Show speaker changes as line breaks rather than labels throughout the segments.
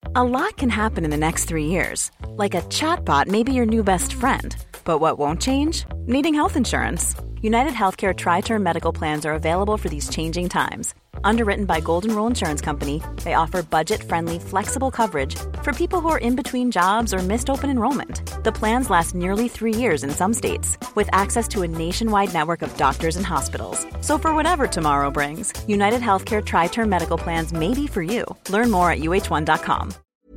A lot can happen in the next 3 years. Like a chatbot may be your new best friend. But what won't change? Needing health insurance. United Healthcare Tri-Term Medical Plans are available for these changing times. Underwritten by Golden Rule Insurance Company, they offer budget-friendly, flexible coverage for people who are in between jobs or missed open enrollment. The plans last nearly 3 years in some states, with access to a nationwide network of doctors and hospitals. So for whatever tomorrow brings, United Healthcare Tri-Term Medical Plans may be for you. Learn more at uh1.com.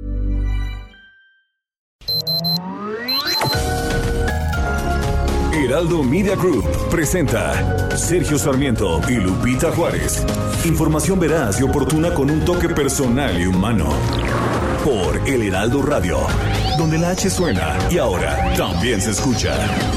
Heraldo Media Group presenta Sergio Sarmiento y Lupita Juárez. Información veraz y oportuna con un toque personal y humano. Por El Heraldo Radio, donde la H suena y ahora también se escucha.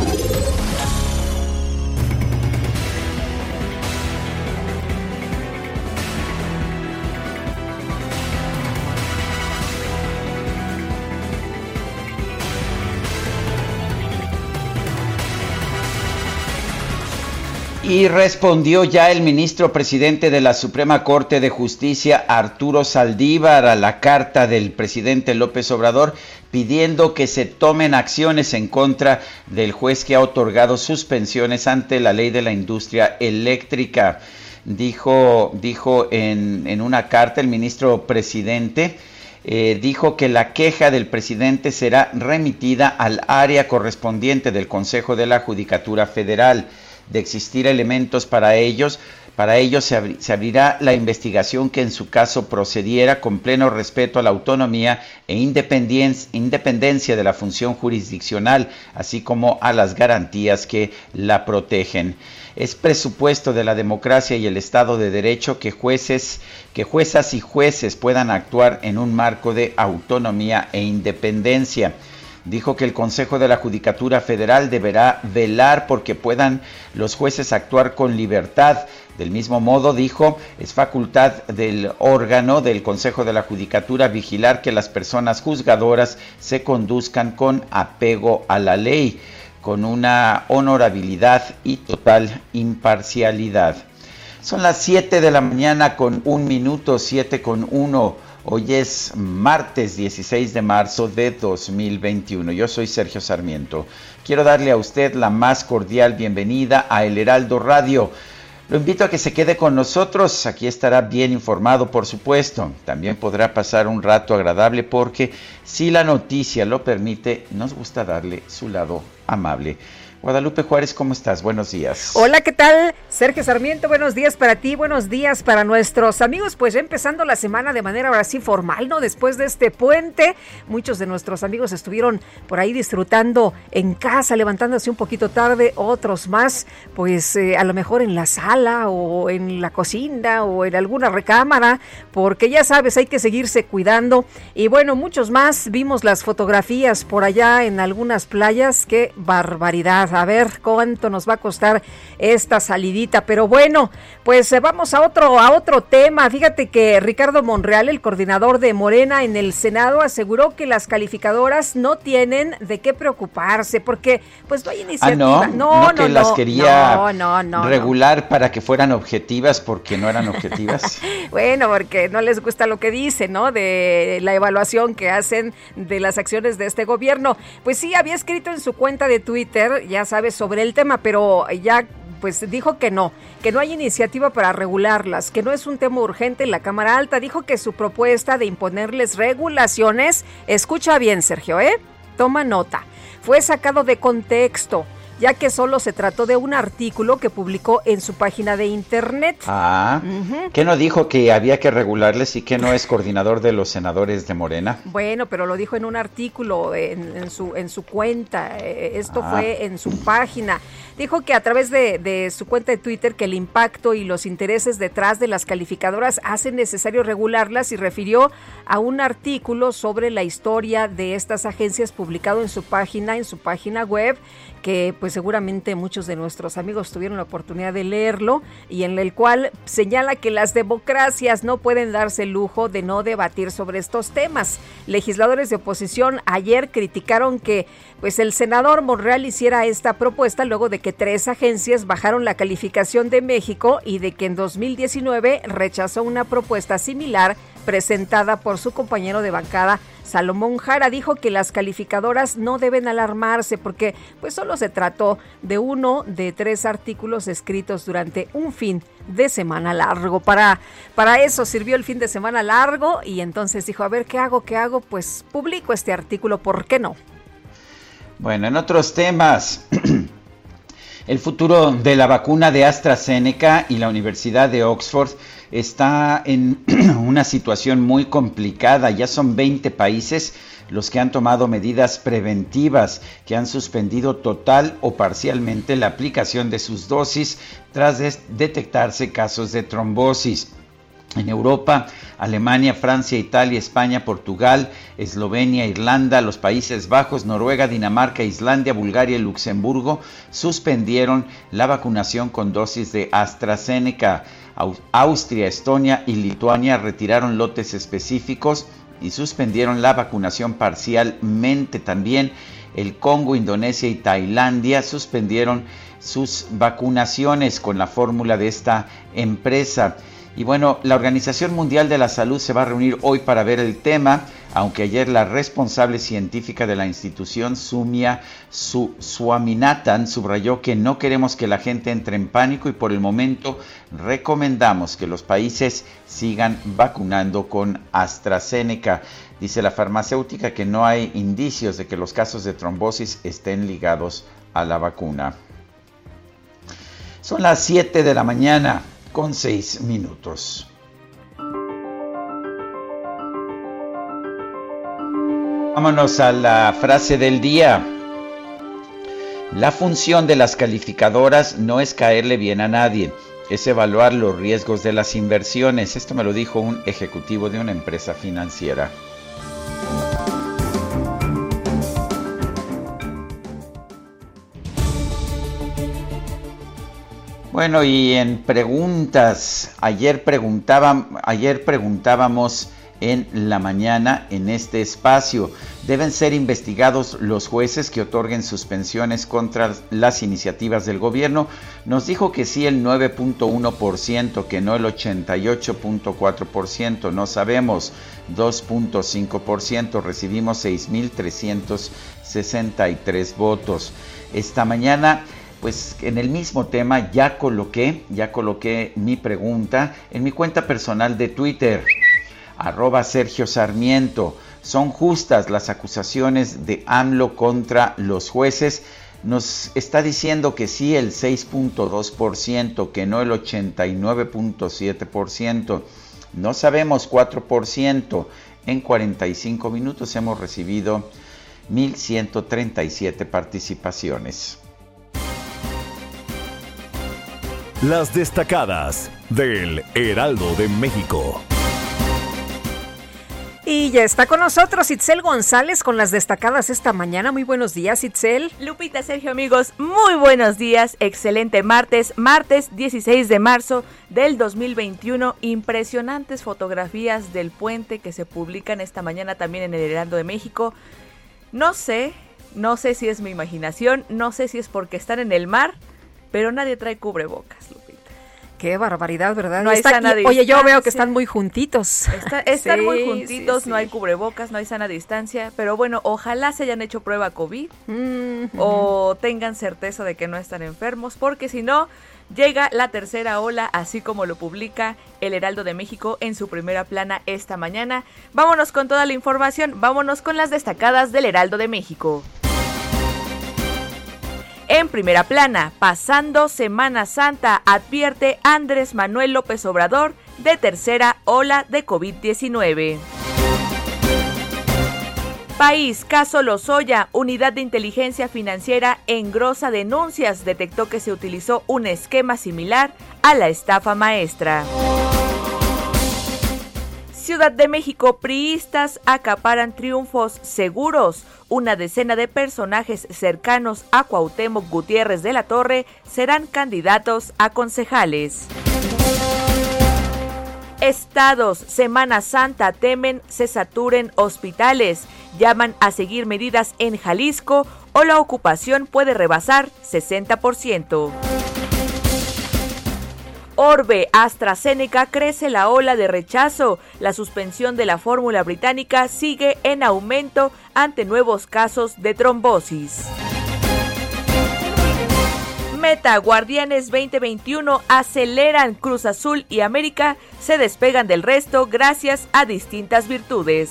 Y respondió ya el ministro presidente de la Suprema Corte de Justicia, Arturo Saldívar, a la carta del presidente López Obrador pidiendo que se tomen acciones en contra del juez que ha otorgado suspensiones ante la ley de la industria eléctrica. Dijo en una carta el ministro presidente, dijo que la queja del presidente será remitida al área correspondiente del Consejo de la Judicatura Federal. De existir elementos para ello se abrirá la investigación que en su caso procediera con pleno respeto a la autonomía e independencia de la función jurisdiccional, así como a las garantías que la protegen. Es presupuesto de la democracia y el Estado de Derecho que juezas y jueces puedan actuar en un marco de autonomía e independencia. Dijo que el Consejo de la Judicatura Federal deberá velar porque puedan los jueces actuar con libertad. Del mismo modo, dijo, es facultad del órgano del Consejo de la Judicatura vigilar que las personas juzgadoras se conduzcan con apego a la ley, con una honorabilidad y total imparcialidad. Son las 7 de la mañana con 1 minuto, 7:01. Hoy es martes 16 de marzo de 2021. Yo soy Sergio Sarmiento. Quiero darle a usted la más cordial bienvenida a El Heraldo Radio. Lo invito a que se quede con nosotros. Aquí estará bien informado, por supuesto. También podrá pasar un rato agradable porque, si la noticia lo permite, nos gusta darle su lado amable. Guadalupe Juárez, ¿cómo estás? Buenos días.
Hola, ¿qué tal? Sergio Sarmiento, buenos días para ti, buenos días para nuestros amigos. Pues ya empezando la semana de manera ahora sí formal, ¿no? Después de este puente, muchos de nuestros amigos estuvieron por ahí disfrutando en casa, levantándose un poquito tarde, otros más, pues a lo mejor en la sala o en la cocina o en alguna recámara, porque ya sabes, hay que seguirse cuidando. Y bueno, muchos más, vimos las fotografías por allá en algunas playas, qué barbaridad. A ver cuánto nos va a costar esta salidita, pero bueno, pues vamos a otro tema. Fíjate que Ricardo Monreal, el coordinador de Morena en el Senado, aseguró que las calificadoras no tienen de qué preocuparse, porque pues no hay iniciativa.
No, las quería regular para que fueran objetivas porque no eran objetivas.
Bueno, porque no les gusta lo que dice, ¿no? De la evaluación que hacen de las acciones de este gobierno. Pues sí, había escrito en su cuenta de Twitter, ya sabes, sobre el tema, pero ya pues dijo que no hay iniciativa para regularlas, que no es un tema urgente en la Cámara Alta. Dijo que su propuesta de imponerles regulaciones, escucha bien, Sergio, toma nota, fue sacado de contexto, ya que solo se trató de un artículo que publicó en su página de internet.
¿Qué no dijo que había que regularles y que no es coordinador de los senadores de Morena?
Bueno, pero lo dijo en un artículo en su cuenta, esto fue en su página. Dijo que a través de su cuenta de Twitter que el impacto y los intereses detrás de las calificadoras hacen necesario regularlas, y refirió a un artículo sobre la historia de estas agencias publicado en su página web, que pues seguramente muchos de nuestros amigos tuvieron la oportunidad de leerlo, y en el cual señala que las democracias no pueden darse el lujo de no debatir sobre estos temas. Legisladores de oposición ayer criticaron que pues el senador Monreal hiciera esta propuesta luego de que 3 agencias bajaron la calificación de México y de que en 2019 rechazó una propuesta similar presentada por su compañero de bancada, Salomón Jara. Dijo que las calificadoras no deben alarmarse porque pues solo se trató de uno de 3 artículos escritos durante un fin de semana largo. Para eso sirvió el fin de semana largo y entonces dijo, a ver, ¿qué hago? Pues publico este artículo, ¿por qué no?
Bueno, en otros temas, el futuro de la vacuna de AstraZeneca y la Universidad de Oxford está en una situación muy complicada. Ya son 20 países los que han tomado medidas preventivas, que han suspendido total o parcialmente la aplicación de sus dosis tras detectarse casos de trombosis. En Europa, Alemania, Francia, Italia, España, Portugal, Eslovenia, Irlanda, los Países Bajos, Noruega, Dinamarca, Islandia, Bulgaria y Luxemburgo suspendieron la vacunación con dosis de AstraZeneca. Austria, Estonia y Lituania retiraron lotes específicos y suspendieron la vacunación parcialmente. También el Congo, Indonesia y Tailandia suspendieron sus vacunaciones con la fórmula de esta empresa. Y bueno, la Organización Mundial de la Salud se va a reunir hoy para ver el tema, aunque ayer la responsable científica de la institución, Soumya Swaminathan, subrayó que no queremos que la gente entre en pánico y por el momento recomendamos que los países sigan vacunando con AstraZeneca. Dice la farmacéutica que no hay indicios de que los casos de trombosis estén ligados a la vacuna. Son las 7 de la mañana. Con 6 minutos. Vámonos a la frase del día. La función de las calificadoras no es caerle bien a nadie, es evaluar los riesgos de las inversiones. Esto me lo dijo un ejecutivo de una empresa financiera. Bueno, y en preguntas, ayer preguntábamos en la mañana en este espacio, ¿deben ser investigados los jueces que otorguen suspensiones contra las iniciativas del gobierno? Nos dijo que sí el 9.1%, que no el 88.4%, no sabemos, 2.5%, recibimos 6,363 votos. Esta mañana, pues en el mismo tema ya coloqué mi pregunta en mi cuenta personal de Twitter, @Sergio Sarmiento. ¿Son justas las acusaciones de AMLO contra los jueces? Nos está diciendo que sí el 6.2%, que no el 89.7%. No sabemos, 4%. En 45 minutos hemos recibido 1,137 participaciones.
Las destacadas del Heraldo de México.
Y ya está con nosotros Itzel González con las destacadas esta mañana. Muy buenos días, Itzel.
Lupita, Sergio, amigos, muy buenos días. Excelente martes 16 de marzo del 2021. Impresionantes fotografías del puente que se publican esta mañana también en el Heraldo de México. No sé si es mi imaginación, no sé si es porque están en el mar, pero nadie trae cubrebocas, Lupita.
Qué barbaridad, ¿verdad?
No hay sana distancia.
Oye, yo veo que están muy juntitos.
Están muy juntitos, no hay cubrebocas, no hay sana distancia, pero bueno, ojalá se hayan hecho prueba COVID o tengan certeza de que no están enfermos, porque si no, llega la tercera ola, así como lo publica el Heraldo de México en su primera plana esta mañana. Vámonos con toda la información, vámonos con las destacadas del Heraldo de México. En primera plana, pasando Semana Santa, advierte Andrés Manuel López Obrador de tercera ola de COVID-19. País, caso Lozoya, Unidad de Inteligencia Financiera engrosa denuncias, detectó que se utilizó un esquema similar a la estafa maestra. Ciudad de México, priistas acaparan triunfos seguros. Una decena de personajes cercanos a Cuauhtémoc Gutiérrez de la Torre serán candidatos a concejales. Estados, Semana Santa, temen se saturen hospitales. Llaman a seguir medidas en Jalisco o la ocupación puede rebasar 60%. Orbe, AstraZeneca, crece la ola de rechazo. La suspensión de la fórmula británica sigue en aumento ante nuevos casos de trombosis. Meta, Guardianes 2021 aceleran. Cruz Azul y América se despegan del resto gracias a distintas virtudes.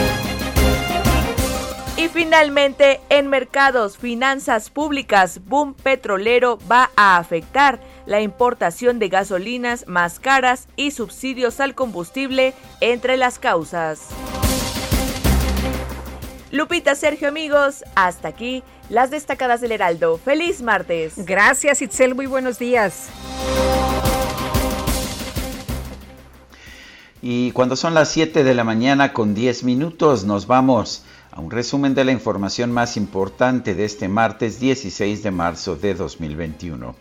Y finalmente, en mercados, finanzas públicas, boom petrolero va a afectar la importación de gasolinas más caras y subsidios al combustible entre las causas. Lupita, Sergio, amigos, hasta aquí las destacadas del Heraldo. ¡Feliz martes!
Gracias, Itzel, muy buenos días.
Y cuando son las 7 de la mañana con 10 minutos, nos vamos a un resumen de la información más importante de este martes 16 de marzo de 2021.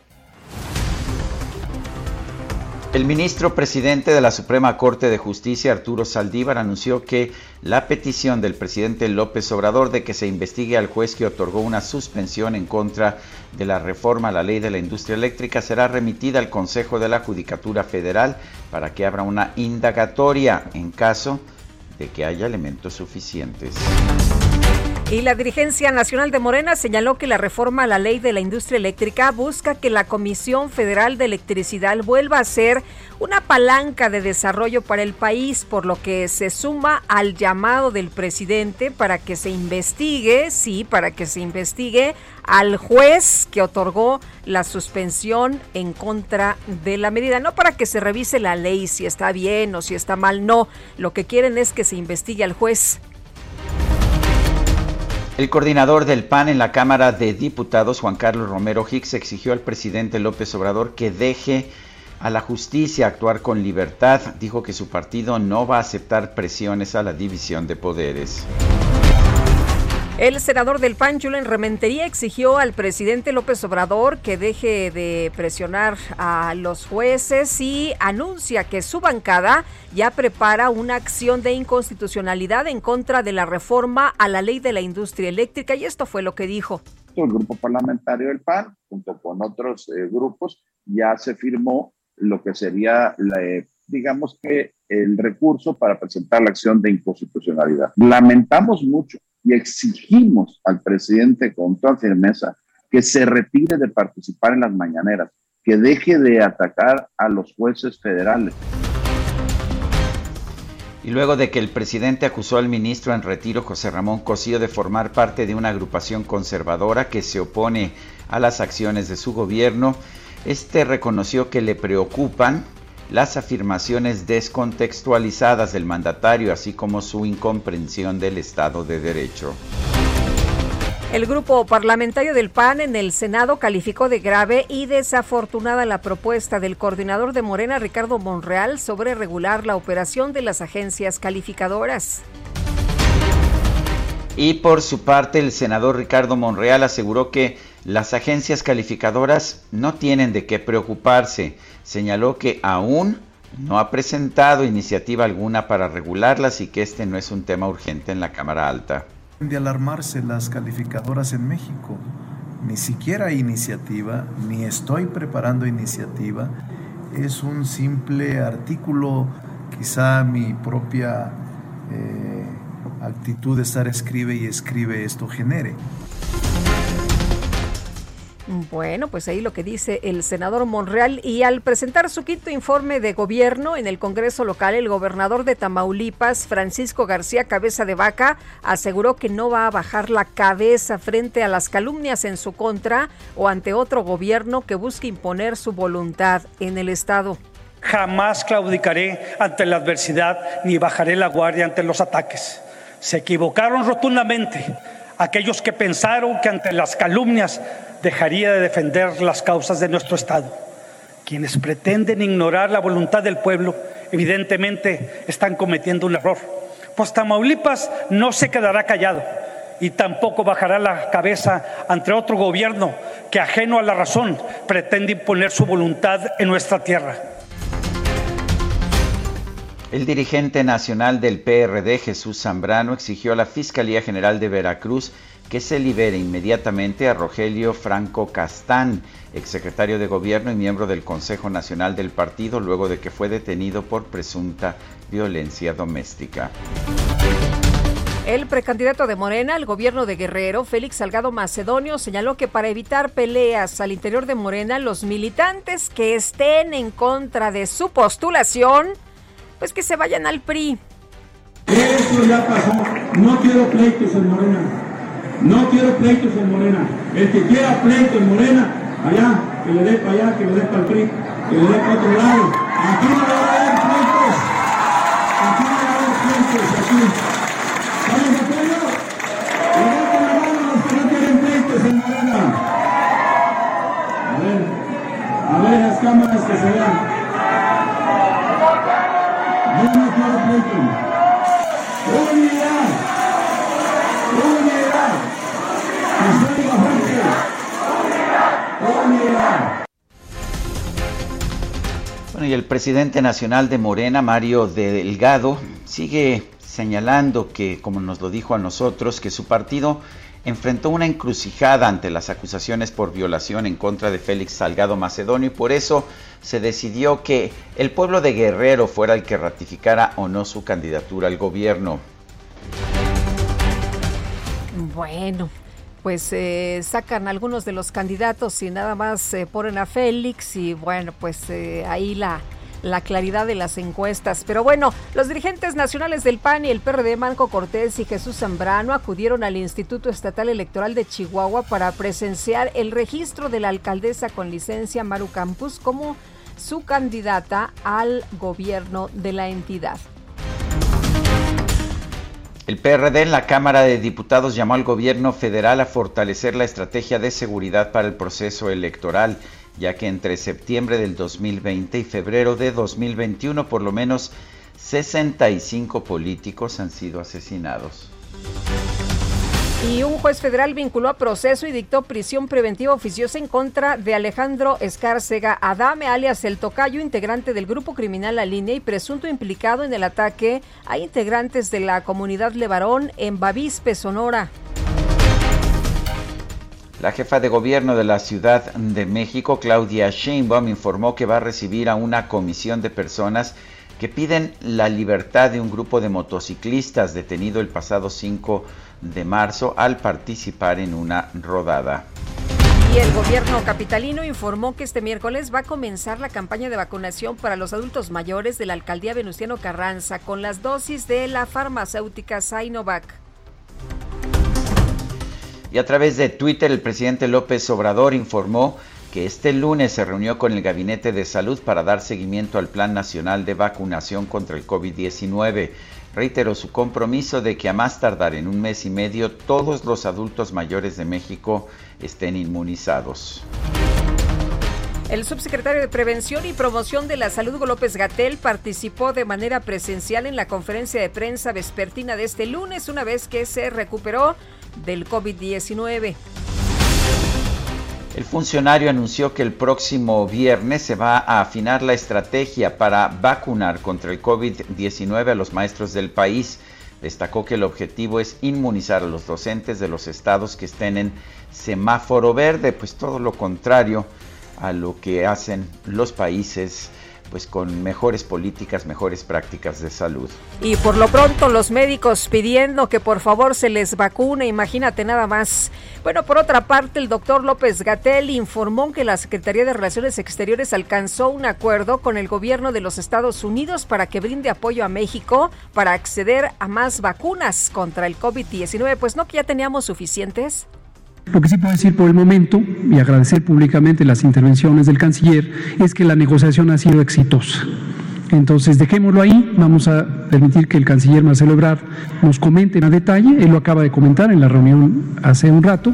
El ministro presidente de la Suprema Corte de Justicia, Arturo Saldívar, anunció que la petición del presidente López Obrador de que se investigue al juez que otorgó una suspensión en contra de la reforma a la ley de la industria eléctrica será remitida al Consejo de la Judicatura Federal para que abra una indagatoria en caso de que haya elementos suficientes.
Y la dirigencia nacional de Morena señaló que la reforma a la ley de la industria eléctrica busca que la Comisión Federal de Electricidad vuelva a ser una palanca de desarrollo para el país, por lo que se suma al llamado del presidente para que se investigue, al juez que otorgó la suspensión en contra de la medida. No para que se revise la ley si está bien o si está mal, no. Lo que quieren es que se investigue al juez.
El coordinador del PAN en la Cámara de Diputados, Juan Carlos Romero Hicks, exigió al presidente López Obrador que deje a la justicia actuar con libertad. Dijo que su partido no va a aceptar presiones a la división de poderes.
El senador del PAN, Julen Rementería, exigió al presidente López Obrador que deje de presionar a los jueces y anuncia que su bancada ya prepara una acción de inconstitucionalidad en contra de la reforma a la ley de la industria eléctrica, y esto fue lo que dijo.
El grupo parlamentario del PAN, junto con otros grupos, ya se firmó lo que sería, digamos que el recurso para presentar la acción de inconstitucionalidad. Lamentamos mucho y exigimos al presidente con toda firmeza que se retire de participar en las mañaneras, que deje de atacar a los jueces federales.
Y luego de que el presidente acusó al ministro en retiro, José Ramón Cosío, de formar parte de una agrupación conservadora que se opone a las acciones de su gobierno, reconoció que le preocupan las afirmaciones descontextualizadas del mandatario, así como su incomprensión del Estado de Derecho.
El grupo parlamentario del PAN en el Senado calificó de grave y desafortunada la propuesta del coordinador de Morena, Ricardo Monreal, sobre regular la operación de las agencias calificadoras.
Y por su parte, el senador Ricardo Monreal aseguró que las agencias calificadoras no tienen de qué preocuparse. Señaló que aún no ha presentado iniciativa alguna para regularlas y que este no es un tema urgente en la Cámara Alta.
De alarmarse las calificadoras en México, ni siquiera hay iniciativa, ni estoy preparando iniciativa, es un simple artículo, quizá mi propia actitud de estar escribe y escribe esto genere.
Bueno, pues ahí lo que dice el senador Monreal. Y al presentar su quinto informe de gobierno en el Congreso local, el gobernador de Tamaulipas, Francisco García Cabeza de Vaca, aseguró que no va a bajar la cabeza frente a las calumnias en su contra o ante otro gobierno que busque imponer su voluntad en el estado.
Jamás claudicaré ante la adversidad ni bajaré la guardia ante los ataques. Se equivocaron rotundamente aquellos que pensaron que ante las calumnias dejaría de defender las causas de nuestro Estado. Quienes pretenden ignorar la voluntad del pueblo, evidentemente están cometiendo un error. Pues Tamaulipas no se quedará callado y tampoco bajará la cabeza ante otro gobierno que, ajeno a la razón, pretende imponer su voluntad en nuestra tierra.
El dirigente nacional del PRD, Jesús Zambrano, exigió a la Fiscalía General de Veracruz que se libere inmediatamente a Rogelio Franco Castán, exsecretario de Gobierno y miembro del Consejo Nacional del partido, luego de que fue detenido por presunta violencia doméstica.
El precandidato de Morena al gobierno de Guerrero, Félix Salgado Macedonio, señaló que para evitar peleas al interior de Morena, los militantes que estén en contra de su postulación, pues que se vayan al PRI.
Eso ya pasó. No quiero pleitos en Morena. No quiero pleitos en Morena. El que quiera pleito en Morena, allá, que le dé para allá, que le dé para el PRI, que le dé para otro lado. Aquí no le va a dar pleitos. Aquí no le va a dar pleitos, aquí. ¿Vamos a apoyo? Levanten la mano los que no quieren pleitos en Morena. A ver las cámaras que se vean. Yo no quiero pleito. Unidad. Unidad. Que salga gente. Unidad.
Bueno, y el presidente nacional de Morena, Mario Delgado, sigue señalando que, como nos lo dijo a nosotros, que su partido enfrentó una encrucijada ante las acusaciones por violación en contra de Félix Salgado Macedonio y por eso se decidió que el pueblo de Guerrero fuera el que ratificara o no su candidatura al gobierno.
Bueno, pues sacan algunos de los candidatos y nada más ponen a Félix y bueno, pues ahí la claridad de las encuestas. Pero bueno, los dirigentes nacionales del PAN y el PRD, Marco Cortés y Jesús Zambrano, acudieron al Instituto Estatal Electoral de Chihuahua para presenciar el registro de la alcaldesa con licencia Maru Campos como su candidata al gobierno de la entidad.
El PRD en la Cámara de Diputados llamó al gobierno federal a fortalecer la estrategia de seguridad para el proceso electoral, ya que entre septiembre del 2020 y febrero de 2021 por lo menos 65 políticos han sido asesinados.
Y un juez federal vinculó a proceso y dictó prisión preventiva oficiosa en contra de Alejandro Escárcega Adame, alias El Tocayo, integrante del grupo criminal La Línea y presunto implicado en el ataque a integrantes de la comunidad Levarón en Bavispe, Sonora.
La jefa de gobierno de la Ciudad de México, Claudia Sheinbaum, informó que va a recibir a una comisión de personas que piden la libertad de un grupo de motociclistas detenido el pasado 5 de marzo al participar en una rodada.
Y el gobierno capitalino informó que este miércoles va a comenzar la campaña de vacunación para los adultos mayores de la alcaldía Venustiano Carranza con las dosis de la farmacéutica Sinovac.
Y a través de Twitter, el presidente López Obrador informó que este lunes se reunió con el Gabinete de Salud para dar seguimiento al Plan Nacional de Vacunación contra el COVID-19. Reiteró su compromiso de que a más tardar en un mes y medio todos los adultos mayores de México estén inmunizados.
El subsecretario de Prevención y Promoción de la Salud, Hugo López-Gatell, participó de manera presencial en la conferencia de prensa vespertina de este lunes, una vez que se recuperó del COVID-19.
El funcionario anunció que el próximo viernes se va a afinar la estrategia para vacunar contra el COVID-19 a los maestros del país. Destacó que el objetivo es inmunizar a los docentes de los estados que estén en semáforo verde, pues todo lo contrario a lo que hacen los países pues con mejores políticas, mejores prácticas de salud.
Y por lo pronto los médicos pidiendo que por favor se les vacune, imagínate nada más. Bueno, por otra parte, el doctor López-Gatell informó que la Secretaría de Relaciones Exteriores alcanzó un acuerdo con el gobierno de los Estados Unidos para que brinde apoyo a México para acceder a más vacunas contra el COVID-19. Pues no, que ya teníamos suficientes.
Lo que sí puedo decir por el momento, y agradecer públicamente las intervenciones del canciller, es que la negociación ha sido exitosa. Entonces, dejémoslo ahí, vamos a permitir que el canciller Marcelo Ebrard nos comente a detalle, él lo acaba de comentar en la reunión hace un rato.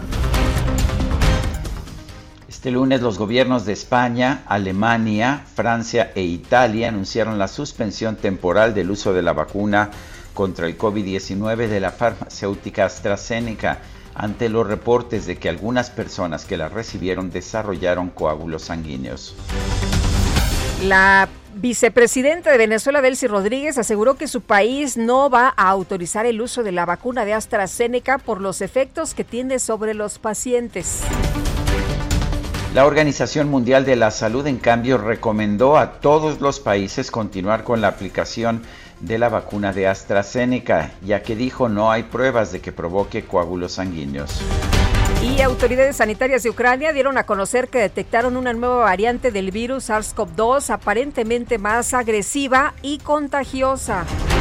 Este lunes los gobiernos de España, Alemania, Francia e Italia anunciaron la suspensión temporal del uso de la vacuna contra el COVID-19 de la farmacéutica AstraZeneca, ante los reportes de que algunas personas que la recibieron desarrollaron coágulos sanguíneos.
La vicepresidente de Venezuela, Delcy Rodríguez, aseguró que su país no va a autorizar el uso de la vacuna de AstraZeneca por los efectos que tiene sobre los pacientes.
La Organización Mundial de la Salud, en cambio, recomendó a todos los países continuar con la aplicación de la vacuna de AstraZeneca, ya que dijo no hay pruebas de que provoque coágulos sanguíneos.
Y autoridades sanitarias de Ucrania dieron a conocer que detectaron una nueva variante del virus SARS-CoV-2 aparentemente más agresiva y contagiosa.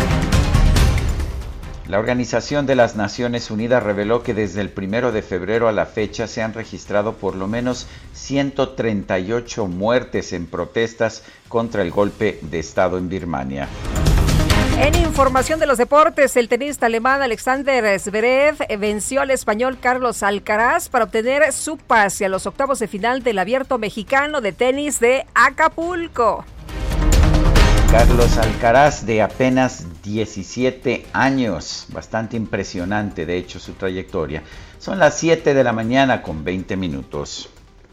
La Organización de las Naciones Unidas reveló que desde el 1 de febrero a la fecha se han registrado por lo menos 138 muertes en protestas contra el golpe de Estado en Birmania.
En información de los deportes, el tenista alemán Alexander Zverev venció al español Carlos Alcaraz para obtener su pase a los octavos de final del Abierto Mexicano de tenis de Acapulco.
Carlos Alcaraz, de apenas 17 años, bastante impresionante de hecho su trayectoria. Son las 7 de la mañana con 20 minutos.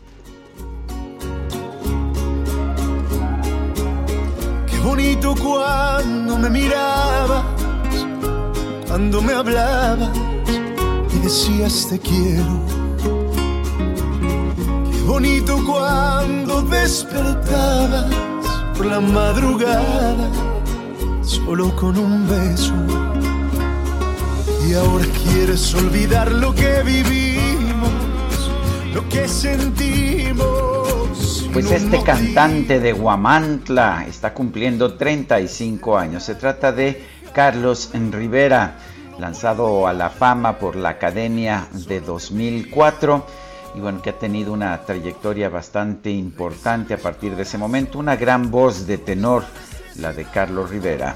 Qué bonito cuando me mirabas, cuando me hablabas y decías te quiero. Qué bonito cuando despertabas por la madrugada, solo con un beso. Y ahora quieres olvidar lo que vivimos, lo que sentimos.
Pues este cantante de Huamantla está cumpliendo 35 años. Se trata de Carlos Rivera, lanzado a la fama por la Academia de 2004. Y bueno, que ha tenido una trayectoria bastante importante a partir de ese momento. Una gran voz de tenor, la de Carlos Rivera.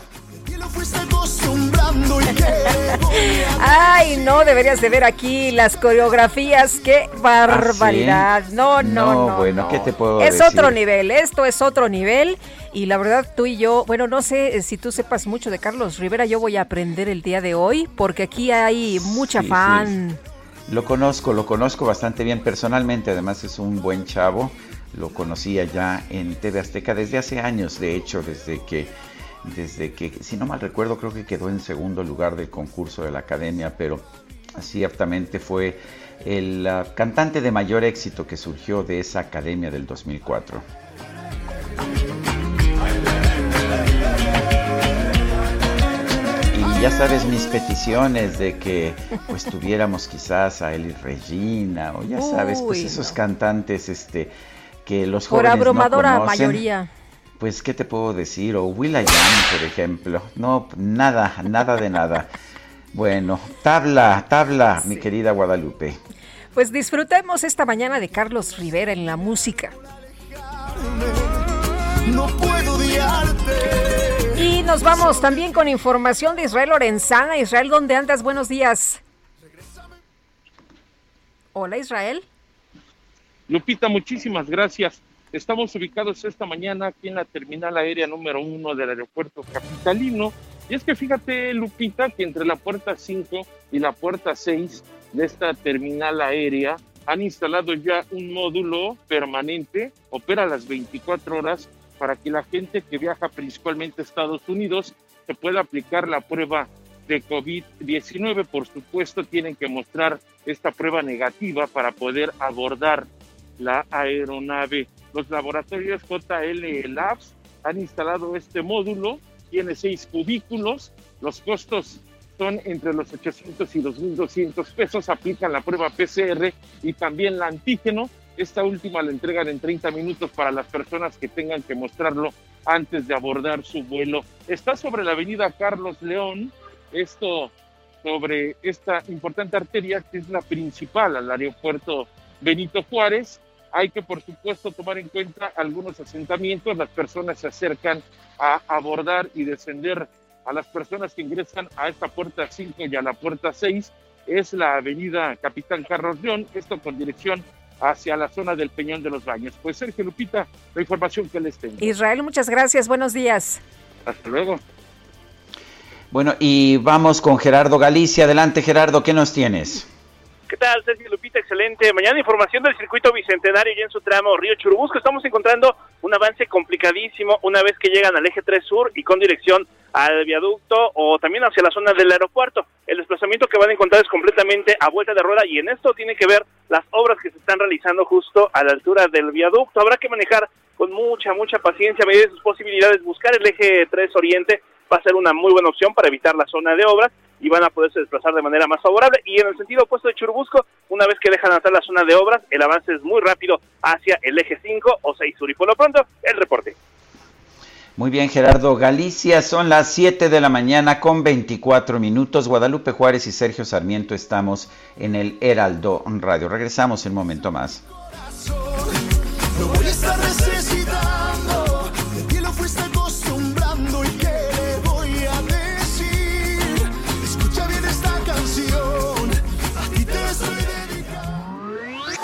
Ay, no, deberías de ver aquí las coreografías, qué barbaridad. ¿Ah, sí? No.
Bueno, ¿qué te puedo decir?
Es otro nivel, esto es otro nivel. Y la verdad, tú y yo, bueno, no sé si tú sepas mucho de Carlos Rivera, yo voy a aprender el día de hoy, porque aquí hay mucha fan.
Sí. Lo conozco bastante bien personalmente, además es un buen chavo, lo conocía ya en TV Azteca desde hace años, de hecho, desde que, si no mal recuerdo, creo que quedó en segundo lugar del concurso de la Academia, pero ciertamente fue el cantante de mayor éxito que surgió de esa Academia del 2004. Ya sabes mis peticiones de que pues tuviéramos quizás a Elis Regina o ya sabes pues esos cantantes que los jóvenes
por abrumadora
no conocen.
Mayoría.
Pues qué te puedo decir, o will.i.am por ejemplo. No, nada de nada. Bueno, tabla, sí. Mi querida Guadalupe.
Pues disfrutemos esta mañana de Carlos Rivera en la música.
No puedo odiarte.
Y nos vamos también con información de Israel Lorenzana. Israel, ¿dónde andas? Buenos días. Hola, Israel.
Lupita, muchísimas gracias. Estamos ubicados esta mañana aquí en la terminal aérea número 1 del aeropuerto capitalino. Y es que fíjate, Lupita, que entre la puerta 5 y la puerta 6 de esta terminal aérea han instalado ya un módulo permanente, opera las 24 horas, para que la gente que viaja principalmente a Estados Unidos se pueda aplicar la prueba de COVID-19. Por supuesto, tienen que mostrar esta prueba negativa para poder abordar la aeronave. Los laboratorios JL Labs han instalado este módulo, tiene 6 cubículos, los costos son entre los 800 y 2,200 pesos, aplican la prueba PCR y también la antígeno. Esta última la entregan en 30 minutos para las personas que tengan que mostrarlo antes de abordar su vuelo. Está sobre la avenida Carlos León, esto sobre esta importante arteria que es la principal al aeropuerto Benito Juárez. Hay que, por supuesto, tomar en cuenta algunos asentamientos. Las personas se acercan a abordar y descender. A las personas que ingresan a esta puerta 5 y a la puerta 6 es la avenida Capitán Carlos León, esto con dirección hacia la zona del Peñón de los Baños. Pues Sergio, Lupita, la información que les tengo.
Israel, muchas gracias, buenos días.
Hasta luego.
Bueno, y vamos con Gerardo Galicia. Adelante, Gerardo, ¿qué nos tienes?
¿Qué tal, Sergio Lupita? Excelente. Mañana información del circuito bicentenario y en su tramo Río Churubusco. Estamos encontrando un avance complicadísimo una vez que llegan al eje 3 sur y con dirección al viaducto o también hacia la zona del aeropuerto. El desplazamiento que van a encontrar es completamente a vuelta de rueda y en esto tiene que ver las obras que se están realizando justo a la altura del viaducto. Habrá que manejar con mucha paciencia, a medida de sus posibilidades. Buscar el eje 3 oriente va a ser una muy buena opción para evitar la zona de obras y van a poderse desplazar de manera más favorable. Y en el sentido opuesto de Churubusco, una vez que dejan atrás la zona de obras, el avance es muy rápido hacia el eje 5 o 6 sur. Y por lo pronto, el reporte.
Muy bien, Gerardo. Galicia, son las 7 de la mañana con 24 minutos. Guadalupe Juárez y Sergio Sarmiento estamos en el Heraldo Radio. Regresamos en un momento más.
No voy a estar necesitando de ti, lo fuiste acostumbrando y qué le voy a decir. Escucha bien esta canción, a ti te estoy dedicando.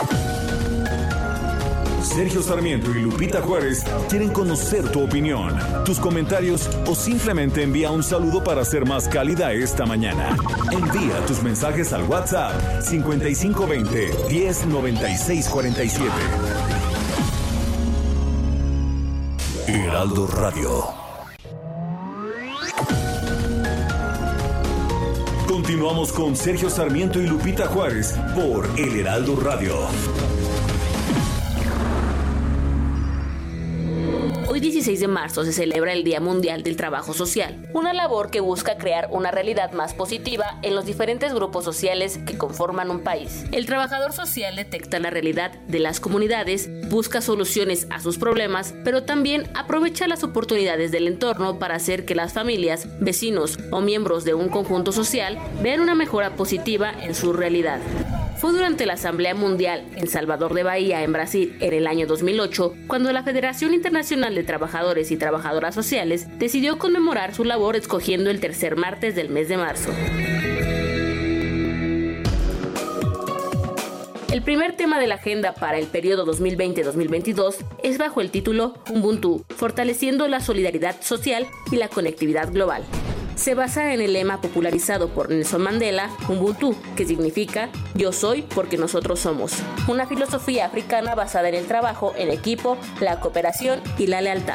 Sergio Sarmiento y Lupita Juárez quieren conocer tu opinión, tus comentarios o simplemente envía un saludo para hacer más cálida esta mañana. Envía tus mensajes al WhatsApp 5520 109647. Heraldo Radio. Continuamos con Sergio Sarmiento y Lupita Juárez por El Heraldo Radio.
Hoy 16 de marzo se celebra el Día Mundial del Trabajo Social, una labor que busca crear una realidad más positiva en los diferentes grupos sociales que conforman un país. El trabajador social detecta la realidad de las comunidades, busca soluciones a sus problemas, pero también aprovecha las oportunidades del entorno para hacer que las familias, vecinos o miembros de un conjunto social vean una mejora positiva en su realidad. Fue durante la Asamblea Mundial en Salvador de Bahía, en Brasil, en el año 2008, cuando la Federación Internacional de Trabajadores y Trabajadoras Sociales decidió conmemorar su labor escogiendo el tercer martes del mes de marzo. El primer tema de la agenda para el periodo 2020-2022 es bajo el título Ubuntu, fortaleciendo la solidaridad social y la conectividad global. Se basa en el lema popularizado por Nelson Mandela, Ubuntu, que significa yo soy porque nosotros somos. Una filosofía africana basada en el trabajo en equipo, la cooperación y la lealtad.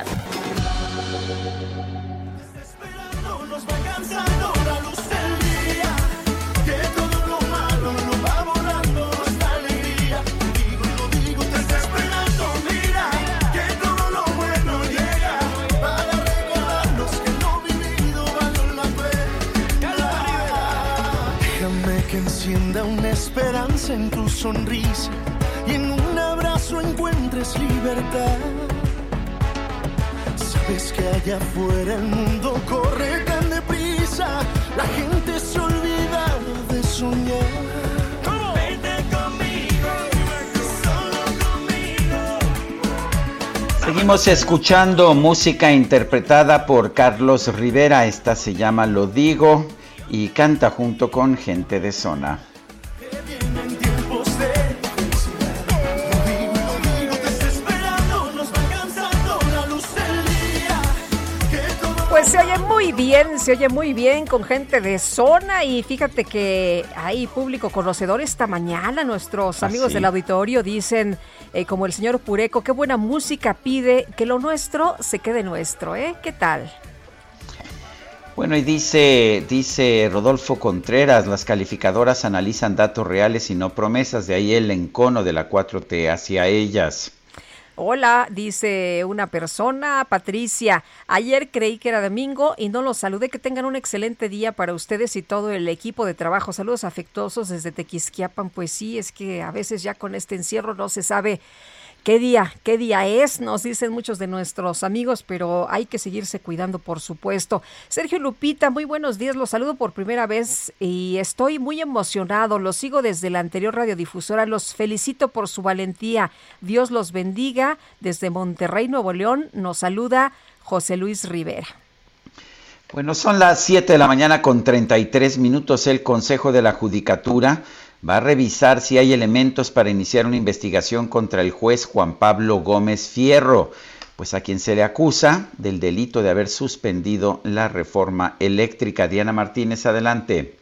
Que encienda una esperanza en tu sonrisa y en un abrazo encuentres libertad. Sabes que allá afuera el mundo corre tan deprisa, la gente se olvida de soñar. Vete conmigo, solo conmigo.
Seguimos escuchando música interpretada por Carlos Rivera. Esta se llama Lo Digo y canta junto con Gente de Zona.
Pues se oye muy bien con Gente de Zona y fíjate que hay público conocedor esta mañana. Nuestros amigos del auditorio dicen, como el señor Pureco, qué buena música pide, que lo nuestro se quede nuestro, ¿eh? ¿Qué tal?
Bueno, y dice Rodolfo Contreras, las calificadoras analizan datos reales y no promesas, de ahí el encono de la 4T hacia ellas.
Hola, dice una persona, Patricia, ayer creí que era domingo y no los saludé, que tengan un excelente día para ustedes y todo el equipo de trabajo. Saludos afectuosos desde Tequisquiapan. Pues sí, es que a veces ya con este encierro no se sabe ¿qué día es? Nos dicen muchos de nuestros amigos, pero hay que seguirse cuidando, por supuesto. Sergio, Lupita, muy buenos días. Los saludo por primera vez y estoy muy emocionado. Los sigo desde la anterior radiodifusora. Los felicito por su valentía. Dios los bendiga. Desde Monterrey, Nuevo León, nos saluda José Luis Rivera.
Bueno, son las 7 de la mañana con 33 minutos. El Consejo de la Judicatura va a revisar si hay elementos para iniciar una investigación contra el juez Juan Pablo Gómez Fierro, pues a quien se le acusa del delito de haber suspendido la reforma eléctrica. Diana Martínez, adelante.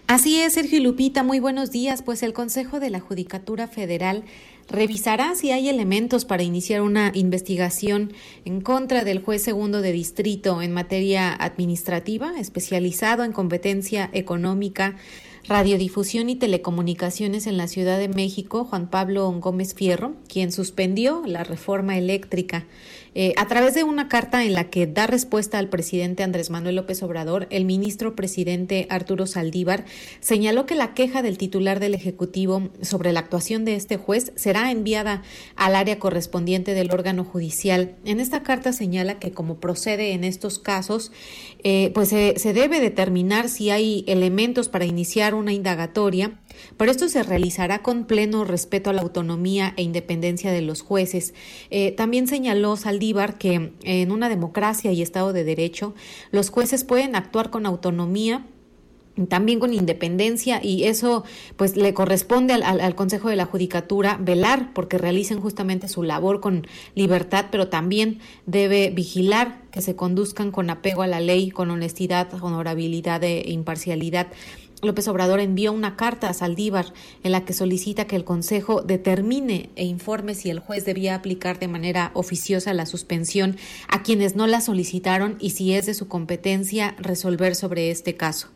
Así es, Sergio y Lupita, muy buenos días. Pues el Consejo de la Judicatura Federal revisará si hay elementos para iniciar una investigación en contra del juez segundo de distrito en materia administrativa, especializado en competencia económica, radiodifusión y telecomunicaciones en la Ciudad de México, Juan Pablo Gómez Fierro, quien suspendió la reforma eléctrica. A través de una carta en la que da respuesta al presidente Andrés Manuel López Obrador, el ministro presidente Arturo Saldívar señaló que la queja del titular del Ejecutivo sobre la actuación de este juez será enviada al área correspondiente del órgano judicial. En esta carta señala que, como procede en estos casos, pues se debe determinar si hay elementos para iniciar una indagatoria, pero esto se realizará con pleno respeto a la autonomía e independencia de los jueces. También señaló Saldívar que en una democracia y Estado de Derecho, los jueces pueden actuar con autonomía, también con independencia, y eso pues le corresponde al Consejo de la Judicatura velar porque realicen justamente su labor con libertad, pero también debe vigilar que se conduzcan con apego a la ley, con honestidad, honorabilidad e imparcialidad. López Obrador envió una carta a Saldívar en la que solicita que el Consejo determine e informe si el juez debía aplicar de manera oficiosa la suspensión a quienes no la solicitaron y si es de su competencia resolver sobre este caso.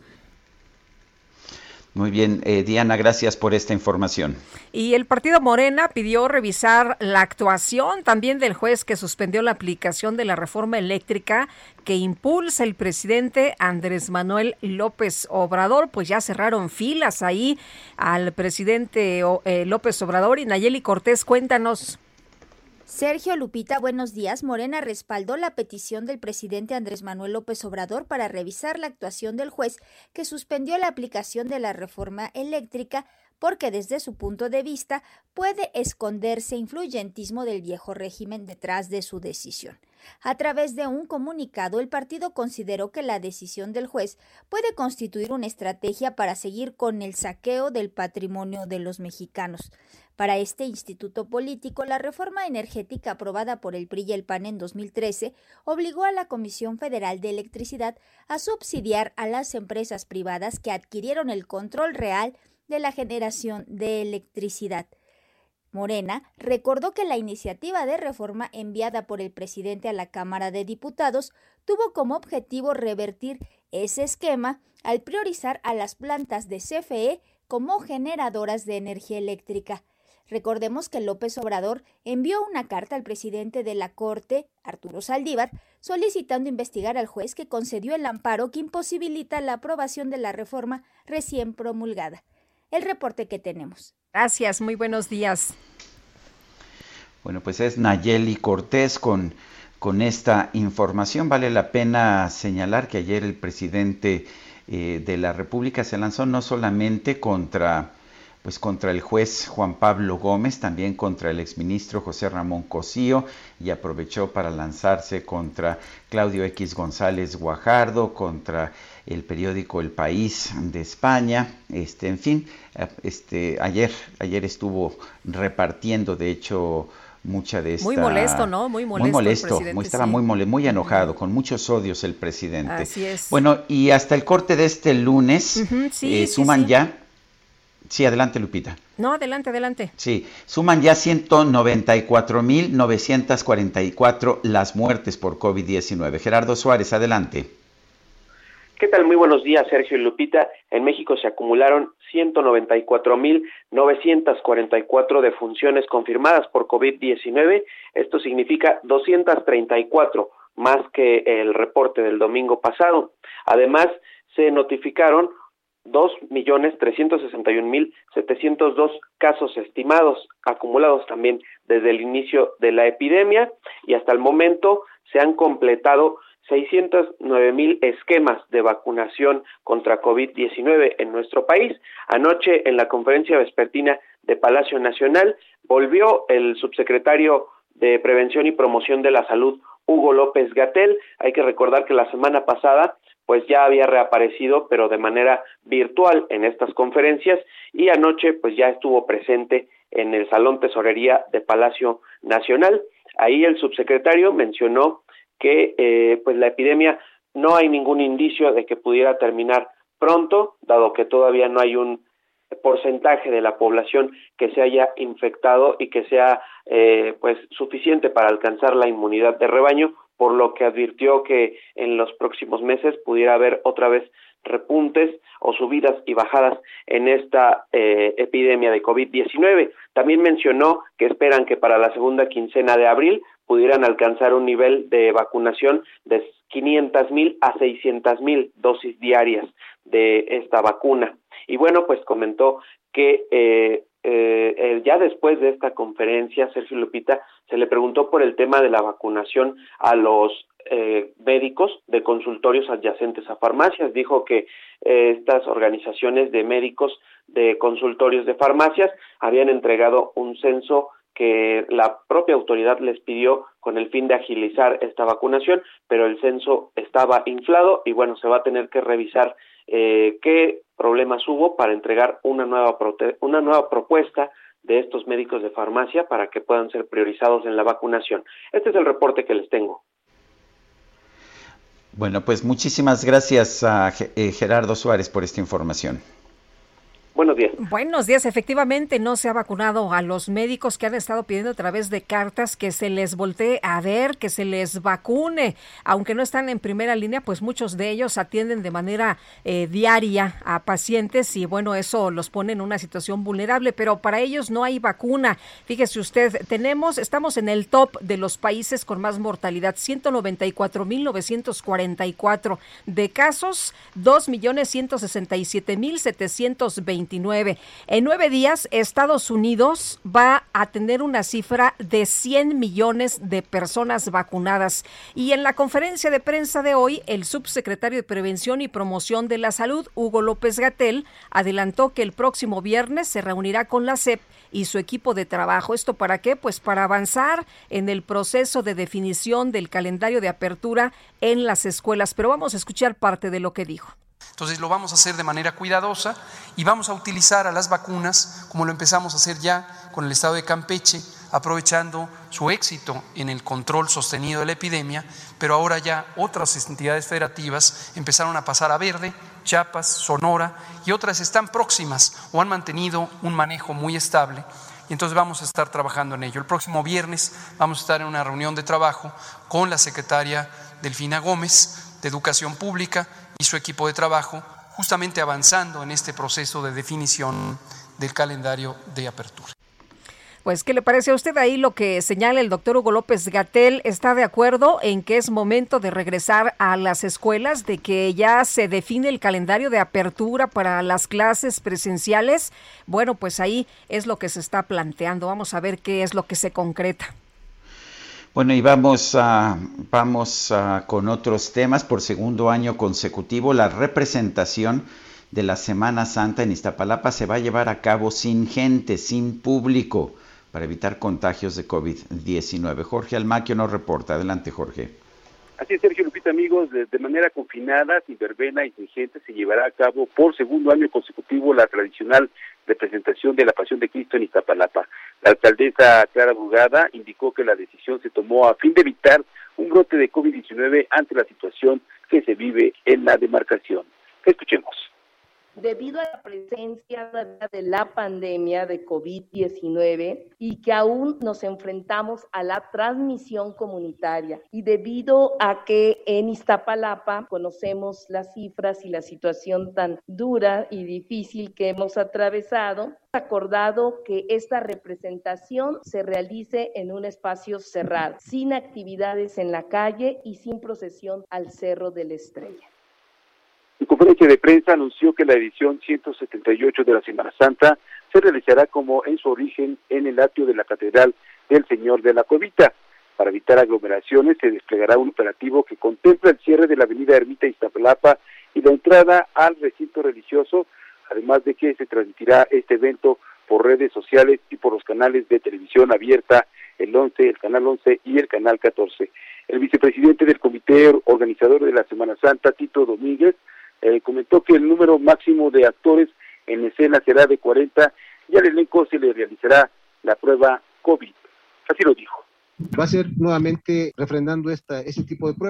Muy bien, Diana, gracias por esta información.
Y el partido Morena pidió revisar la actuación también del juez que suspendió la aplicación de la reforma eléctrica que impulsa el presidente Andrés Manuel López Obrador. Pues ya cerraron filas ahí al presidente López Obrador. Y Nayeli Cortés, cuéntanos.
Sergio, Lupita, buenos días. Morena respaldó la petición del presidente Andrés Manuel López Obrador para revisar la actuación del juez que suspendió la aplicación de la reforma eléctrica porque desde su punto de vista puede esconderse influyentismo del viejo régimen detrás de su decisión. A través de un comunicado, el partido consideró que la decisión del juez puede constituir una estrategia para seguir con el saqueo del patrimonio de los mexicanos. Para este instituto político, la reforma energética aprobada por el PRI y el PAN en 2013 obligó a la Comisión Federal de Electricidad a subsidiar a las empresas privadas que adquirieron el control real de la generación de electricidad. Morena recordó que la iniciativa de reforma enviada por el presidente a la Cámara de Diputados tuvo como objetivo revertir ese esquema al priorizar a las plantas de CFE como generadoras de energía eléctrica. Recordemos que López Obrador envió una carta al presidente de la Corte, Arturo Saldívar, solicitando investigar al juez que concedió el amparo que imposibilita la aprobación de la reforma recién promulgada. El reporte que tenemos.
Gracias, muy buenos días.
Bueno, pues es Nayeli Cortés con esta información. Vale la pena señalar que ayer el presidente de la República se lanzó no solamente contra el juez Juan Pablo Gómez, también contra el exministro José Ramón Cosío, y aprovechó para lanzarse contra Claudio X González Guajardo, contra el periódico El País de España, en fin, ayer estuvo repartiendo, de hecho, mucha de esta...
Muy molesto, ¿no? Muy molesto,
estaba
sí.
muy enojado, con muchos odios el presidente.
Así es.
Bueno, y hasta el corte de este lunes, suman ya... Sí, adelante, Lupita.
No, adelante.
Sí, suman ya 194,944 las muertes por COVID-19. Gerardo Suárez, adelante.
¿Qué tal? Muy buenos días, Sergio y Lupita. En México se acumularon 194,944 defunciones confirmadas por COVID-19. Esto significa 234 más que el reporte del domingo pasado. Además, se notificaron 2.361.702 casos estimados, acumulados también desde el inicio de la epidemia, y hasta el momento se han completado 609,000 esquemas de vacunación contra COVID-19 en nuestro país. Anoche, en la conferencia vespertina de Palacio Nacional, volvió el subsecretario de Prevención y Promoción de la Salud, Hugo López-Gatell. Hay que recordar que la semana pasada pues ya había reaparecido, pero de manera virtual en estas conferencias, y anoche pues ya estuvo presente en el Salón Tesorería de Palacio Nacional. Ahí el subsecretario mencionó que pues la epidemia no hay ningún indicio de que pudiera terminar pronto, dado que todavía no hay un porcentaje de la población que se haya infectado y que sea pues suficiente para alcanzar la inmunidad de rebaño, por lo que advirtió que en los próximos meses pudiera haber otra vez repuntes o subidas y bajadas en esta epidemia de COVID-19. También mencionó que esperan que para la segunda quincena de abril pudieran alcanzar un nivel de vacunación de 500,000 a 600,000 dosis diarias de esta vacuna. Y bueno, pues comentó que ya después de esta conferencia, Sergio Lupita, se le preguntó por el tema de la vacunación a los médicos de consultorios adyacentes a farmacias. Dijo que estas organizaciones de médicos de consultorios de farmacias habían entregado un censo que la propia autoridad les pidió con el fin de agilizar esta vacunación, pero el censo estaba inflado y bueno, se va a tener que revisar qué problemas hubo para entregar una nueva propuesta de estos médicos de farmacia para que puedan ser priorizados en la vacunación. Este es el reporte que les tengo.
Bueno, pues muchísimas gracias a Gerardo Suárez por esta información.
Buenos días.
Buenos días. Efectivamente, no se ha vacunado a los médicos que han estado pidiendo a través de cartas que se les voltee a ver, que se les vacune. Aunque no están en primera línea, pues muchos de ellos atienden de manera diaria a pacientes y bueno, eso los pone en una situación vulnerable, pero para ellos no hay vacuna. Fíjese usted, estamos en el top de los países con más mortalidad, 194,944 de casos, 2,167,729. En 9 días, Estados Unidos va a tener una cifra de 100 millones de personas vacunadas. Y en la conferencia de prensa de hoy, el subsecretario de Prevención y Promoción de la Salud, Hugo López-Gatell, adelantó que el próximo viernes se reunirá con la SEP y su equipo de trabajo. ¿Esto para qué? Pues para avanzar en el proceso de definición del calendario de apertura en las escuelas. Pero vamos a escuchar parte de lo que dijo.
Entonces lo vamos a hacer de manera cuidadosa y vamos a utilizar a las vacunas como lo empezamos a hacer ya con el estado de Campeche, aprovechando su éxito en el control sostenido de la epidemia, pero ahora ya otras entidades federativas empezaron a pasar a verde, Chiapas, Sonora y otras están próximas o han mantenido un manejo muy estable. Y entonces vamos a estar trabajando en ello. El próximo viernes vamos a estar en una reunión de trabajo con la secretaria Delfina Gómez de Educación Pública y su equipo de trabajo, justamente avanzando en este proceso de definición del calendario de apertura.
Pues, ¿qué le parece a usted ahí lo que señala el doctor Hugo López-Gatell? ¿Está de acuerdo en que es momento de regresar a las escuelas, de que ya se define el calendario de apertura para las clases presenciales? Bueno, pues ahí es lo que se está planteando. Vamos a ver qué es lo que se concreta.
Bueno, y vamos con otros temas. Por segundo año consecutivo, la representación de la Semana Santa en Iztapalapa se va a llevar a cabo sin gente, sin público, para evitar contagios de COVID-19. Jorge Almaquio nos reporta. Adelante, Jorge.
Así es, Sergio Lupita, amigos, de manera confinada, sin verbena y sin gente, se llevará a cabo por segundo año consecutivo la tradicional representación de la Pasión de Cristo en Iztapalapa. La alcaldesa Clara Brugada indicó que la decisión se tomó a fin de evitar un brote de COVID-19 ante la situación que se vive en la demarcación. Escuchemos.
Debido a la presencia de la pandemia de COVID-19 y que aún nos enfrentamos a la transmisión comunitaria y debido a que en Iztapalapa conocemos las cifras y la situación tan dura y difícil que hemos atravesado, acordado que esta representación se realice en un espacio cerrado, sin actividades en la calle y sin procesión al Cerro de la Estrella.
En conferencia de prensa anunció que la edición 178 de la Semana Santa se realizará como en su origen en el atrio de la Catedral del Señor de la Cuevita. Para evitar aglomeraciones se desplegará un operativo que contempla el cierre de la avenida Ermita Iztapalapa y la entrada al recinto religioso, además de que se transmitirá este evento por redes sociales y por los canales de televisión abierta, el 11, el canal 11 y el canal 14. El vicepresidente del comité organizador de la Semana Santa, Tito Domínguez, comentó que el número máximo de actores en escena será de 40 y al elenco se le realizará la prueba COVID. Así lo dijo.
Va a ser nuevamente refrendando ese tipo de pruebas.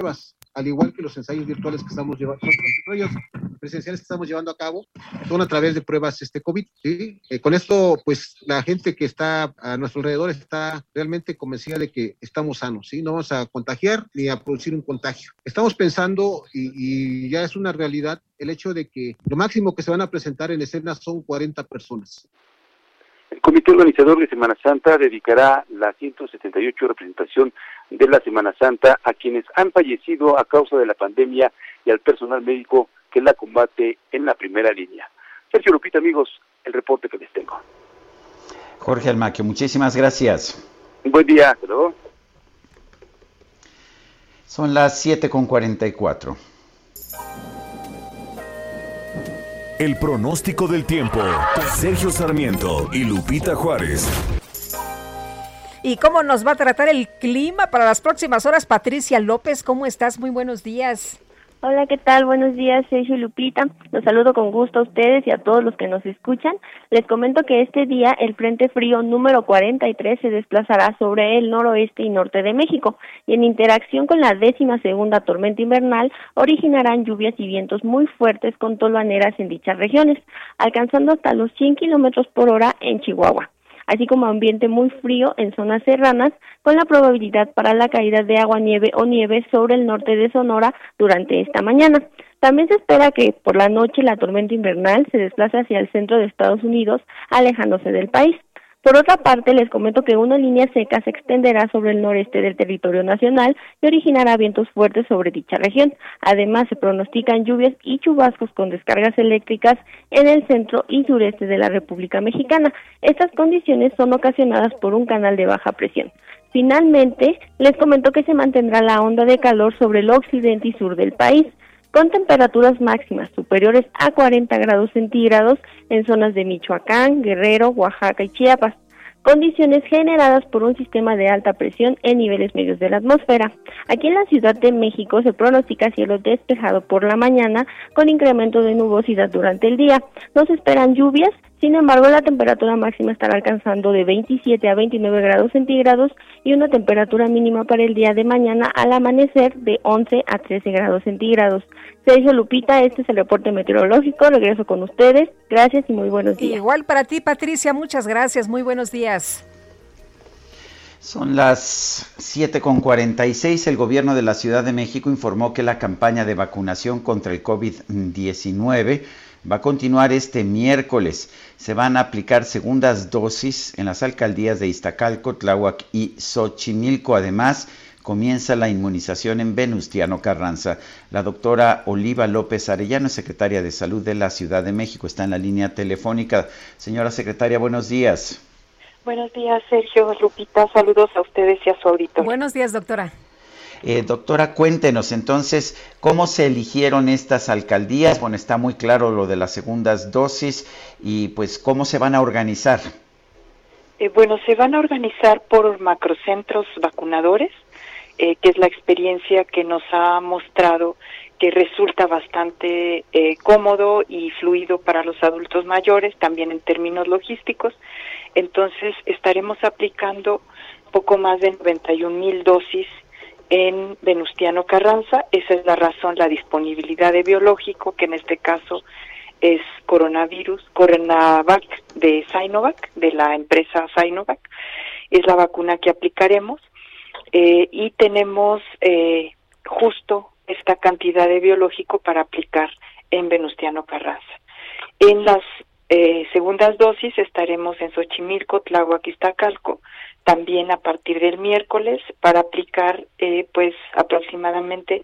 al igual que los ensayos virtuales que estamos llevando, los ensayos presenciales que estamos llevando a cabo, son a través de pruebas COVID, ¿sí? Con esto, pues, la gente que está a nuestro alrededor está realmente convencida de que estamos sanos, ¿sí? No vamos a contagiar ni a producir un contagio. Estamos pensando, y ya es una realidad, el hecho de que lo máximo que se van a presentar en escena son 40 personas.
El comité organizador de Semana Santa dedicará la 178 representación de la Semana Santa a quienes han fallecido a causa de la pandemia y al personal médico que la combate en la primera línea. Sergio, Lupita, amigos, el reporte que les tengo.
Jorge Almaquio, muchísimas gracias.
Un buen día, hasta luego.
Son las 7:44.
El pronóstico del tiempo. Sergio Sarmiento y Lupita Juárez.
¿Y cómo nos va a tratar el clima para las próximas horas? Patricia López, ¿cómo estás? Muy buenos días.
Hola, ¿qué tal? Buenos días, Sergio y Lupita. Los saludo con gusto a ustedes y a todos los que nos escuchan. Les comento que este día el Frente Frío número 43 se desplazará sobre el noroeste y norte de México y en interacción con la 12ª tormenta invernal originarán lluvias y vientos muy fuertes con tolvaneras en dichas regiones, alcanzando hasta los 100 kilómetros por hora en Chihuahua, así como ambiente muy frío en zonas serranas, con la probabilidad para la caída de aguanieve o nieve sobre el norte de Sonora durante esta mañana. También se espera que por la noche la tormenta invernal se desplace hacia el centro de Estados Unidos, alejándose del país. Por otra parte, les comento que una línea seca se extenderá sobre el noreste del territorio nacional y originará vientos fuertes sobre dicha región. Además, se pronostican lluvias y chubascos con descargas eléctricas en el centro y sureste de la República Mexicana. Estas condiciones son ocasionadas por un canal de baja presión. Finalmente, les comento que se mantendrá la onda de calor sobre el occidente y sur del país, con temperaturas máximas superiores a 40 grados centígrados en zonas de Michoacán, Guerrero, Oaxaca y Chiapas, condiciones generadas por un sistema de alta presión en niveles medios de la atmósfera. Aquí en la Ciudad de México se pronostica cielo despejado por la mañana con incremento de nubosidad durante el día. No se esperan lluvias, sin embargo la temperatura máxima estará alcanzando de 27 a 29 grados centígrados y una temperatura mínima para el día de mañana al amanecer de 11 a 13 grados centígrados. Sergio, Lupita, este es el reporte meteorológico. Regreso con ustedes. Gracias y muy buenos días.
Igual para ti, Patricia, muchas gracias. Muy buenos días.
Son las 7:46. El gobierno de la Ciudad de México informó que la campaña de vacunación contra el COVID-19 va a continuar este miércoles. Se van a aplicar segundas dosis en las alcaldías de Iztacalco, Tláhuac y Xochimilco. Además, comienza la inmunización en Venustiano Carranza. La doctora Oliva López Arellano, secretaria de Salud de la Ciudad de México, está en la línea telefónica. Señora secretaria, buenos días.
Buenos días, Sergio, Lupita. Saludos a ustedes y a su auditorio.
Buenos días, doctora.
Doctora, cuéntenos entonces cómo se eligieron estas alcaldías. Bueno, está muy claro lo de las segundas dosis y pues cómo se van a organizar.
Bueno, se van a organizar por macrocentros vacunadores, que es la experiencia que nos ha mostrado que resulta bastante cómodo y fluido para los adultos mayores, también en términos logísticos. Entonces, estaremos aplicando poco más de 91,000 dosis en Venustiano Carranza. Esa es la razón, la disponibilidad de biológico, que en este caso es Coronavac de Sinovac, de la empresa Sinovac. Es la vacuna que aplicaremos y tenemos justo esta cantidad de biológico para aplicar en Venustiano Carranza. En las segundas dosis estaremos en Xochimilco, Tláhuac y Iztacalco, también a partir del miércoles, para aplicar pues aproximadamente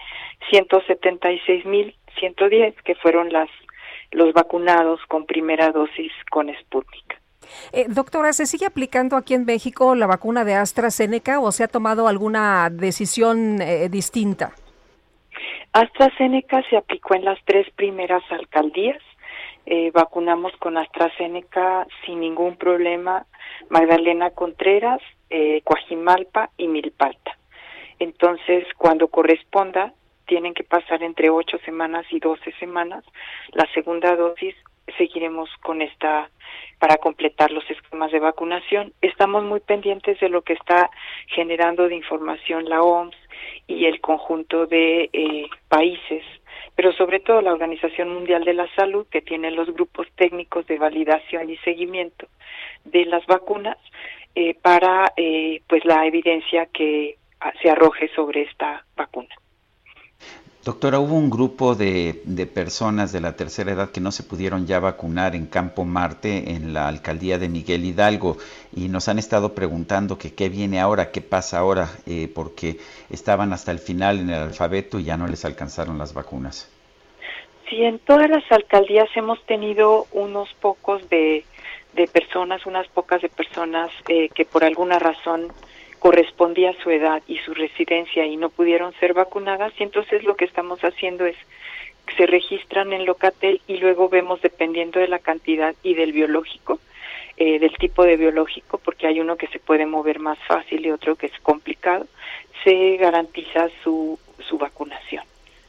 176,110, que fueron los vacunados con primera dosis con Sputnik.
Doctora, ¿se sigue aplicando aquí en México la vacuna de AstraZeneca o se ha tomado alguna decisión distinta?
AstraZeneca se aplicó en las 3 primeras alcaldías. Vacunamos con AstraZeneca sin ningún problema Magdalena Contreras, Coajimalpa y Milpalta. Entonces, cuando corresponda, tienen que pasar entre 8 semanas y 12 semanas. La segunda dosis seguiremos con esta para completar los esquemas de vacunación. Estamos muy pendientes de lo que está generando de información la OMS y el conjunto de países, pero sobre todo la Organización Mundial de la Salud, que tiene los grupos técnicos de validación y seguimiento de las vacunas, para pues la evidencia que se arroje sobre esta vacuna.
Doctora, hubo un grupo de personas de la tercera edad que no se pudieron ya vacunar en Campo Marte, en la alcaldía de Miguel Hidalgo, y nos han estado preguntando que qué viene ahora, qué pasa ahora, porque estaban hasta el final en el alfabeto y ya no les alcanzaron las vacunas.
Sí, en todas las alcaldías hemos tenido unos pocos de personas, unas pocas de personas que por alguna razón correspondía a su edad y su residencia y no pudieron ser vacunadas, y entonces lo que estamos haciendo es que se registran en Locatel y luego vemos, dependiendo de la cantidad y del biológico, del tipo de biológico, porque hay uno que se puede mover más fácil y otro que es complicado, se garantiza su vacunación.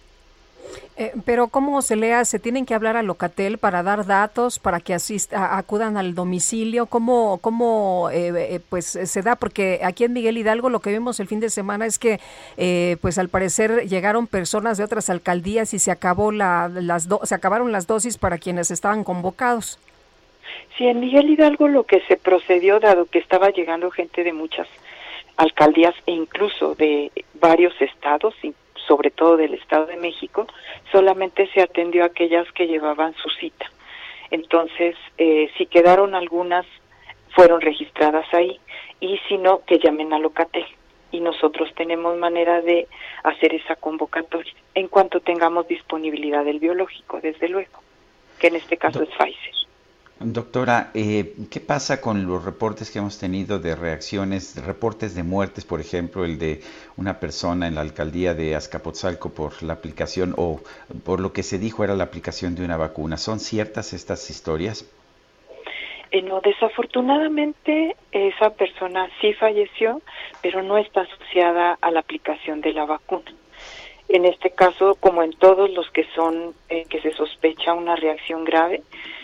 Pero ¿cómo se le hace? ¿Tienen que hablar a Locatel para dar datos, para que acudan al domicilio? ¿Cómo pues se da? Porque aquí en Miguel Hidalgo lo que vimos el fin de semana es que pues al parecer llegaron personas de otras alcaldías y se acabaron las dosis para quienes estaban convocados.
Sí, en Miguel Hidalgo lo que se procedió, dado que estaba llegando gente de muchas alcaldías e incluso de varios estados, sobre todo del Estado de México, solamente se atendió a aquellas que llevaban su cita. Entonces, si quedaron algunas, fueron registradas ahí, y si no, que llamen a Locatel. Y nosotros tenemos manera de hacer esa convocatoria, en cuanto tengamos disponibilidad del biológico, desde luego, que en este caso es Pfizer.
Doctora, ¿qué pasa con los reportes que hemos tenido de reacciones, reportes de muertes, por ejemplo, el de una persona en la alcaldía de Azcapotzalco por la aplicación, o por lo que se dijo era la aplicación de una vacuna? ¿Son ciertas estas historias?
No, desafortunadamente esa persona sí falleció, pero no está asociada a la aplicación de la vacuna. En este caso, como en todos los que son, que se sospecha una reacción grave,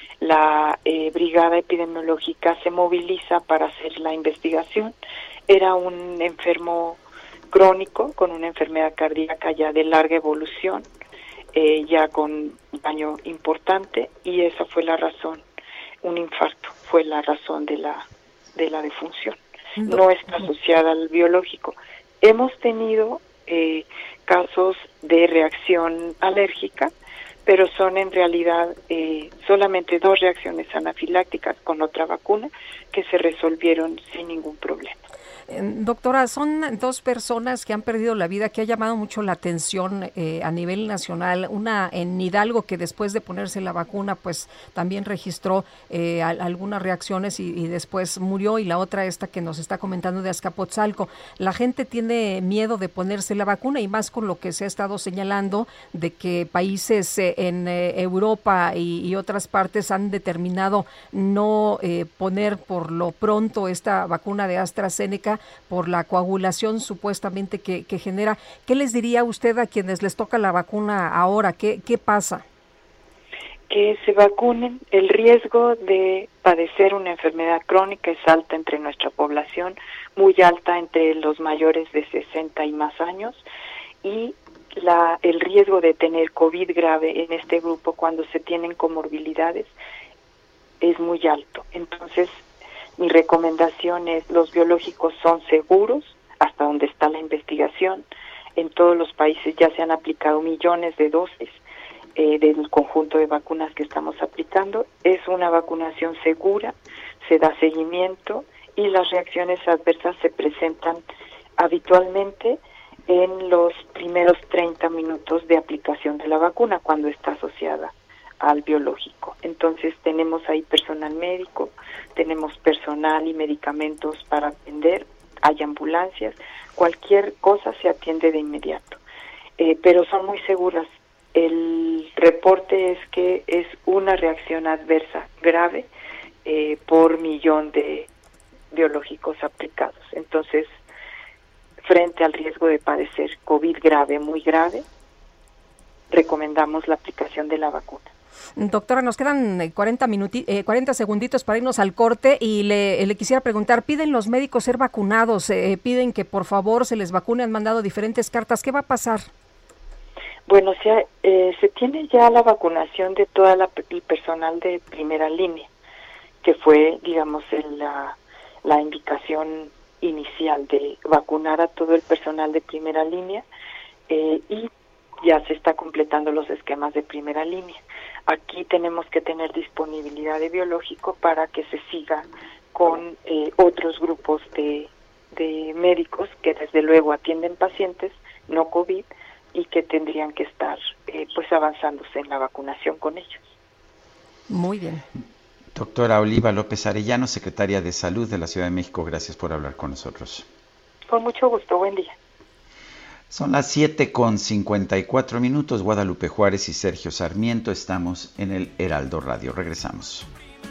la brigada epidemiológica se moviliza para hacer la investigación. Era un enfermo crónico con una enfermedad cardíaca ya de larga evolución, ya con daño importante, y esa fue la razón, un infarto fue la razón de la defunción. No está asociada al biológico. Hemos tenido casos de reacción alérgica, pero son en realidad solamente 2 reacciones anafilácticas con otra vacuna que se resolvieron sin ningún problema.
Doctora, son 2 personas que han perdido la vida, que ha llamado mucho la atención a nivel nacional. Una en Hidalgo, que después de ponerse la vacuna pues también registró algunas reacciones y después murió, y la otra esta que nos está comentando de Azcapotzalco. La gente tiene miedo de ponerse la vacuna, y más con lo que se ha estado señalando de que países en Europa y otras partes han determinado no poner por lo pronto esta vacuna de AstraZeneca por la coagulación supuestamente que genera. ¿Qué les diría usted a quienes les toca la vacuna ahora? ¿Qué pasa?
Que se vacunen. El riesgo de padecer una enfermedad crónica es alta entre nuestra población, muy alta entre los mayores de 60 y más años, y el riesgo de tener COVID grave en este grupo cuando se tienen comorbilidades es muy alto. Entonces, mi recomendación es: los biológicos son seguros hasta donde está la investigación. En todos los países ya se han aplicado millones de dosis del conjunto de vacunas que estamos aplicando. Es una vacunación segura, se da seguimiento, y las reacciones adversas se presentan habitualmente en los primeros 30 minutos de aplicación de la vacuna, cuando está asociada al biológico. Entonces tenemos ahí personal médico, tenemos personal y medicamentos para atender, hay ambulancias, cualquier cosa se atiende de inmediato, pero son muy seguras. El reporte es que es una reacción adversa grave por millón de biológicos aplicados. Entonces, frente al riesgo de padecer COVID grave, muy grave, recomendamos la aplicación de la vacuna.
Doctora, nos quedan 40 segunditos para irnos al corte y le quisiera preguntar, piden los médicos ser vacunados, piden que por favor se les vacune, han mandado diferentes cartas, ¿qué va a pasar?
Bueno, se tiene ya la vacunación de toda el personal de primera línea, que fue, digamos, la indicación inicial de vacunar a todo el personal de primera línea, y ya se está completando los esquemas de primera línea. Aquí tenemos que tener disponibilidad de biológico para que se siga con otros grupos de médicos que desde luego atienden pacientes no COVID y que tendrían que estar pues avanzándose en la vacunación con ellos.
Muy bien.
Doctora Oliva López Arellano, secretaria de Salud de la Ciudad de México, gracias por hablar con nosotros.
Con mucho gusto, buen día.
Son las 7:54. Guadalupe Juárez y Sergio Sarmiento, estamos en el Heraldo Radio. Regresamos.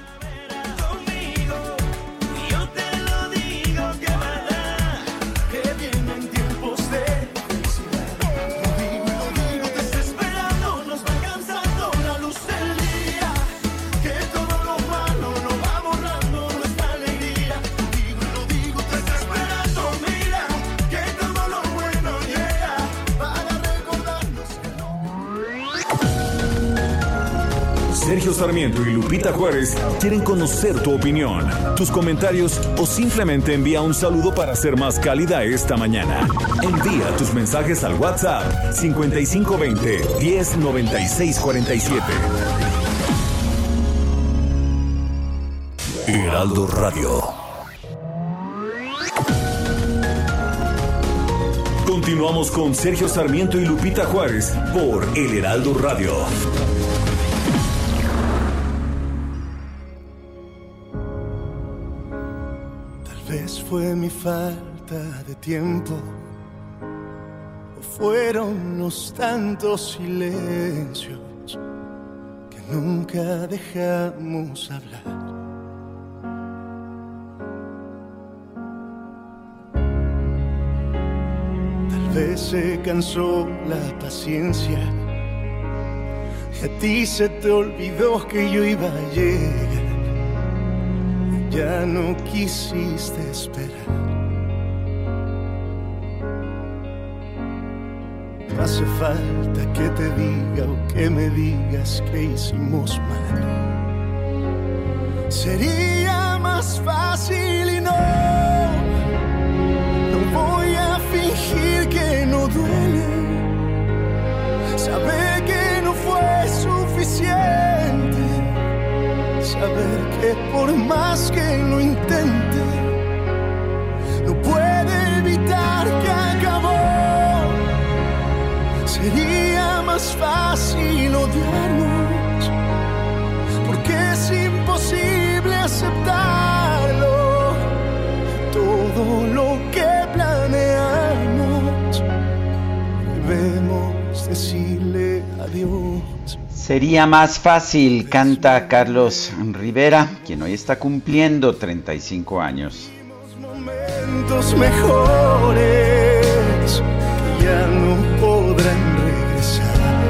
Sergio Sarmiento y Lupita Juárez quieren conocer tu opinión, tus comentarios o simplemente envía un saludo para hacer más cálida esta mañana. Envía tus mensajes al WhatsApp 5520 109647. Heraldo Radio. Continuamos con Sergio Sarmiento y Lupita Juárez por El Heraldo Radio.
Fue mi falta de tiempo, o fueron los tantos silencios que nunca dejamos hablar. Tal vez se cansó la paciencia y a ti se te olvidó que yo iba a llegar. Ya no quisiste esperar. No hace falta que te diga o que me digas que hicimos mal. Sería más fácil y no voy a fingir que no duele. Saber que no fue suficiente. Saber que por más que lo intente, no puede evitar que acabó. Sería más fácil odiarnos, porque es imposible aceptarlo. Todo lo que planeamos, debemos decirle adiós.
Sería más fácil, canta Carlos Rivera, quien hoy está cumpliendo 35 años.
Momentos mejores que ya no podrán regresar.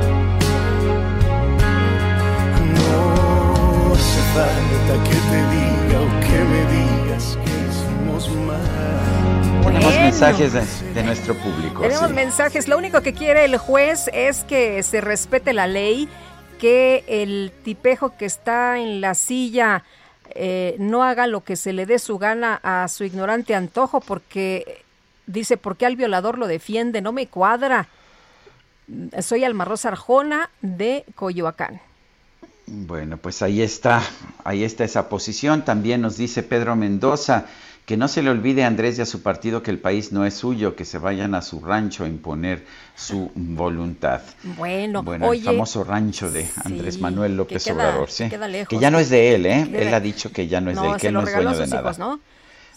No hace falta que te diga o que me digas que hicimos mal.
Tenemos mensajes de nuestro público.
Tenemos
sí.
mensajes. Lo único que quiere el juez es que se respete la ley, que el tipejo que está en la silla no haga lo que se le dé su gana a su ignorante antojo, porque dice, ¿por qué al violador lo defiende? No me cuadra. Soy Alma Rosa Arjona de Coyoacán.
Bueno, pues ahí está esa posición. También nos dice Pedro Mendoza, que no se le olvide a Andrés y a su partido que el país no es suyo, que se vayan a su rancho a imponer su voluntad.
Bueno,
oye, el famoso rancho de Andrés Manuel López Obrador, ¿sí?
Lejos,
que ya no es de él, ¿eh? Él ha dicho que ya no es de él, que él no es dueño de nada.
Hijos, ¿no?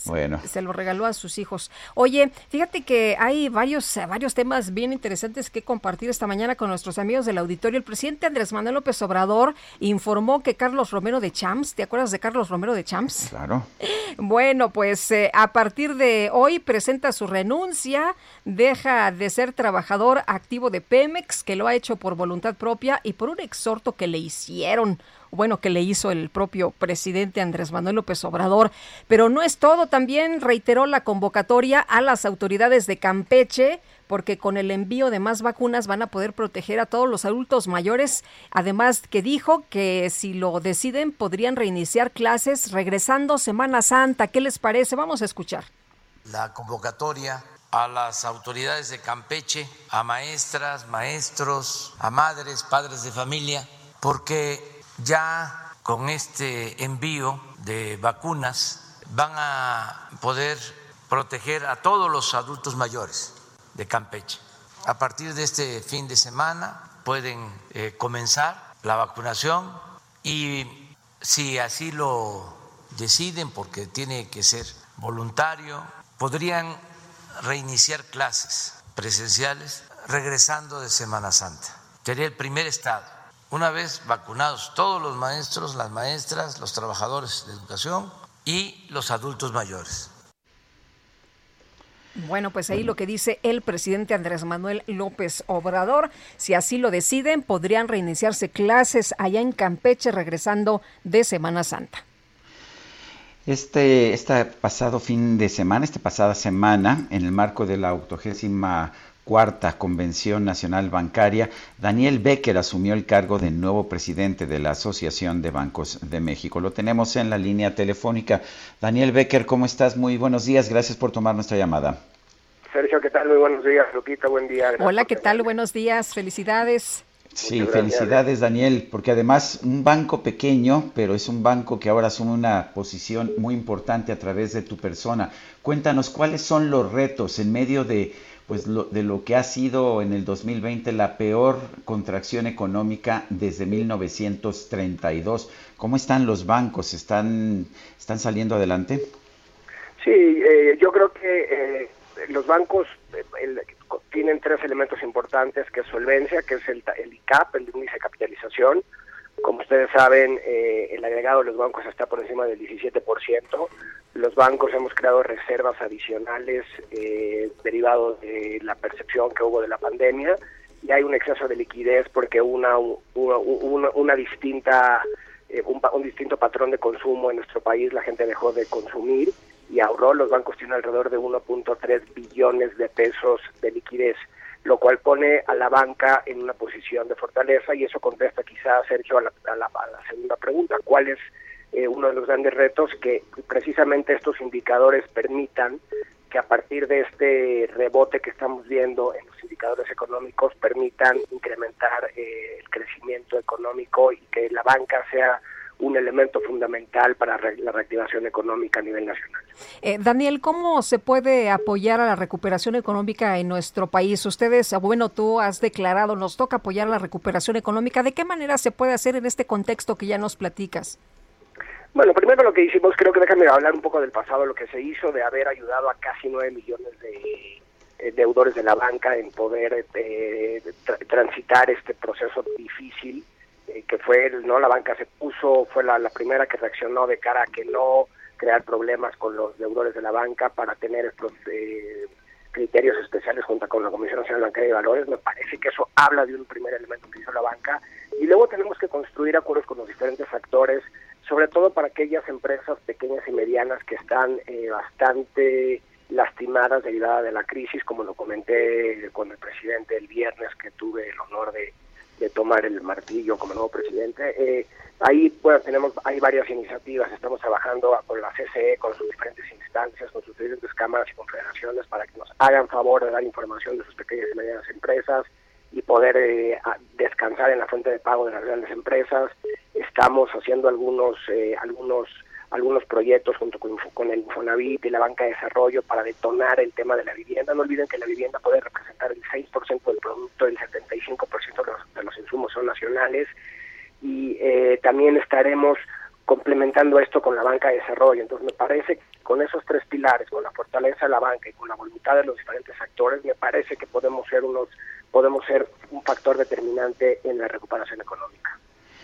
Bueno.
Se lo regaló a sus hijos. Oye, fíjate que hay varios temas bien interesantes que compartir esta mañana con nuestros amigos del auditorio. El presidente Andrés Manuel López Obrador informó que Carlos Romero de Champs, ¿te acuerdas de Carlos Romero de Champs?
Claro.
Bueno, pues a partir de hoy presenta su renuncia, deja de ser trabajador activo de Pemex, que lo ha hecho por voluntad propia y por un exhorto que le hicieron. Bueno, que le hizo el propio presidente Andrés Manuel López Obrador. Pero no es todo, también reiteró la convocatoria a las autoridades de Campeche, porque con el envío de más vacunas van a poder proteger a todos los adultos mayores. Además que dijo que si lo deciden podrían reiniciar clases regresando Semana Santa. ¿Qué les parece? Vamos a escuchar.
La convocatoria a las autoridades de Campeche, a maestras, maestros, a madres, padres de familia, porque ya con este envío de vacunas van a poder proteger a todos los adultos mayores de Campeche. A partir de este fin de semana pueden comenzar la vacunación y si así lo deciden, porque tiene que ser voluntario, podrían reiniciar clases presenciales regresando de Semana Santa. Sería el primer estado. Una vez vacunados todos los maestros, las maestras, los trabajadores de educación y los adultos mayores.
Bueno, pues ahí lo que dice el presidente Andrés Manuel López Obrador. Si así lo deciden, podrían reiniciarse clases allá en Campeche regresando de Semana Santa.
Esta pasada semana, en el marco de la 84ª Convención Nacional Bancaria, Daniel Becker asumió el cargo de nuevo presidente de la Asociación de Bancos de México. Lo tenemos en la línea telefónica. Daniel Becker, ¿cómo estás? Muy buenos días, gracias por tomar nuestra llamada.
Sergio, ¿qué tal? Muy buenos días, Lupita, buen día.
Hola, ¿qué tal? Buenos días, felicidades.
Sí, felicidades, Daniel, porque además un banco pequeño, pero es un banco que ahora asume una posición muy importante a través de tu persona. Cuéntanos, ¿cuáles son los retos en medio de lo que ha sido en el 2020 la peor contracción económica desde 1932? ¿Cómo están los bancos? ¿Están saliendo adelante?
Sí, yo creo que los bancos tienen tres elementos importantes, que es solvencia, que es el ICAP, el índice de capitalización. Como ustedes saben, el agregado de los bancos está por encima del 17%. Los bancos hemos creado reservas adicionales derivados de la percepción que hubo de la pandemia, y hay un exceso de liquidez porque un distinto patrón de consumo en nuestro país. La gente dejó de consumir y ahorró. Los bancos tienen alrededor de 1.3 billones de pesos de liquidez, lo cual pone a la banca en una posición de fortaleza, y eso contesta quizás, Sergio, a la segunda pregunta. ¿Cuál es uno de los grandes retos? Que precisamente estos indicadores permitan que a partir de este rebote que estamos viendo en los indicadores económicos permitan incrementar el crecimiento económico y que la banca sea un elemento fundamental para la reactivación económica a nivel nacional.
Daniel, ¿cómo se puede apoyar a la recuperación económica en nuestro país? Ustedes, tú has declarado, nos toca apoyar a la recuperación económica. ¿De qué manera se puede hacer en este contexto que ya nos platicas?
Bueno, primero lo que hicimos, creo que déjame hablar un poco del pasado, lo que se hizo de haber ayudado a casi 9 millones de deudores de la banca en poder transitar este proceso difícil que fue, la banca fue la primera que reaccionó de cara a que no crear problemas con los deudores de la banca para tener estos criterios especiales junto con la Comisión Nacional Bancaria de Valores. Me parece que eso habla de un primer elemento que hizo la banca, y luego tenemos que construir acuerdos con los diferentes actores, sobre todo para aquellas empresas pequeñas y medianas que están bastante lastimadas derivada de la crisis, como lo comenté con el presidente el viernes, que tuve el honor de tomar el martillo como nuevo presidente. Ahí hay varias iniciativas. Estamos trabajando con la CCE, con sus diferentes instancias, con sus diferentes cámaras y confederaciones para que nos hagan favor de dar información de sus pequeñas y medianas empresas y poder descansar en la fuente de pago de las grandes empresas. Estamos haciendo algunos proyectos junto con el Infonavit y la Banca de Desarrollo para detonar el tema de la vivienda. No olviden que la vivienda puede representar el 6% del producto, el 75% de los insumos son nacionales, y también estaremos complementando esto con la banca de desarrollo. Entonces me parece que con esos tres pilares, con la fortaleza de la banca y con la voluntad de los diferentes actores, me parece que podemos ser un factor determinante en la recuperación económica.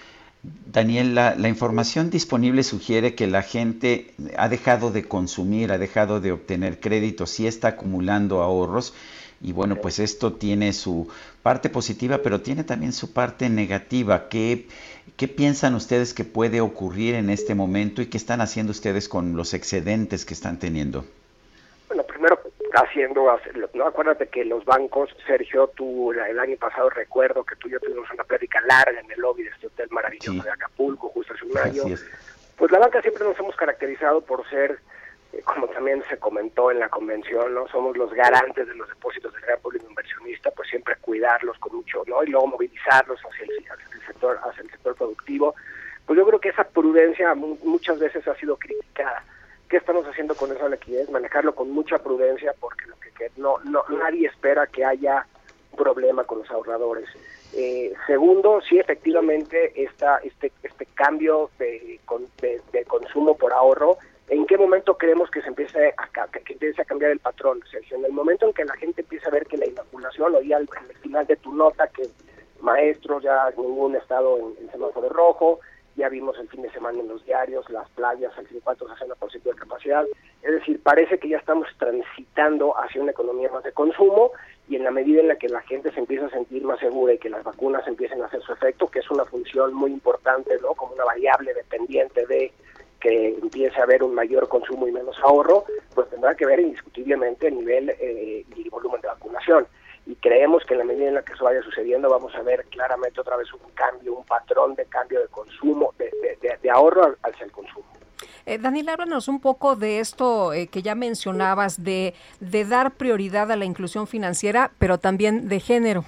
Daniel, la información disponible sugiere que la gente ha dejado de consumir, ha dejado de obtener créditos, sí está acumulando ahorros, y bueno, pues esto tiene su parte positiva, pero tiene también su parte negativa. ¿Qué piensan ustedes que puede ocurrir en este momento y qué están haciendo ustedes con los excedentes que están teniendo?
Bueno, primero no, acuérdate que los bancos, Sergio, tú el año pasado recuerdo que tú y yo tuvimos una plática larga en el lobby de este hotel maravilloso de Acapulco, justo hace un año. Pues la banca siempre nos hemos caracterizado por ser, como también se comentó en la convención, ¿no? Somos los garantes de los depósitos del gran público inversionista, pues siempre cuidarlos con mucho, ¿no? Y luego movilizarlos hacia el sector productivo. Pues yo creo que esa prudencia muchas veces ha sido criticada. ¿Qué estamos haciendo con esa liquidez? Manejarlo con mucha prudencia, porque nadie espera que haya un problema con los ahorradores. Segundo, sí, efectivamente, este cambio de consumo por ahorro, ¿en qué momento creemos que se empiece a cambiar el patrón, Sergio? En el momento en que la gente empieza a ver que la inoculación, oía al final de tu nota que maestros ya ningún estado en semáforo rojo, ya vimos el fin de semana en los diarios, las playas al 50-60% de capacidad, es decir, parece que ya estamos transitando hacia una economía más de consumo, y en la medida en la que la gente se empieza a sentir más segura y que las vacunas empiecen a hacer su efecto, que es una función muy importante, ¿no? Como una variable dependiente de que empiece a haber un mayor consumo y menos ahorro, pues tendrá que ver indiscutiblemente el nivel y volumen de vacunación. Y creemos que en la medida en la que eso vaya sucediendo vamos a ver claramente otra vez un cambio, un patrón de cambio de consumo, de ahorro hacia el consumo.
Daniel, háblanos un poco de esto que ya mencionabas, de dar prioridad a la inclusión financiera, pero también de género.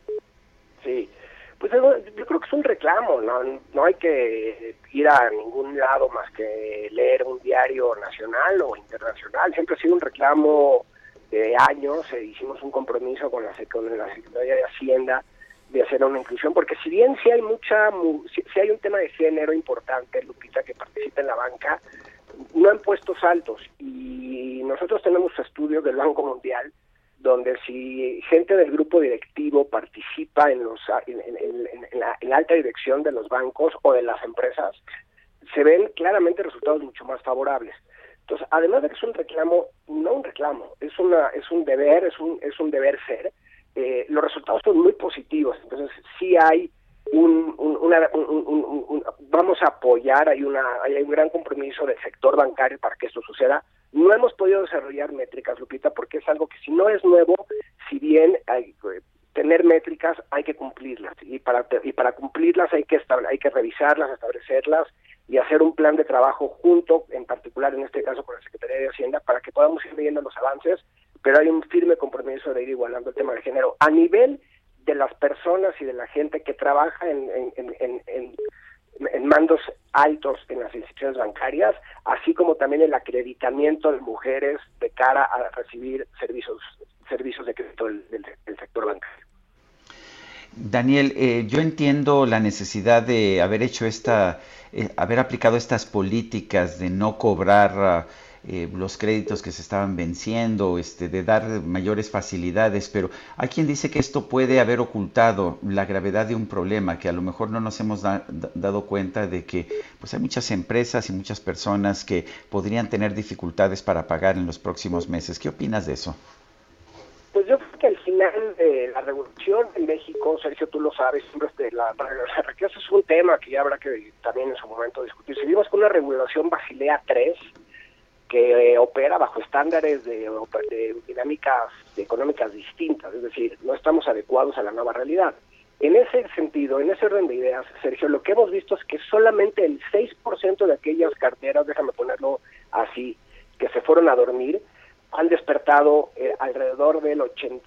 Sí, pues yo creo que es un reclamo, no hay que ir a ningún lado más que leer un diario nacional o internacional, siempre ha sido un reclamo de años. Hicimos un compromiso con la Secretaría de Hacienda de hacer una inclusión, porque si bien sí hay un tema de género importante, Lupita, que participa en la banca, no han puesto saltos, y nosotros tenemos estudios del Banco Mundial donde si gente del grupo directivo participa en la alta dirección de los bancos o de las empresas, se ven claramente resultados mucho más favorables. Entonces, además de que es un reclamo, no un reclamo, es un deber, es un deber ser. Los resultados son muy positivos. Entonces, sí hay vamos a apoyar, hay un gran compromiso del sector bancario para que esto suceda. No hemos podido desarrollar métricas, Lupita, porque es algo que si no es nuevo, si bien hay tener métricas, hay que cumplirlas, y para cumplirlas hay que revisarlas, establecerlas y hacer un plan de trabajo junto, en particular en este caso con la Secretaría de Hacienda, para que podamos ir viendo los avances, pero hay un firme compromiso de ir igualando el tema de género a nivel de las personas y de la gente que trabaja en mandos altos en las instituciones bancarias, así como también el acreditamiento de mujeres de cara a recibir servicios de crédito del sector bancario.
Daniel, yo entiendo la necesidad de haber hecho haber aplicado estas políticas de no cobrar los créditos que se estaban venciendo, de dar mayores facilidades, pero hay quien dice que esto puede haber ocultado la gravedad de un problema, que a lo mejor no nos hemos dado cuenta de que pues hay muchas empresas y muchas personas que podrían tener dificultades para pagar en los próximos meses. ¿Qué opinas de eso?
Pues yo creo que al final de la revolución en México, Sergio, tú lo sabes, siempre la riqueza es un tema que ya habrá que también en su momento discutir. Seguimos con una regulación Basilea III que opera bajo estándares de dinámicas económicas distintas, es decir, no estamos adecuados a la nueva realidad. En ese sentido, en ese orden de ideas, Sergio, lo que hemos visto es que solamente el 6% de aquellas carteras, déjame ponerlo así, que se fueron a dormir, han despertado alrededor del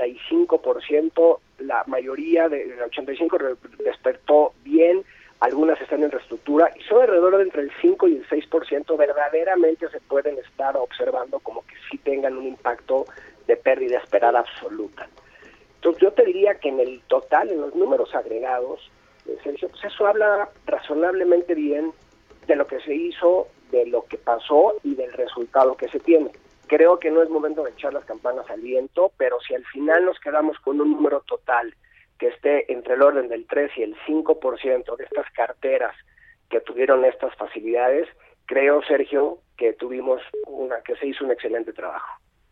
85%, la mayoría del 85% despertó bien, algunas están en reestructura, y son alrededor de entre el 5 y el 6% verdaderamente se pueden estar observando como que sí tengan un impacto de pérdida esperada absoluta. Entonces yo te diría que en el total, en los números agregados, Sergio, pues eso habla razonablemente bien de lo que se hizo, de lo que pasó y del resultado que se tiene. Creo que no es momento de echar las campanas al viento, pero si al final nos quedamos con un número total que esté entre el orden del 3 y el 5% de estas carteras que tuvieron estas facilidades, creo, Sergio, que se hizo un excelente trabajo.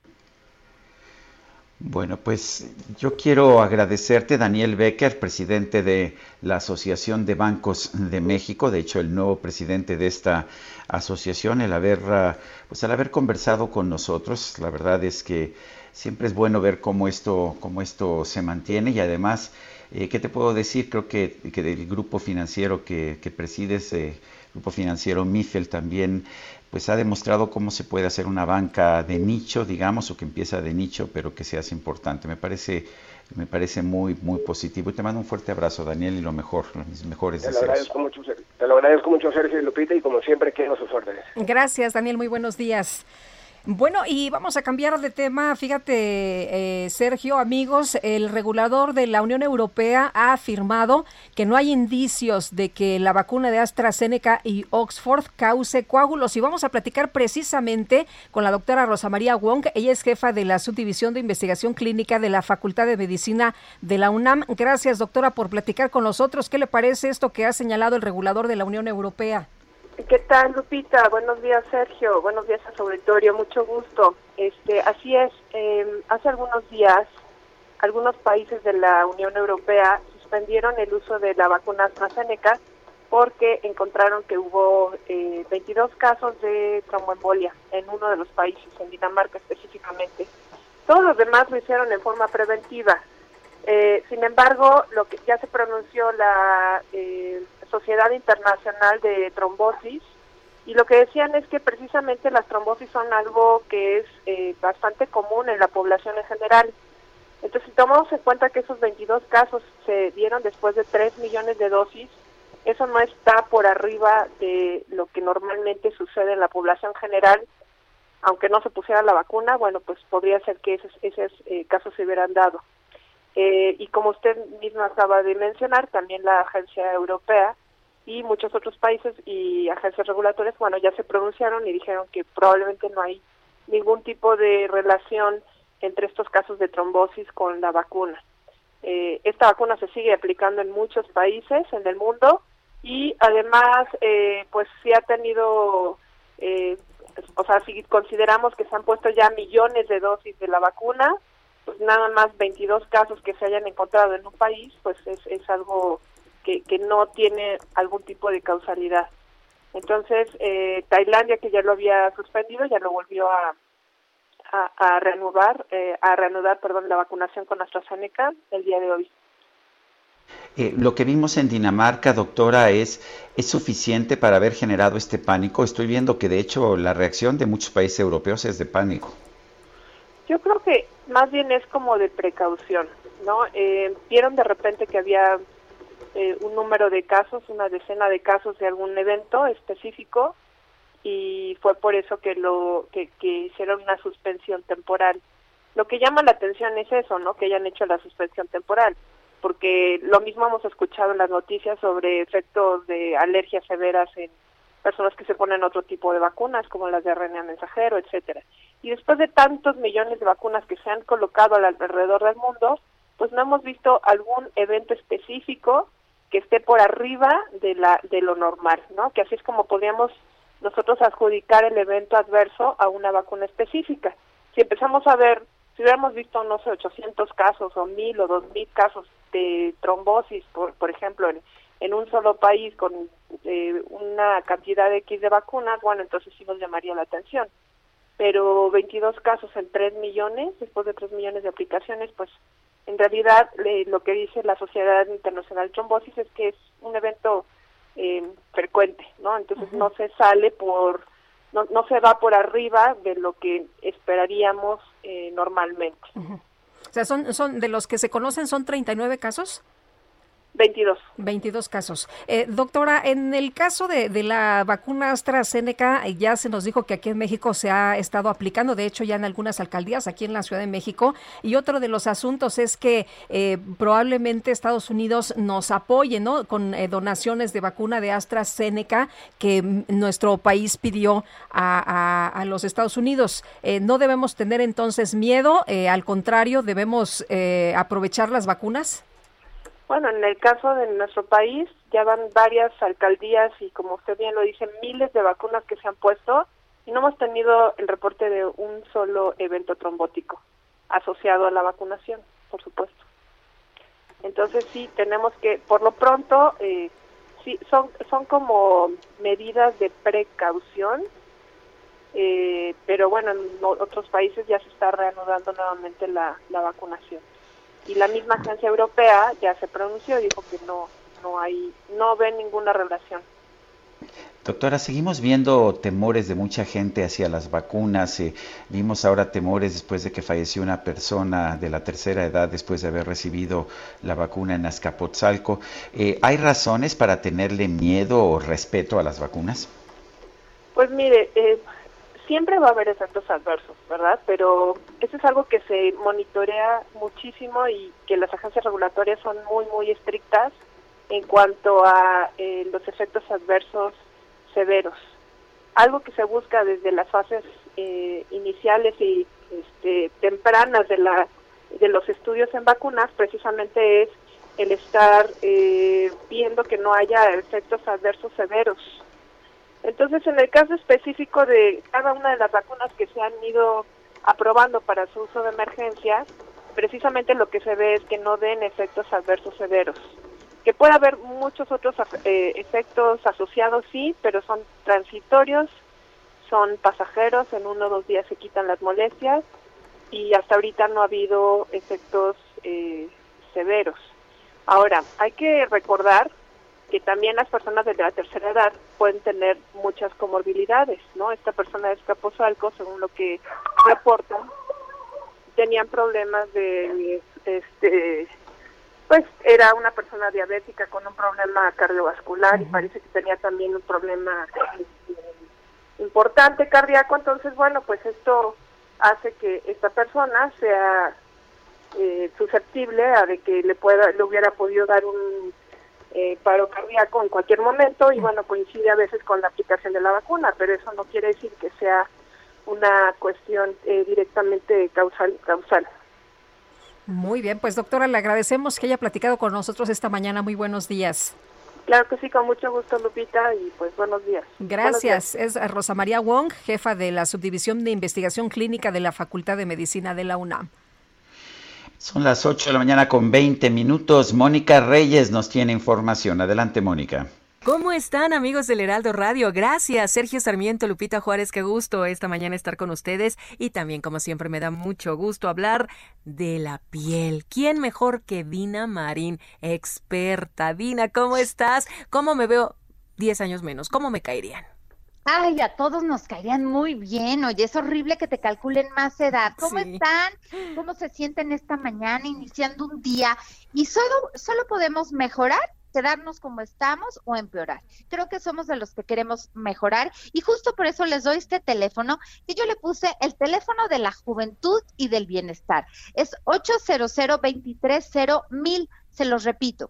Bueno, pues yo quiero agradecerte, Daniel Becker, presidente de la Asociación de Bancos de México, de hecho el nuevo presidente de esta asociación, el haber conversado con nosotros. La verdad es que siempre es bueno ver cómo esto se mantiene y además, ¿qué te puedo decir? Creo que del grupo financiero que presides, Grupo Financiero Mifel, también pues ha demostrado cómo se puede hacer una banca de nicho, digamos, o que empieza de nicho, pero que se hace importante. Me parece muy, muy positivo. Y te mando un fuerte abrazo, Daniel, y mis mejores deseos.
Te lo agradezco mucho, Sergio y Lupita, y como siempre, quedo a sus órdenes.
Gracias, Daniel, muy buenos días. Bueno, y vamos a cambiar de tema. Fíjate, Sergio, amigos, el regulador de la Unión Europea ha afirmado que no hay indicios de que la vacuna de AstraZeneca y Oxford cause coágulos. Y vamos a platicar precisamente con la doctora Rosa María Wong. Ella es jefa de la Subdivisión de Investigación Clínica de la Facultad de Medicina de la UNAM. Gracias, doctora, por platicar con nosotros. ¿Qué le parece esto que ha señalado el regulador de la Unión Europea?
¿Qué tal, Lupita? Buenos días, Sergio. Buenos días a su auditorio. Mucho gusto. Así es. Hace algunos días, algunos países de la Unión Europea suspendieron el uso de la vacuna AstraZeneca porque encontraron que hubo 22 casos de tromboembolia en uno de los países, en Dinamarca específicamente. Todos los demás lo hicieron en forma preventiva. Sin embargo, lo que ya se pronunció la Sociedad Internacional de Trombosis, y lo que decían es que precisamente las trombosis son algo que es bastante común en la población en general. Entonces, si tomamos en cuenta que esos 22 casos se dieron después de 3 millones de dosis, eso no está por arriba de lo que normalmente sucede en la población general. Aunque no se pusiera la vacuna, bueno, pues podría ser que esos casos se hubieran dado. Y como usted mismo acaba de mencionar, también la Agencia Europea y muchos otros países y agencias regulatorias, bueno, ya se pronunciaron y dijeron que probablemente no hay ningún tipo de relación entre estos casos de trombosis con la vacuna. Esta vacuna se sigue aplicando en muchos países en el mundo y además, pues sí ha tenido, si consideramos que se han puesto ya millones de dosis de la vacuna, pues nada más 22 casos que se hayan encontrado en un país, pues es algo que no tiene algún tipo de causalidad. Entonces, Tailandia, que ya lo había suspendido, ya lo volvió a reanudar la vacunación con AstraZeneca el día de hoy.
Lo que vimos en Dinamarca, doctora, ¿es suficiente para haber generado este pánico? Estoy viendo que, de hecho, la reacción de muchos países europeos es de pánico.
Yo creo que más bien es como de precaución, ¿no? Vieron de repente que había un número de casos, una decena de casos de algún evento específico, y fue por eso que hicieron una suspensión temporal. Lo que llama la atención es eso, ¿no? Que hayan hecho la suspensión temporal, porque lo mismo hemos escuchado en las noticias sobre efectos de alergias severas en personas que se ponen otro tipo de vacunas, como las de RNA mensajero, etcétera. Y después de tantos millones de vacunas que se han colocado alrededor del mundo, pues no hemos visto algún evento específico que esté por arriba de lo normal, ¿no? Que así es como podríamos nosotros adjudicar el evento adverso a una vacuna específica. Si empezamos a ver, si hubiéramos visto, no sé, 800 casos o 1000 o 2000 casos de trombosis, por ejemplo, en un solo país con una cantidad de X de vacunas, bueno, entonces sí nos llamaría la atención. Pero 22 casos en 3 millones, después de 3 millones de aplicaciones, pues en realidad lo que dice la Sociedad Internacional de Trombosis es que es un evento frecuente, ¿no? Entonces no se sale no se va por arriba de lo que esperaríamos normalmente.
O sea, son de los que se conocen, ¿son 39 casos? 22 casos. Doctora, en el caso de la vacuna AstraZeneca, ya se nos dijo que aquí en México se ha estado aplicando, de hecho ya en algunas alcaldías aquí en la Ciudad de México, y otro de los asuntos es que probablemente Estados Unidos nos apoye, ¿no?, con donaciones de vacuna de AstraZeneca que nuestro país pidió a los Estados Unidos. ¿No debemos tener entonces miedo? Al contrario, ¿debemos aprovechar las vacunas?
Bueno, en el caso de nuestro país ya van varias alcaldías y, como usted bien lo dice, miles de vacunas que se han puesto y no hemos tenido el reporte de un solo evento trombótico asociado a la vacunación, por supuesto. Entonces sí, tenemos que, por lo pronto, sí, son como medidas de precaución, pero bueno, en otros países ya se está reanudando nuevamente la vacunación. Y la misma agencia europea ya se pronunció y dijo que no ve ninguna relación.
Doctora, seguimos viendo temores de mucha gente hacia las vacunas. Vimos ahora temores después de que falleció una persona de la tercera edad después de haber recibido la vacuna en Azcapotzalco. ¿Hay razones para tenerle miedo o respeto a las vacunas?
Pues mire, siempre va a haber efectos adversos, ¿verdad? Pero eso es algo que se monitorea muchísimo y que las agencias regulatorias son muy, muy estrictas en cuanto a los efectos adversos severos. Algo que se busca desde las fases iniciales y tempranas de los estudios en vacunas precisamente es el estar viendo que no haya efectos adversos severos. Entonces, en el caso específico de cada una de las vacunas que se han ido aprobando para su uso de emergencia, precisamente lo que se ve es que no den efectos adversos severos. Que puede haber muchos otros efectos asociados, sí, pero son transitorios, son pasajeros, en 1 o 2 días se quitan las molestias y hasta ahorita no ha habido efectos severos. Ahora, hay que recordar que también las personas de la tercera edad pueden tener muchas comorbilidades, ¿no? Esta persona de Azcapotzalco, según lo que reportan, tenían problemas de, pues era una persona diabética con un problema cardiovascular y parece que tenía también un problema importante cardíaco. Entonces, bueno, pues esto hace que esta persona sea susceptible a de que le hubiera podido dar un paro cardíaco en cualquier momento y bueno, coincide a veces con la aplicación de la vacuna, pero eso no quiere decir que sea una cuestión directamente causal.
Muy bien, pues doctora, le agradecemos que haya platicado con nosotros esta mañana. Muy buenos días.
Claro que sí, con mucho gusto, Lupita, y pues buenos días.
Gracias. Buenos días. Es Rosa María Wong, jefa de la Subdivisión de Investigación Clínica de la Facultad de Medicina de la UNAM.
Son las 8 de la mañana con 20 minutos. Mónica Reyes nos tiene información. Adelante, Mónica.
¿Cómo están, amigos del Heraldo Radio? Gracias, Sergio Sarmiento, Lupita Juárez, qué gusto esta mañana estar con ustedes y también, como siempre, me da mucho gusto hablar de la piel. ¿Quién mejor que Dina Marín, experta? Dina, ¿cómo estás? ¿Cómo me veo 10 años menos? ¿Cómo me caerían?
Ay, a todos nos caerían muy bien. Oye, es horrible que te calculen más edad. ¿Cómo están? ¿Cómo se sienten esta mañana iniciando un día? Y solo podemos mejorar, quedarnos como estamos o empeorar. Creo que somos de los que queremos mejorar y justo por eso les doy este teléfono que yo le puse el teléfono de la juventud y del bienestar. Es 800-230-1000. Se los repito,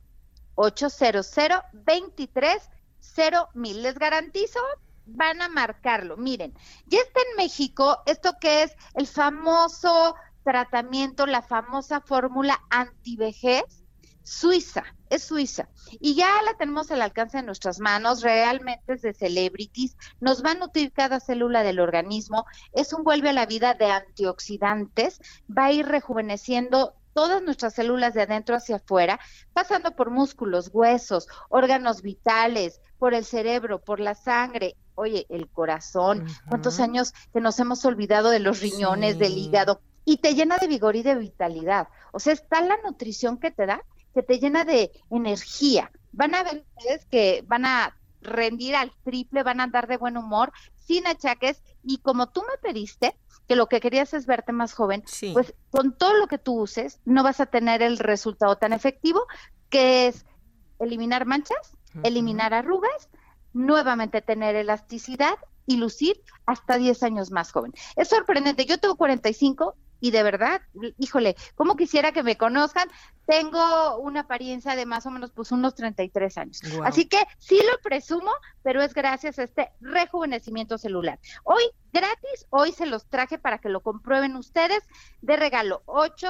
800-230-1000. Les garantizo, van a marcarlo. Miren, ya está en México esto que es el famoso tratamiento, la famosa fórmula antivejez suiza, es suiza, y ya la tenemos al alcance de nuestras manos, realmente es de celebrities, nos va a nutrir cada célula del organismo, es un vuelve a la vida de antioxidantes, va a ir rejuveneciendo todas nuestras células de adentro hacia afuera, pasando por músculos, huesos, órganos vitales, por el cerebro, por la sangre, oye, el corazón, cuántos años que nos hemos olvidado de los riñones, del hígado, y te llena de vigor y de vitalidad, o sea, está la nutrición que te da, que te llena de energía. Van a ver ustedes que van a rendir al triple, van a andar de buen humor, sin achaques, y como tú me pediste, que lo que querías es verte más joven, pues con todo lo que tú uses, no vas a tener el resultado tan efectivo, que es eliminar manchas, eliminar arrugas, nuevamente tener elasticidad y lucir hasta 10 años más joven. Es sorprendente, yo tengo 45 y de verdad, híjole, cómo quisiera que me conozcan, tengo una apariencia de más o menos pues unos 33 años. Wow. Así que sí lo presumo, pero es gracias a este rejuvenecimiento celular. Hoy, gratis, hoy se los traje para que lo comprueben ustedes, de regalo,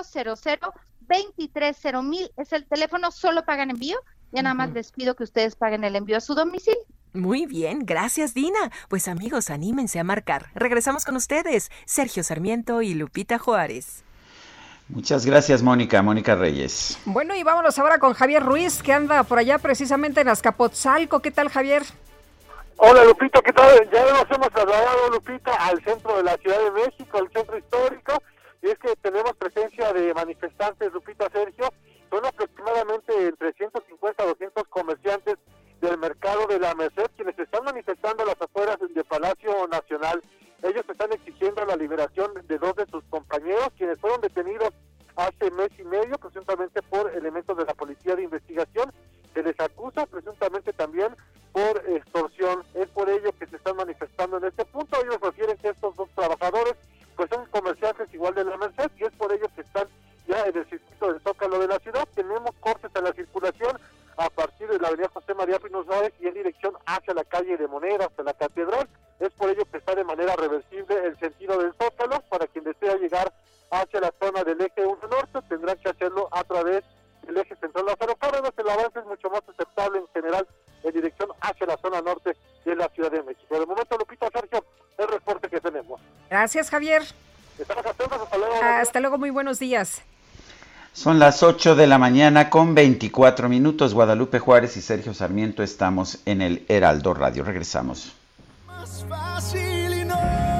800-230-1000 es el teléfono, solo pagan envío, ya nada más les pido que ustedes paguen el envío a su domicilio.
Muy bien, gracias Dina. Pues amigos, anímense a marcar. Regresamos con ustedes, Sergio Sarmiento y Lupita Juárez.
Muchas gracias, Mónica Reyes.
Bueno, y vámonos ahora con Javier Ruiz, que anda por allá precisamente en Azcapotzalco. ¿Qué tal, Javier?
Hola, Lupita, ¿qué tal? Ya nos hemos trasladado, Lupita, al centro de la Ciudad de México, al centro histórico, y es que tenemos presencia de manifestantes, Lupita, Sergio. Son aproximadamente entre 150 a 200 comerciantes del mercado de la Merced, quienes están manifestando a las afueras de Palacio Nacional. Ellos están exigiendo la liberación de 2 de sus compañeros, quienes fueron detenidos hace mes y medio, presuntamente por elementos de la Policía de Investigación. Se les acusa presuntamente también por extorsión. Es por ello que se están manifestando en este punto. Ellos refieren que estos 2 trabajadores pues son comerciantes igual de la Merced, y es por ello que están ya en el circuito del Zócalo de la ciudad. Tenemos cortes a la circulación a partir de la avenida José María Pino Suárez y en dirección hacia la calle de Moneda, hasta la Catedral. Es por ello que está de manera reversible el sentido del Zócalo. Para quien desea llegar hacia la zona del eje 1 norte, tendrán que hacerlo a través del eje central Lázaro Cárdenas. El avance es mucho más aceptable en general en dirección hacia la zona norte de la Ciudad de México. De momento, Lupita, Sergio, el reporte que tenemos.
Gracias, Javier.
Estamos atentos, hasta luego.
Hasta luego, muy buenos días.
Son las 8 de la mañana con 24 minutos. Guadalupe Juárez y Sergio Sarmiento estamos en el Heraldo Radio. Regresamos.
Más fácil y no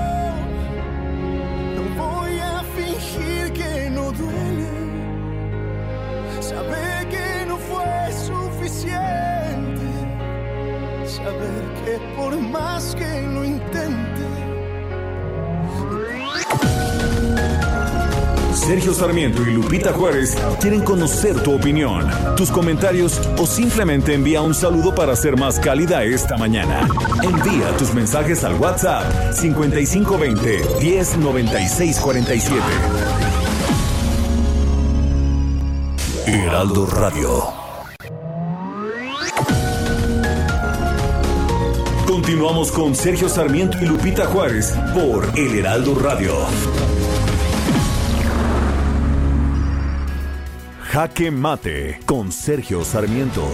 voy a fingir que no duele. Saber que no fue suficiente. Saber que por más que lo intente.
Sergio Sarmiento y Lupita Juárez quieren conocer tu opinión, tus comentarios o simplemente envía un saludo para ser más cálida esta mañana. Envía tus mensajes al WhatsApp 5520 109647. Heraldo Radio. Continuamos con Sergio Sarmiento y Lupita Juárez por El Heraldo Radio. Jaque Mate con Sergio Sarmiento.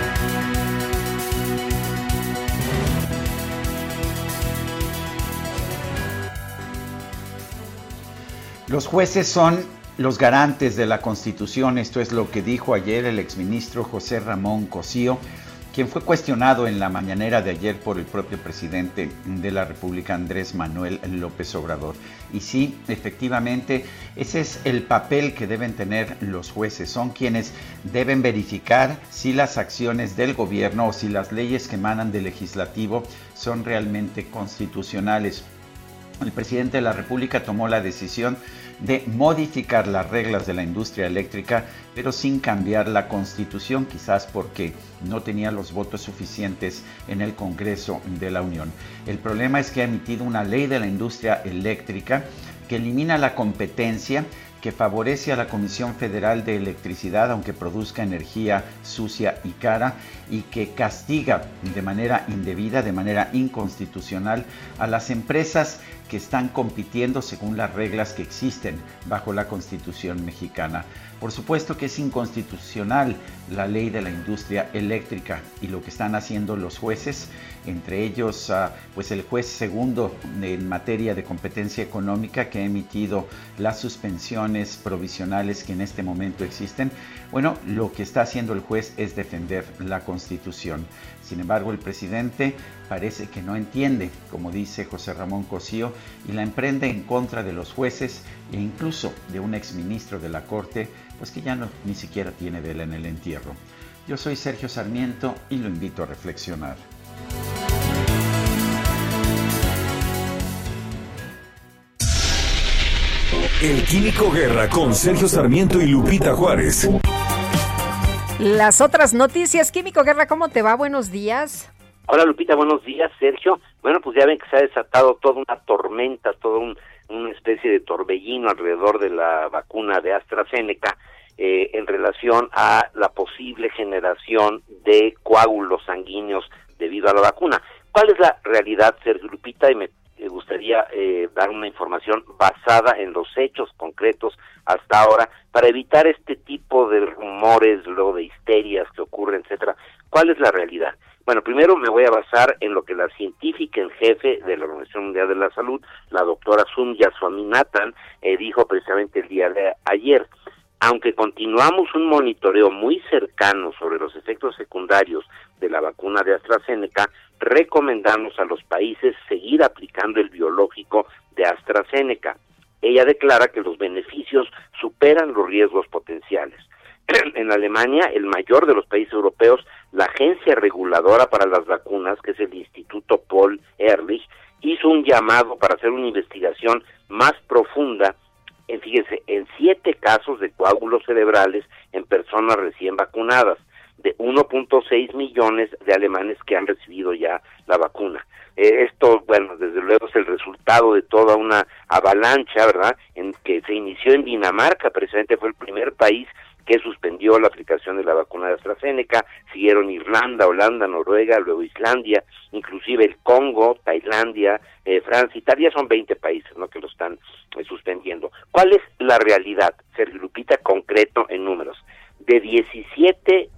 Los jueces son los garantes de la Constitución. Esto es lo que dijo ayer el exministro José Ramón Cosío, quien fue cuestionado en la mañanera de ayer por el propio presidente de la República, Andrés Manuel López Obrador. Y sí, efectivamente, ese es el papel que deben tener los jueces. Son quienes deben verificar si las acciones del gobierno o si las leyes que emanan del legislativo son realmente constitucionales. El presidente de la República tomó la decisión de modificar las reglas de la industria eléctrica, pero sin cambiar la Constitución, quizás porque no tenía los votos suficientes en el Congreso de la Unión. El problema es que ha emitido una ley de la industria eléctrica que elimina la competencia, que favorece a la Comisión Federal de Electricidad, aunque produzca energía sucia y cara, y que castiga de manera indebida, de manera inconstitucional, a las empresas que están compitiendo según las reglas que existen bajo la Constitución mexicana. Por supuesto que es inconstitucional la ley de la industria eléctrica, y lo que están haciendo los jueces, entre ellos pues el juez segundo en materia de competencia económica, que ha emitido las suspensiones provisionales que en este momento existen. Bueno, lo que está haciendo el juez es defender la Constitución. Sin embargo, el presidente parece que no entiende, como dice José Ramón Cosío, y la emprende en contra de los jueces e incluso de un exministro de la Corte, pues que ya ni siquiera tiene vela en el entierro. Yo soy Sergio Sarmiento y lo invito a reflexionar.
El Químico Guerra con Sergio Sarmiento y Lupita Juárez.
las otras noticias. Químico Guerra, ¿cómo te va? Buenos días.
Hola Lupita, buenos días, Sergio. Bueno, pues ya ven que se ha desatado toda una tormenta, una especie de torbellino alrededor de la vacuna de AstraZeneca en relación a la posible generación de coágulos sanguíneos debido a la vacuna. ¿Cuál es la realidad, Sergio, Lupita? Y me gustaría dar una información basada en los hechos concretos hasta ahora para evitar este tipo de rumores, luego de histerias que ocurren, etcétera. ¿Cuál es la realidad? Bueno, primero me voy a basar en lo que la científica en jefe de la Organización Mundial de la Salud, la doctora Sundar Swaminathan, dijo precisamente el día de ayer. Aunque continuamos un monitoreo muy cercano sobre los efectos secundarios de la vacuna de AstraZeneca, recomendamos a los países seguir aplicando el biológico de AstraZeneca. Ella declara que los beneficios superan los riesgos potenciales. En Alemania, el mayor de los países europeos, la agencia reguladora para las vacunas, que es el Instituto Paul Ehrlich, hizo un llamado para hacer una investigación más profunda, fíjense, en 7 casos de coágulos cerebrales en personas recién vacunadas, de 1.6 millones de alemanes que han recibido ya la vacuna. Esto, bueno, desde luego es el resultado de toda una avalancha, ¿verdad?, en que se inició en Dinamarca, precisamente fue el primer país que suspendió la aplicación de la vacuna de AstraZeneca, siguieron Irlanda, Holanda, Noruega, luego Islandia, inclusive el Congo, Tailandia, Francia, Italia, son 20 países, ¿no?, que lo están suspendiendo. ¿Cuál es la realidad, Sergio Lupita, concreto en números? De 17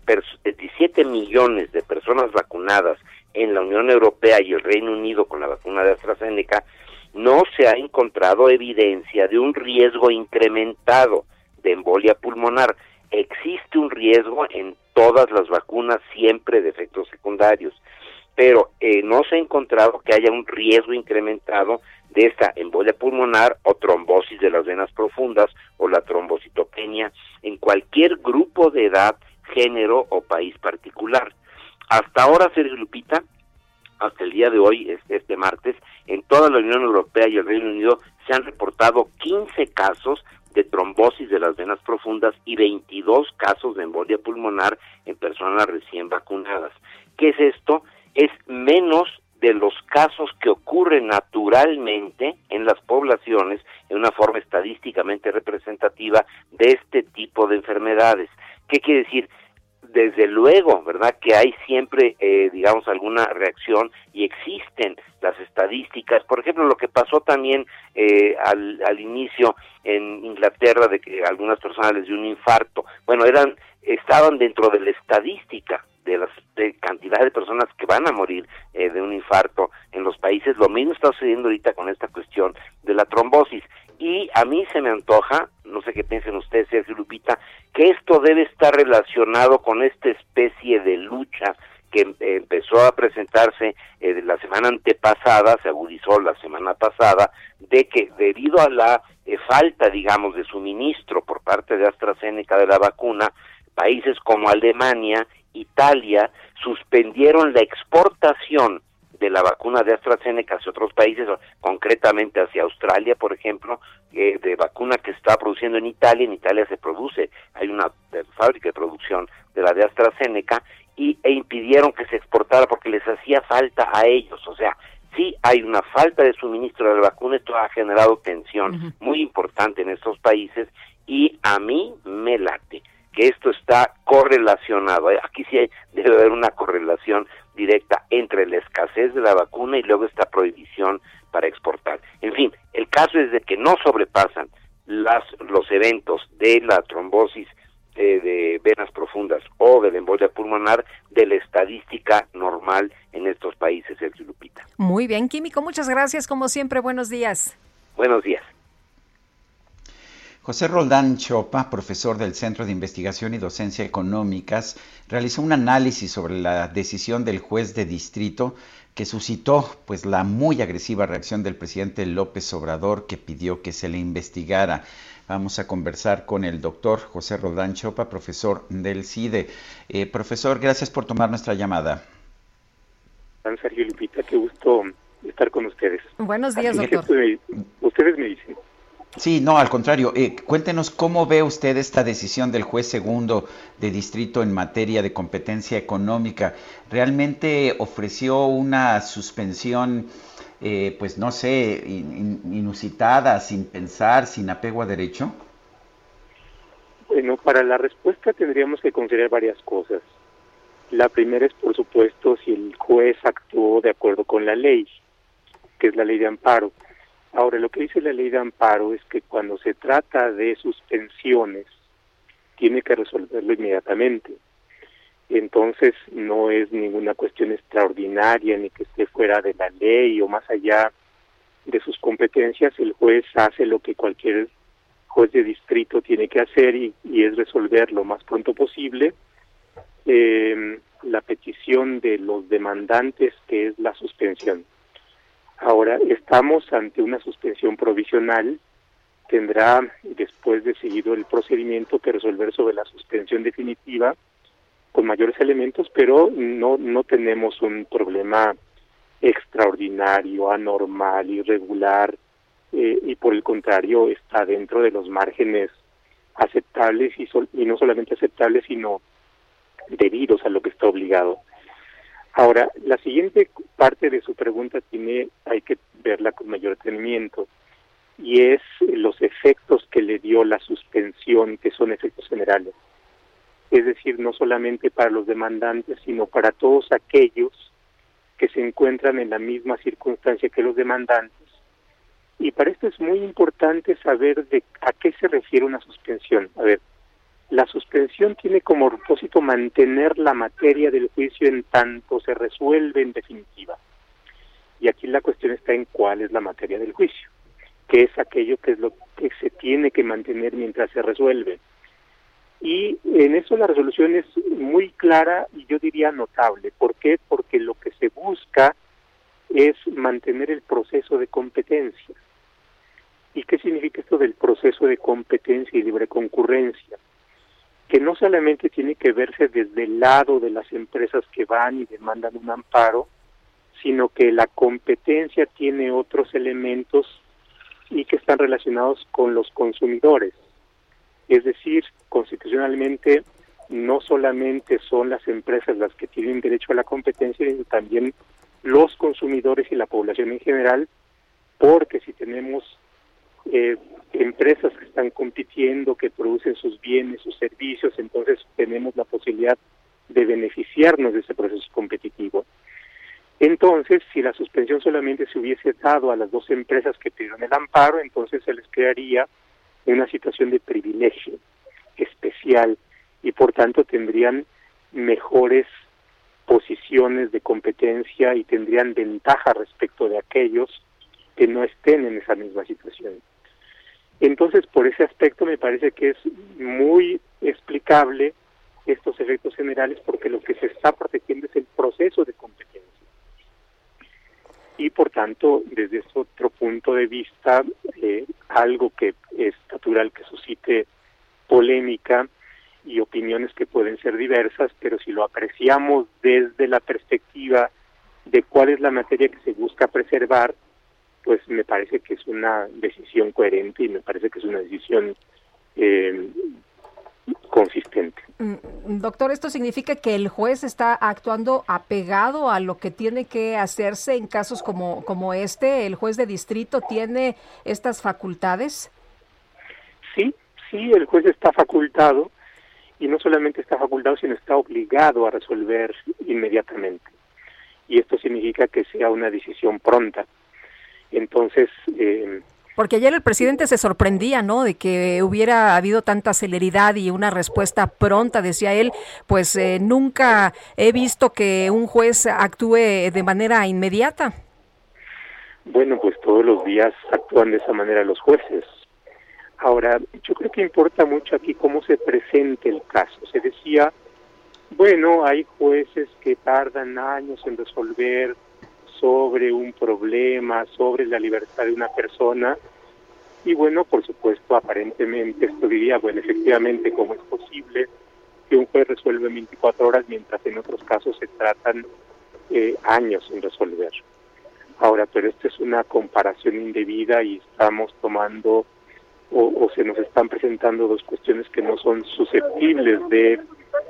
millones de personas vacunadas en la Unión Europea y el Reino Unido con la vacuna de AstraZeneca, no se ha encontrado evidencia de un riesgo incrementado de embolia pulmonar. Existe un riesgo en todas las vacunas, siempre de efectos secundarios, pero no se ha encontrado que haya un riesgo incrementado de esta embolia pulmonar o trombosis de las venas profundas o la trombocitopenia en cualquier grupo de edad, género o país particular. Hasta ahora, Sergio Lupita, hasta el día de hoy, este martes, en toda la Unión Europea y el Reino Unido se han reportado 15 casos de trombosis de las venas profundas y 22 casos de embolia pulmonar en personas recién vacunadas. ¿Qué es esto? Es menos de los casos que ocurren naturalmente en las poblaciones en una forma estadísticamente representativa de este tipo de enfermedades. ¿Qué quiere decir? Desde luego, ¿verdad?, que hay siempre, digamos, alguna reacción y existen las estadísticas. Por ejemplo, lo que pasó también al inicio en Inglaterra de que a algunas personas les dio un infarto. Bueno, estaban dentro de la estadística de la cantidad de personas que van a morir de un infarto en los países. Lo mismo está sucediendo ahorita con esta cuestión de la trombosis. Y a mí se me antoja, no sé qué piensen ustedes, Sergio Lupita, que esto debe estar relacionado con esta especie de lucha que empezó a presentarse la semana antepasada, se agudizó la semana pasada, de que debido a la falta, digamos, de suministro por parte de AstraZeneca de la vacuna, países como Alemania, Italia, suspendieron la exportación de la vacuna de AstraZeneca hacia otros países, concretamente hacia Australia, por ejemplo, de vacuna que está produciendo en Italia se produce, hay una fábrica de producción de la de AstraZeneca, e impidieron que se exportara porque les hacía falta a ellos. O sea, sí hay una falta de suministro de la vacuna. Esto ha generado tensión muy importante en estos países y a mí me late que esto está correlacionado. Aquí sí debe haber una correlación directa entre la escasez de la vacuna y luego esta prohibición para exportar. En fin, el caso es de que no sobrepasan los eventos de la trombosis de venas profundas o de la embolia pulmonar de la estadística normal en estos países, Sergio Lupita.
Muy bien, Químico, muchas gracias, como siempre, buenos días.
Buenos días.
José Roldán Chopa, profesor del Centro de Investigación y Docencia Económicas, realizó un análisis sobre la decisión del juez de distrito que suscitó pues la muy agresiva reacción del presidente López Obrador, que pidió que se le investigara. Vamos a conversar con el doctor José Roldán Chopa, profesor del CIDE. Profesor, gracias por tomar nuestra llamada.
Sergio Lupita, qué gusto estar con ustedes.
Buenos días, doctor.
Ustedes me dicen.
Sí, no, al contrario. Cuéntenos cómo ve usted esta decisión del juez segundo de distrito en materia de competencia económica. ¿Realmente ofreció una suspensión, pues no sé, inusitada, sin pensar, sin apego a derecho?
Bueno, para la respuesta tendríamos que considerar varias cosas. La primera es, por supuesto, si el juez actuó de acuerdo con la ley, que es la ley de amparo. Ahora, lo que dice la ley de amparo es que cuando se trata de suspensiones, tiene que resolverlo inmediatamente. Entonces, no es ninguna cuestión extraordinaria ni que esté fuera de la ley o más allá de sus competencias. El juez hace lo que cualquier juez de distrito tiene que hacer y es resolver lo más pronto posible la petición de los demandantes, que es la suspensión. Ahora, estamos ante una suspensión provisional, tendrá, después de seguido el procedimiento, que resolver sobre la suspensión definitiva con mayores elementos, pero no tenemos un problema extraordinario, anormal, irregular, y por el contrario está dentro de los márgenes aceptables y no solamente aceptables, sino debidos a lo que está obligado. Ahora, la siguiente parte de su pregunta hay que verla con mayor detenimiento, y es los efectos que le dio la suspensión, que son efectos generales. Es decir, no solamente para los demandantes, sino para todos aquellos que se encuentran en la misma circunstancia que los demandantes. Y para esto es muy importante saber a qué se refiere una suspensión. A ver, la suspensión tiene como propósito mantener la materia del juicio en tanto se resuelve en definitiva. Y aquí la cuestión está en cuál es la materia del juicio, que es aquello que es lo que se tiene que mantener mientras se resuelve. Y en eso la resolución es muy clara y yo diría notable. ¿Por qué? Porque lo que se busca es mantener el proceso de competencia. ¿Y qué significa esto del proceso de competencia y libre concurrencia? Que no solamente tiene que verse desde el lado de las empresas que van y demandan un amparo, sino que la competencia tiene otros elementos y que están relacionados con los consumidores. Es decir, constitucionalmente no solamente son las empresas las que tienen derecho a la competencia, sino también los consumidores y la población en general, porque si tenemos empresas que están compitiendo, que producen sus bienes, sus servicios, entonces tenemos la posibilidad de beneficiarnos de ese proceso competitivo. Entonces, si la suspensión solamente se hubiese dado a las dos empresas que pidieron el amparo, entonces se les crearía una situación de privilegio especial y por tanto tendrían mejores posiciones de competencia y tendrían ventaja respecto de aquellos que no estén en esa misma situación. Entonces, por ese aspecto me parece que es muy explicable estos efectos generales, porque lo que se está protegiendo es el proceso de competencia. Y por tanto, desde ese otro punto de vista, algo que es natural que suscite polémica y opiniones que pueden ser diversas, pero si lo apreciamos desde la perspectiva de cuál es la materia que se busca preservar, pues me parece que es una decisión coherente y me parece que es una decisión consistente.
Doctor, ¿esto significa que el juez está actuando apegado a lo que tiene que hacerse en casos como este? ¿El juez de distrito tiene estas facultades?
Sí, el juez está facultado, y no solamente está facultado, sino está obligado a resolver inmediatamente. Y esto significa que sea una decisión pronta. Entonces...
Porque ayer el presidente se sorprendía, ¿no?, de que hubiera habido tanta celeridad y una respuesta pronta. Decía él, pues nunca he visto que un juez actúe de manera inmediata.
Bueno, pues todos los días actúan de esa manera los jueces. Ahora, yo creo que importa mucho aquí cómo se presente el caso. Se decía, bueno, hay jueces que tardan años en resolver sobre un problema, sobre la libertad de una persona, y bueno, por supuesto, aparentemente esto diría, bueno, efectivamente, ¿cómo es posible que un juez resuelva en 24 horas, mientras en otros casos se tratan años en resolver? Ahora, pero esto es una comparación indebida y estamos tomando o se nos están presentando dos cuestiones que no son susceptibles de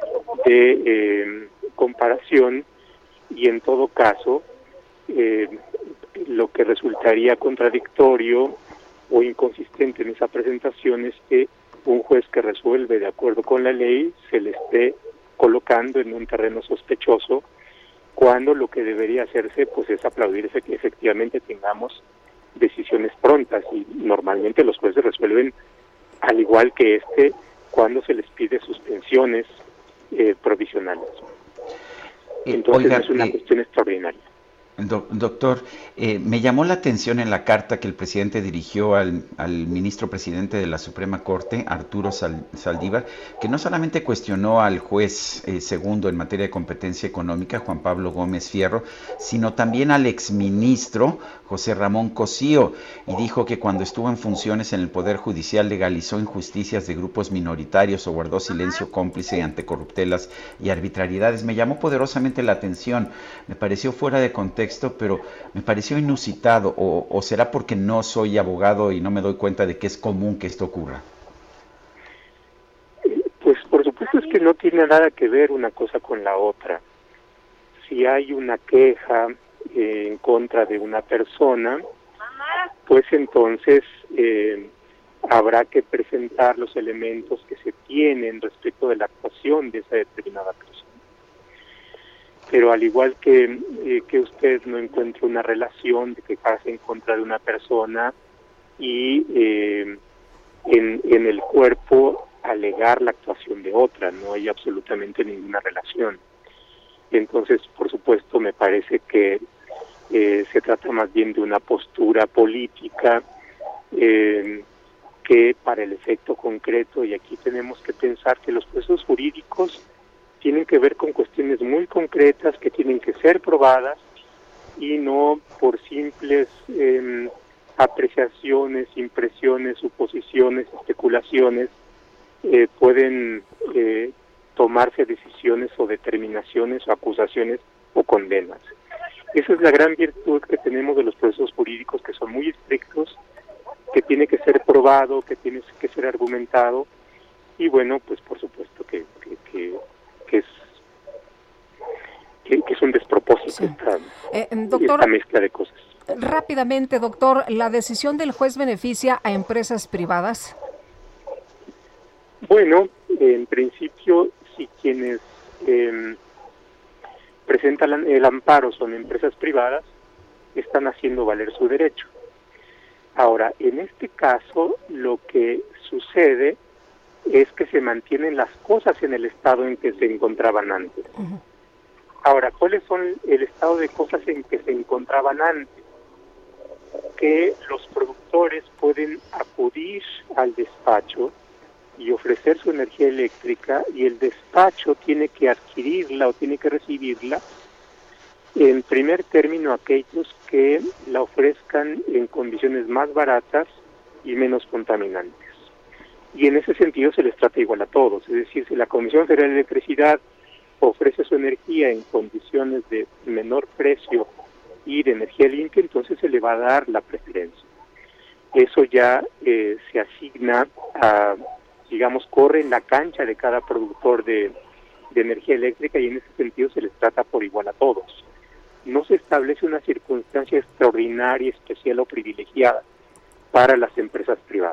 comparación, y en todo caso lo que resultaría contradictorio o inconsistente en esa presentación es que un juez que resuelve de acuerdo con la ley se le esté colocando en un terreno sospechoso, cuando lo que debería hacerse pues es aplaudirse que efectivamente tengamos decisiones prontas, y normalmente los jueces resuelven al igual que cuando se les pide suspensiones provisionales. Entonces es una cuestión extraordinaria.
Doctor, me llamó la atención en la carta que el presidente dirigió al ministro presidente de la Suprema Corte, Arturo Saldívar, que no solamente cuestionó al juez segundo en materia de competencia económica, Juan Pablo Gómez Fierro, sino también al exministro José Ramón Cosío, y dijo que cuando estuvo en funciones en el Poder Judicial legalizó injusticias de grupos minoritarios o guardó silencio cómplice ante corruptelas y arbitrariedades. Me llamó poderosamente la atención, me pareció fuera de contexto, pero me pareció inusitado, o será porque no soy abogado y no me doy cuenta de que es común que esto ocurra.
Pues por supuesto es que no tiene nada que ver una cosa con la otra. Si hay una queja en contra de una persona, pues entonces habrá que presentar los elementos que se tienen respecto de la actuación de esa determinada persona. Pero al igual que usted no encuentra una relación de quejarse en contra de una persona y en el cuerpo alegar la actuación de otra, no hay absolutamente ninguna relación. Entonces, por supuesto, me parece que se trata más bien de una postura política que para el efecto concreto, y aquí tenemos que pensar que los procesos jurídicos tienen que ver con cuestiones muy concretas que tienen que ser probadas, y no por simples apreciaciones, impresiones, suposiciones, especulaciones, pueden tomarse decisiones o determinaciones o acusaciones o condenas. Esa es la gran virtud que tenemos de los procesos jurídicos, que son muy estrictos, que tiene que ser probado, que tiene que ser argumentado, y bueno, pues por supuesto que es un despropósito, sí,
doctor,
esta mezcla de cosas.
Rápidamente, doctor, ¿la decisión del juez beneficia a empresas privadas?
Bueno, en principio, si quienes presentan el amparo son empresas privadas, están haciendo valer su derecho. Ahora, en este caso, lo que sucede es que se mantienen las cosas en el estado en que se encontraban antes. Uh-huh. Ahora, ¿cuáles son el estado de cosas en que se encontraban antes? Que los productores pueden acudir al despacho y ofrecer su energía eléctrica, y el despacho tiene que adquirirla o tiene que recibirla, en primer término aquellos que la ofrezcan en condiciones más baratas y menos contaminantes. Y en ese sentido se les trata igual a todos, es decir, si la Comisión Federal de Electricidad ofrece su energía en condiciones de menor precio y de energía limpia, entonces se le va a dar la preferencia. Eso ya se asigna a, digamos, corre en la cancha de cada productor de energía eléctrica, y en ese sentido se les trata por igual a todos. No se establece una circunstancia extraordinaria, especial o privilegiada para las empresas privadas.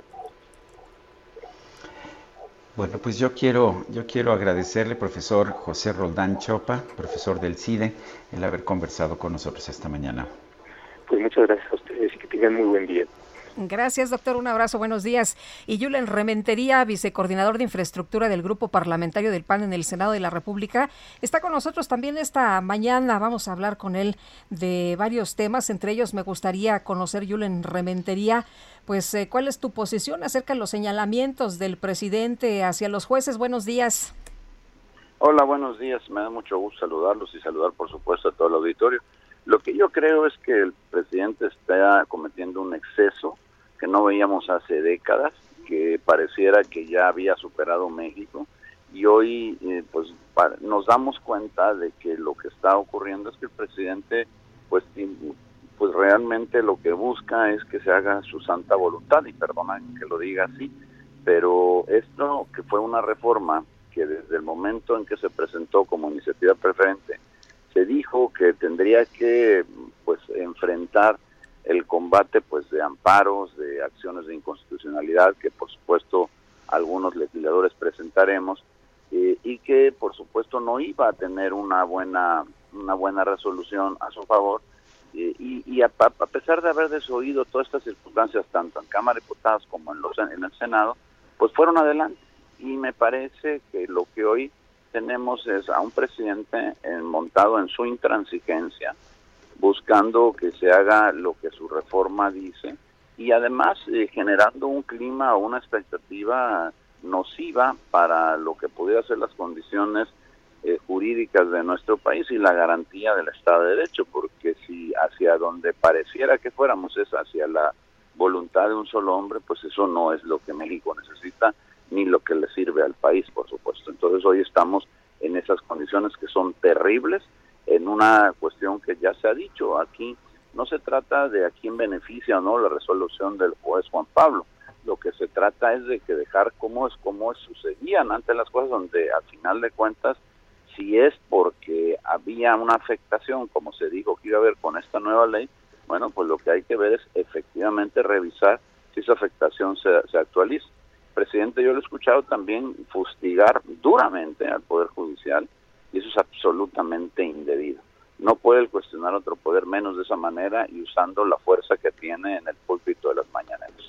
Bueno, pues yo quiero agradecerle, profesor José Roldán Chopa, profesor del CIDE, el haber conversado con nosotros esta mañana.
Pues muchas gracias a ustedes y que tengan muy buen día.
Gracias, doctor. Un abrazo, buenos días. Y Yulen Rementería, vicecoordinador de infraestructura del Grupo Parlamentario del PAN en el Senado de la República, está con nosotros también esta mañana. Vamos a hablar con él de varios temas. Entre ellos me gustaría conocer, Yulen Rementería, pues cuál es tu posición acerca de los señalamientos del presidente hacia los jueces. Buenos días.
Hola, buenos días. Me da mucho gusto saludarlos y saludar, por supuesto, a todo el auditorio. Lo que yo creo es que el presidente está cometiendo un exceso que no veíamos hace décadas, que pareciera que ya había superado México, y hoy nos damos cuenta de que lo que está ocurriendo es que el presidente pues pues realmente lo que busca es que se haga su santa voluntad, y perdona que lo diga así, pero esto que fue una reforma que desde el momento en que se presentó como iniciativa preferente, se dijo que tendría que pues enfrentar el combate pues de amparos, de acciones de inconstitucionalidad que por supuesto algunos legisladores presentaremos, y que por supuesto no iba a tener una buena resolución a su favor, y a pesar de haber desoído todas estas circunstancias tanto en Cámara de Diputados como en el Senado, pues fueron adelante. Y me parece que lo que hoy tenemos es a un presidente montado en su intransigencia, buscando que se haga lo que su reforma dice, y además generando un clima o una expectativa nociva para lo que pudiera ser las condiciones jurídicas de nuestro país y la garantía del Estado de Derecho, porque si hacia donde pareciera que fuéramos es hacia la voluntad de un solo hombre, pues eso no es lo que México necesita, ni lo que le sirve al país, por supuesto. Entonces hoy estamos en esas condiciones que son terribles, en una cuestión que ya se ha dicho aquí. No se trata de a quién beneficia o no la resolución del juez Juan Pablo. Lo que se trata es de que dejar cómo sucedían antes las cosas, donde al final de cuentas, si es porque había una afectación, como se dijo que iba a haber con esta nueva ley, bueno, pues lo que hay que ver es efectivamente revisar si esa afectación se actualiza. Presidente, yo lo he escuchado también fustigar duramente al Poder Judicial, y eso es absolutamente indebido. No puede cuestionar otro poder menos de esa manera y usando la fuerza que tiene en el púlpito de las mañaneras.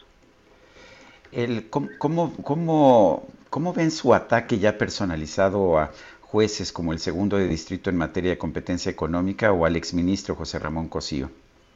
¿Cómo ven su ataque ya personalizado a jueces como el segundo de distrito en materia de competencia económica o al exministro José Ramón Cosío?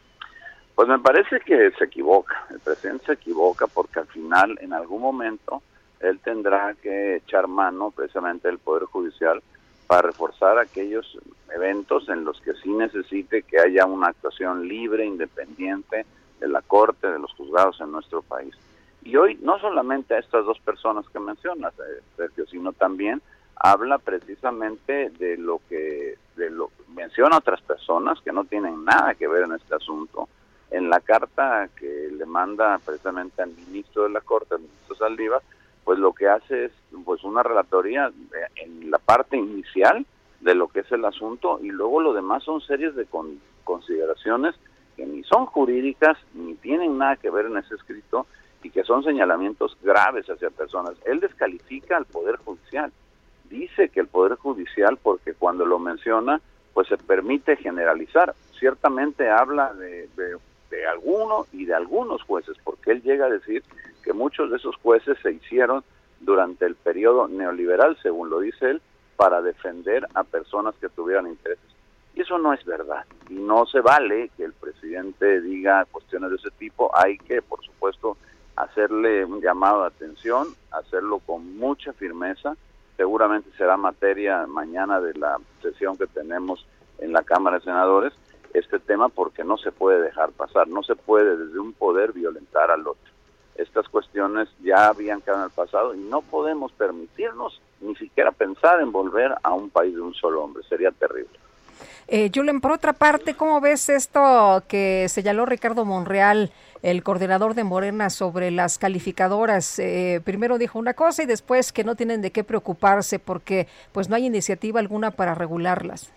Pues me parece que se equivoca, el presidente se equivoca porque al final, en algún momento, él tendrá que echar mano precisamente del Poder Judicial para reforzar aquellos eventos en los que sí necesite que haya una actuación libre, independiente de la Corte, de los juzgados en nuestro país. Y hoy no solamente a estas dos personas que mencionas, Sergio, sino también habla precisamente de lo menciona a otras personas que no tienen nada que ver en este asunto. En la carta que le manda precisamente al ministro de la Corte, al ministro Saldívar, pues lo que hace es pues una relatoría en la parte inicial de lo que es el asunto, y luego lo demás son series de consideraciones que ni son jurídicas ni tienen nada que ver en ese escrito, y que son señalamientos graves hacia personas. Él descalifica al Poder Judicial, dice que el Poder Judicial, porque cuando lo menciona, pues se permite generalizar. Ciertamente habla de alguno y de algunos jueces, porque él llega a decir que muchos de esos jueces se hicieron durante el periodo neoliberal, según lo dice él, para defender a personas que tuvieran intereses. Y eso no es verdad, y no se vale que el presidente diga cuestiones de ese tipo. Hay que, por supuesto, hacerle un llamado de atención, hacerlo con mucha firmeza. Seguramente será materia mañana de la sesión que tenemos en la Cámara de Senadores, este tema, porque no se puede dejar pasar, no se puede desde un poder violentar al otro. Estas cuestiones ya habían quedado en el pasado y no podemos permitirnos ni siquiera pensar en volver a un país de un solo hombre, sería terrible.
Julen, por otra parte, ¿cómo ves esto que señaló Ricardo Monreal, el coordinador de Morena, sobre las calificadoras? Primero dijo una cosa y después que no tienen de qué preocuparse porque pues no hay iniciativa alguna para regularlas.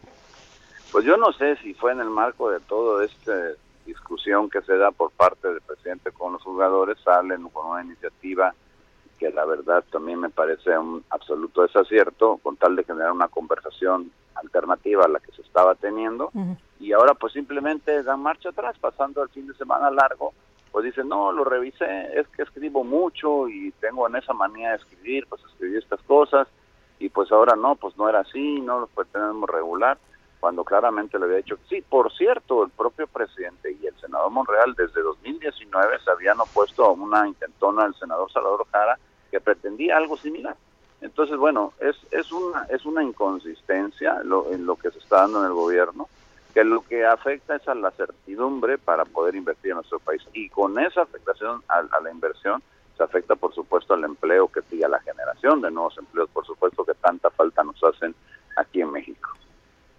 Pues yo no sé si fue en el marco de toda esta discusión que se da por parte del presidente con los jugadores, salen con una iniciativa que la verdad también me parece un absoluto desacierto, con tal de generar una conversación alternativa a la que se estaba teniendo, y ahora pues simplemente dan marcha atrás, pasando el fin de semana largo, pues dicen, no, lo revisé, es que escribo mucho y tengo en esa manía de escribir, pues escribí estas cosas, y pues ahora no, pues no era así, no lo pretendemos regular, cuando claramente le había dicho que sí. Por cierto, el propio presidente y el senador Monreal desde 2019 se habían opuesto a una intentona del senador Salvador Jara que pretendía algo similar. Entonces, bueno, es una inconsistencia en lo que se está dando en el gobierno, que lo que afecta es a la certidumbre para poder invertir en nuestro país. Y con esa afectación a la inversión, se afecta, por supuesto, al empleo y a la generación de nuevos empleos, por supuesto, que tanta falta nos hacen aquí en México.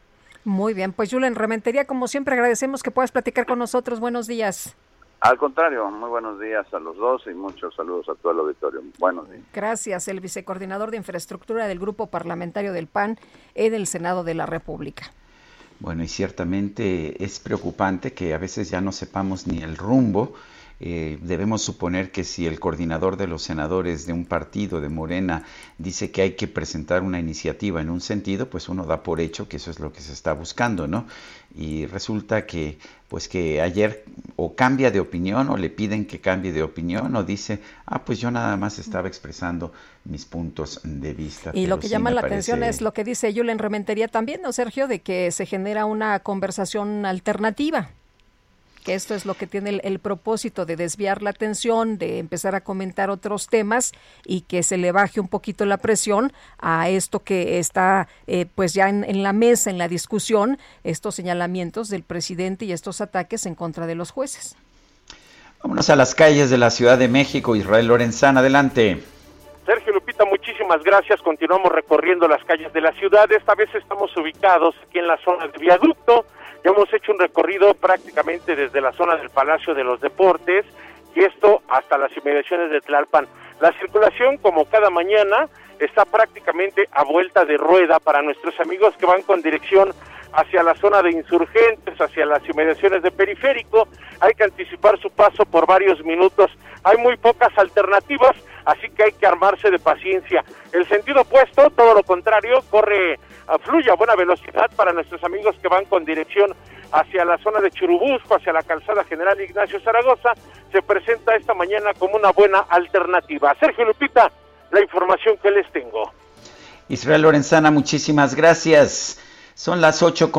Muy bien, pues Yulen Rementería, como siempre agradecemos que puedas platicar con nosotros. Buenos días.
Al contrario, muy buenos días a los dos y muchos saludos a todo el auditorio. Buenos días.
Gracias, el vicecoordinador de Infraestructura del Grupo Parlamentario del PAN en el Senado de la República.
Bueno, y ciertamente es preocupante que a veces ya no sepamos ni el rumbo. Debemos suponer que si el coordinador de los senadores de un partido de Morena dice que hay que presentar una iniciativa en un sentido, pues uno da por hecho que eso es lo que se está buscando, ¿no? Y resulta que pues que ayer o cambia de opinión o le piden que cambie de opinión o dice, pues yo nada más estaba expresando mis puntos de vista.
Y lo que llama la atención es lo que dice Yulen Rementería también, ¿no, Sergio? De que se genera una conversación alternativa. Que esto es lo que tiene el propósito de desviar la atención, de empezar a comentar otros temas y que se le baje un poquito la presión a esto que está pues ya en la mesa, en la discusión, estos señalamientos del presidente y estos ataques en contra de los jueces.
Vámonos a las calles de la Ciudad de México. Israel Lorenzana, adelante.
Sergio, Lupita, muchísimas gracias. Continuamos recorriendo las calles de la ciudad. Esta vez estamos ubicados aquí en la zona de Viaducto. Ya hemos hecho un recorrido prácticamente desde la zona del Palacio de los Deportes y esto hasta las inmediaciones de Tlalpan. La circulación, como cada mañana, está prácticamente a vuelta de rueda para nuestros amigos que van con dirección hacia la zona de Insurgentes, hacia las inmediaciones de Periférico. Hay que anticipar su paso por varios minutos. Hay muy pocas alternativas, así que hay que armarse de paciencia. El sentido opuesto, todo lo contrario, fluye a buena velocidad para nuestros amigos que van con dirección hacia la zona de Churubusco, hacia la calzada General Ignacio Zaragoza. Se presenta esta mañana como una buena alternativa. Sergio, Lupita, la información que les tengo.
Israel Lorenzana, muchísimas gracias. Son las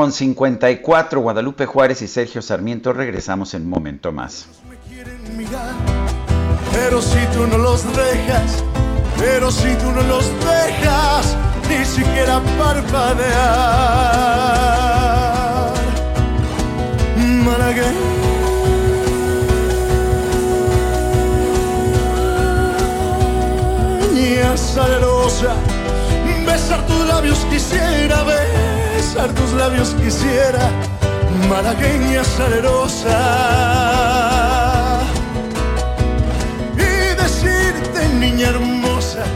8:54. Guadalupe Juárez y Sergio Sarmiento regresamos en un momento más.
Pero si tú no los dejas, ni siquiera parpadear, malagueña salerosa, besar tus labios quisiera, besar tus labios quisiera, malagueña salerosa, y decirte, niña hermosa.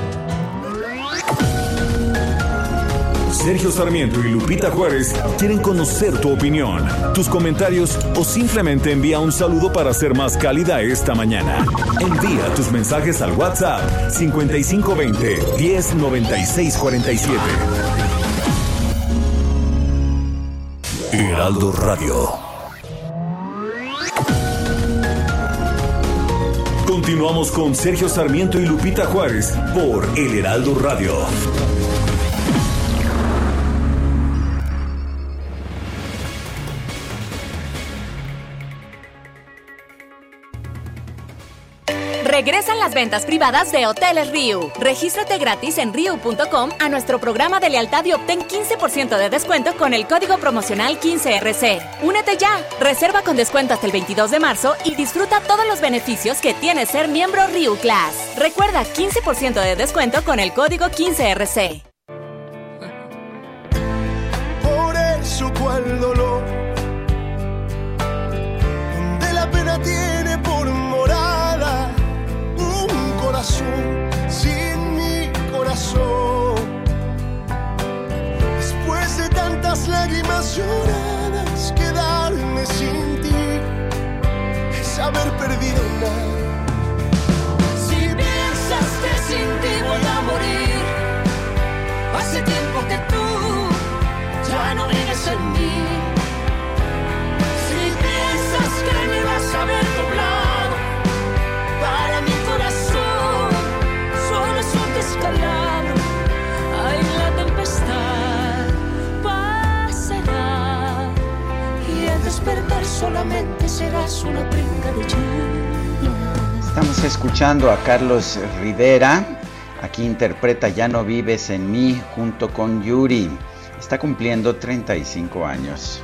Sergio Sarmiento y Lupita Juárez quieren conocer tu opinión, tus comentarios o simplemente envía un saludo para ser más cálida esta mañana. Envía tus mensajes al WhatsApp 5520 109647. Heraldo Radio. Continuamos con Sergio Sarmiento y Lupita Juárez por El Heraldo Radio.
Regresan las ventas privadas de Hoteles Riu. Regístrate gratis en riu.com a nuestro programa de lealtad y obtén 15% de descuento con el código promocional 15RC. Únete ya, reserva con descuento hasta el 22 de marzo y disfruta todos los beneficios que tiene ser miembro Riu Class. Recuerda, 15% de descuento con el código 15RC.
Por eso cual dolor, donde la pena tiene por morada un corazón sin mi corazón. Después de tantas lágrimas lloradas, quedarme sin ti es haber perdido nada.
Si piensas que sin ti voy a morir, hace tiempo que tú ya no vives en mí. Si piensas que me vas a ver doblado, para mi corazón solo es un descalabro. Ay, la tempestad pasará y al despertar solamente serás una pringa de lluvia.
Estamos escuchando a Carlos Rivera. Aquí interpreta Ya no vives en mí junto con Yuri. Está cumpliendo 35 años.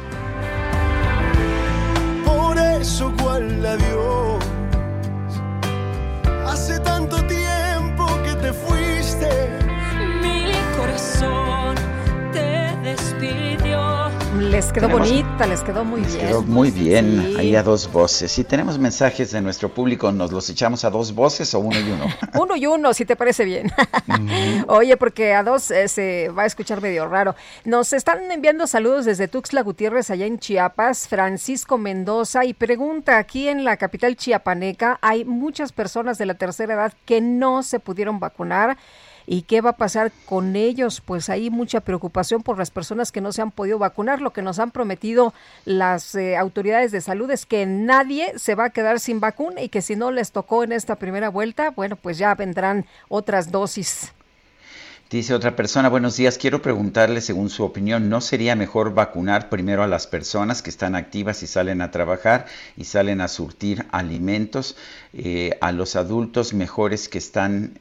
Por eso cual adiós, hace tanto tiempo que te fuiste.
Mi corazón te despidió.
Les quedó bonita, les quedó muy bien.
Les quedó muy bien,
sí.
Ahí a dos voces. Si tenemos mensajes de nuestro público, ¿nos los echamos a dos voces o uno y uno?
Uno y uno, si te parece bien. Oye, porque a dos se va a escuchar medio raro. Nos están enviando saludos desde Tuxtla Gutiérrez, allá en Chiapas, Francisco Mendoza, y pregunta, aquí en la capital chiapaneca hay muchas personas de la tercera edad que no se pudieron vacunar. ¿Y qué va a pasar con ellos? Pues hay mucha preocupación por las personas que no se han podido vacunar. Lo que nos han prometido las autoridades de salud es que nadie se va a quedar sin vacuna y que si no les tocó en esta primera vuelta, bueno, pues ya vendrán otras dosis.
Dice otra persona, buenos días, quiero preguntarle según su opinión, ¿no sería mejor vacunar primero a las personas que están activas y salen a trabajar y salen a surtir alimentos, a los adultos mayores que están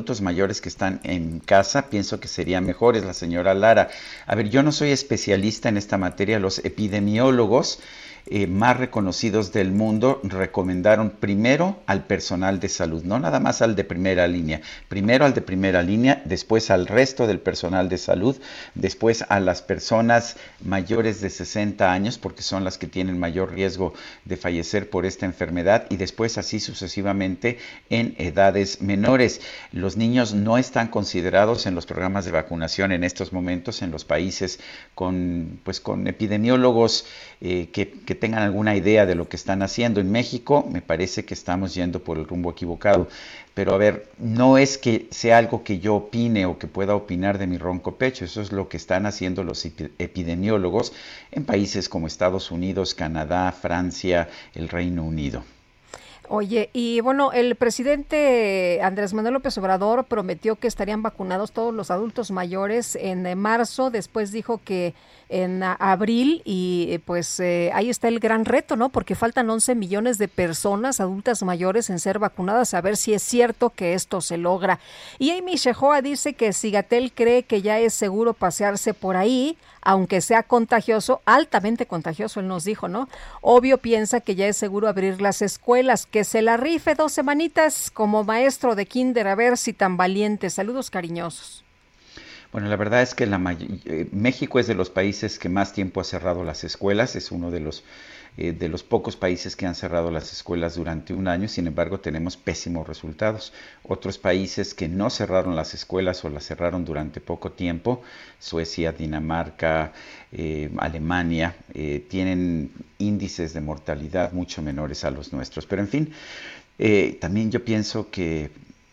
en casa? Pienso que sería mejor, es la señora Lara. A ver, yo no soy especialista en esta materia, los epidemiólogos más reconocidos del mundo recomendaron primero al personal de salud, no nada más al de primera línea, primero al de primera línea, después al resto del personal de salud, después a las personas mayores de 60 años, porque son las que tienen mayor riesgo de fallecer por esta enfermedad, y después así sucesivamente en edades menores. Los niños no están considerados en los programas de vacunación en estos momentos en los países con epidemiólogos que tengan alguna idea de lo que están haciendo. En México me parece que estamos yendo por el rumbo equivocado, pero a ver, no es que sea algo que yo opine o que pueda opinar de mi ronco pecho, eso es lo que están haciendo los epidemiólogos en países como Estados Unidos, Canadá, Francia, el Reino Unido.
Oye, y bueno, el presidente Andrés Manuel López Obrador prometió que estarían vacunados todos los adultos mayores en marzo, después dijo que en abril, y pues ahí está el gran reto, ¿no? Porque faltan 11 millones de personas adultas mayores en ser vacunadas, a ver si es cierto que esto se logra. Y Amy Shehoa dice que si Gatell cree que ya es seguro pasearse por ahí, aunque sea contagioso, altamente contagioso, él nos dijo, ¿no? Obvio piensa que ya es seguro abrir las escuelas, que se la rife 2 semanitas como maestro de kinder, a ver si tan valiente. Saludos cariñosos.
Bueno, la verdad es que México es de los países que más tiempo ha cerrado las escuelas, es uno de los pocos países que han cerrado las escuelas durante un año, sin embargo tenemos pésimos resultados. Otros países que no cerraron las escuelas o las cerraron durante poco tiempo, Suecia, Dinamarca, Alemania, tienen índices de mortalidad mucho menores a los nuestros. Pero en fin, también yo pienso que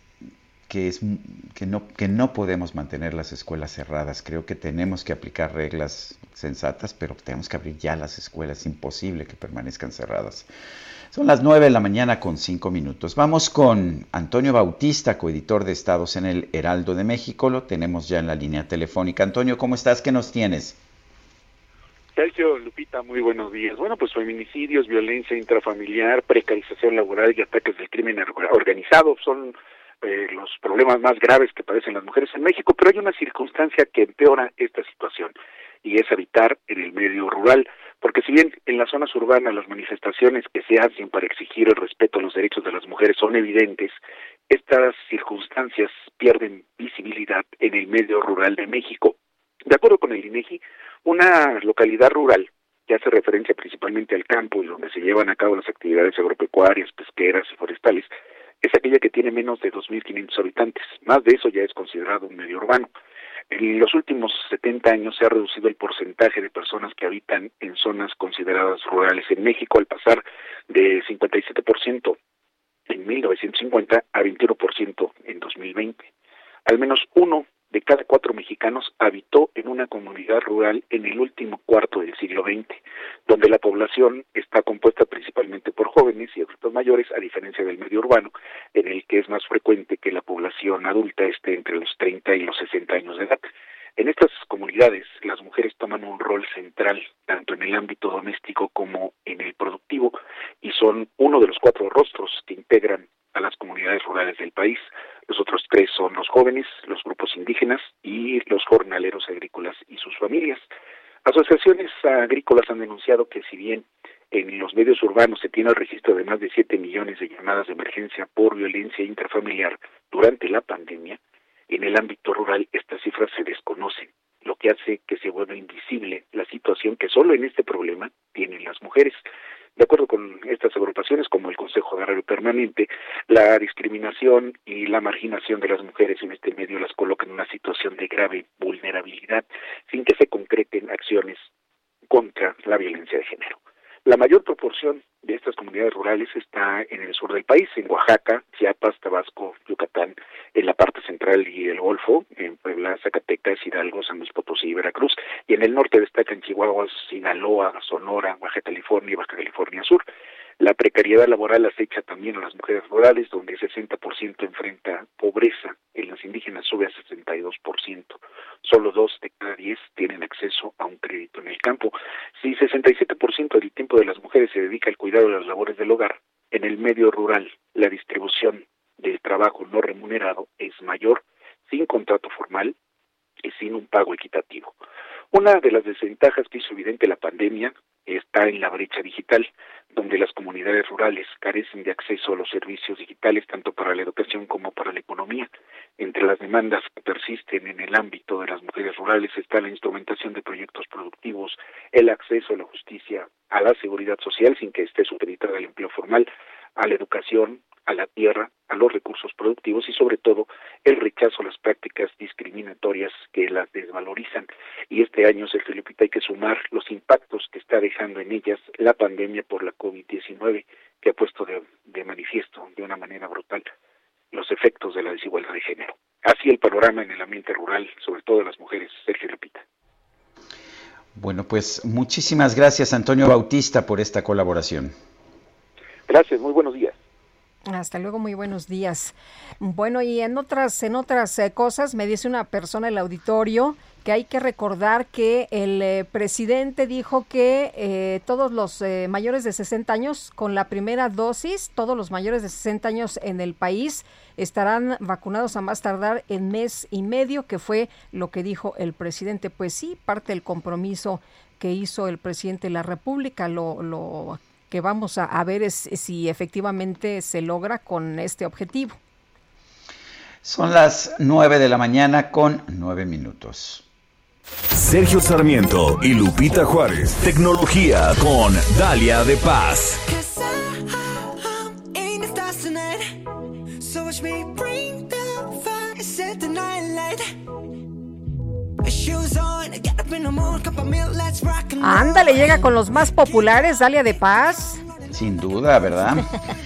no podemos mantener las escuelas cerradas. Creo que tenemos que aplicar reglas sensatas, pero tenemos que abrir ya las escuelas. Es imposible que permanezcan cerradas. Son las 9:05 a.m. Vamos con Antonio Bautista, coeditor de Estados en el Heraldo de México. Lo tenemos ya en la línea telefónica. Antonio, ¿cómo estás? ¿Qué nos tienes?
Sergio, Lupita, muy buenos días. Bueno, pues feminicidios, violencia intrafamiliar, precarización laboral y ataques del crimen organizado son los problemas más graves que padecen las mujeres en México, pero hay una circunstancia que empeora esta situación y es habitar en el medio rural, porque si bien en las zonas urbanas las manifestaciones que se hacen para exigir el respeto a los derechos de las mujeres son evidentes, estas circunstancias pierden visibilidad en el medio rural de México. De acuerdo con el INEGI, una localidad rural que hace referencia principalmente al campo y donde se llevan a cabo las actividades agropecuarias, pesqueras y forestales, es aquella que tiene menos de 2.500 habitantes. Más de eso ya es considerado un medio urbano. En los últimos 70 años se ha reducido el porcentaje de personas que habitan en zonas consideradas rurales en México, al pasar de 57% en 1950 a 21% en 2020. Al menos 1 de cada 4 mexicanos habitó en una comunidad rural en el último cuarto del siglo XX, donde la población está compuesta principalmente por jóvenes y adultos mayores, a diferencia del medio urbano, en el que es más frecuente que la población adulta esté entre los 30 y los 60 años de edad. En estas comunidades, las mujeres toman un rol central, tanto en el ámbito doméstico como en el productivo, y son uno de los 4 rostros que integran a las comunidades rurales del país. Los otros 3 son los jóvenes, los grupos indígenas y los jornaleros agrícolas y sus familias. Asociaciones agrícolas han denunciado que si bien en los medios urbanos se tiene el registro de más de 7 millones de llamadas de emergencia por violencia intrafamiliar durante la pandemia, en el ámbito rural estas cifras se desconocen, lo que que hace que se vuelva invisible la situación que solo en este problema tienen las mujeres. De acuerdo con estas agrupaciones, como el Consejo Agrario Permanente, la discriminación y la marginación de las mujeres en este medio las colocan en una situación de grave vulnerabilidad, sin que se concreten acciones contra la violencia de género. La mayor proporción de estas comunidades rurales está en el sur del país, en Oaxaca, Chiapas, Tabasco, Yucatán, en la parte central y el Golfo, en Puebla, Zacatecas, Hidalgo, San Luis Potosí y Veracruz, y en el norte destacan Chihuahua, Sinaloa, Sonora, Baja California y Baja California Sur. La precariedad laboral acecha también a las mujeres rurales, donde el 60% enfrenta pobreza, en las indígenas sube a 62%. Solo 2 de cada 10 tienen acceso a un crédito en el campo. Si 67% del tiempo de las mujeres se dedica al cuidado de las labores del hogar, en el medio rural la distribución del trabajo no remunerado es mayor, sin contrato formal y sin un pago equitativo. Una de las desventajas que hizo evidente la pandemia está en la brecha digital, donde las comunidades rurales carecen de acceso a los servicios digitales tanto para la educación como para la economía. Entre las demandas que persisten en el ámbito de las mujeres rurales está la instrumentación de proyectos productivos, el acceso a la justicia, a la seguridad social sin que esté supeditada al empleo formal, a la educación, a la tierra, a los recursos productivos y sobre todo el rechazo a las prácticas discriminatorias que las desvalorizan. Y este año, Sergio Lupita, hay que sumar los impactos que está dejando en ellas la pandemia por la COVID-19, que ha puesto de manifiesto de una manera brutal los efectos de la desigualdad de género. Así el panorama en el ambiente rural, sobre todo de las mujeres, Sergio Lupita.
Bueno, pues muchísimas gracias, Antonio Bautista, por esta colaboración.
Gracias, muy buenos días.
Hasta luego, muy buenos días. Bueno, y en otras cosas, me dice una persona en el auditorio que hay que recordar que el presidente dijo que todos los mayores de 60 años con la primera dosis, todos los mayores de 60 años en el país estarán vacunados a más tardar en mes y medio, que fue lo que dijo el presidente. Pues sí, parte del compromiso que hizo el presidente de la República, lo que vamos a ver es si efectivamente se logra con este objetivo.
Son las 9 de la mañana con 9 minutos.
Sergio Sarmiento y Lupita Juárez. Tecnología con Dalia de Paz.
Ándale, llega con los más populares, Dalia de Paz.
Sin duda, ¿verdad?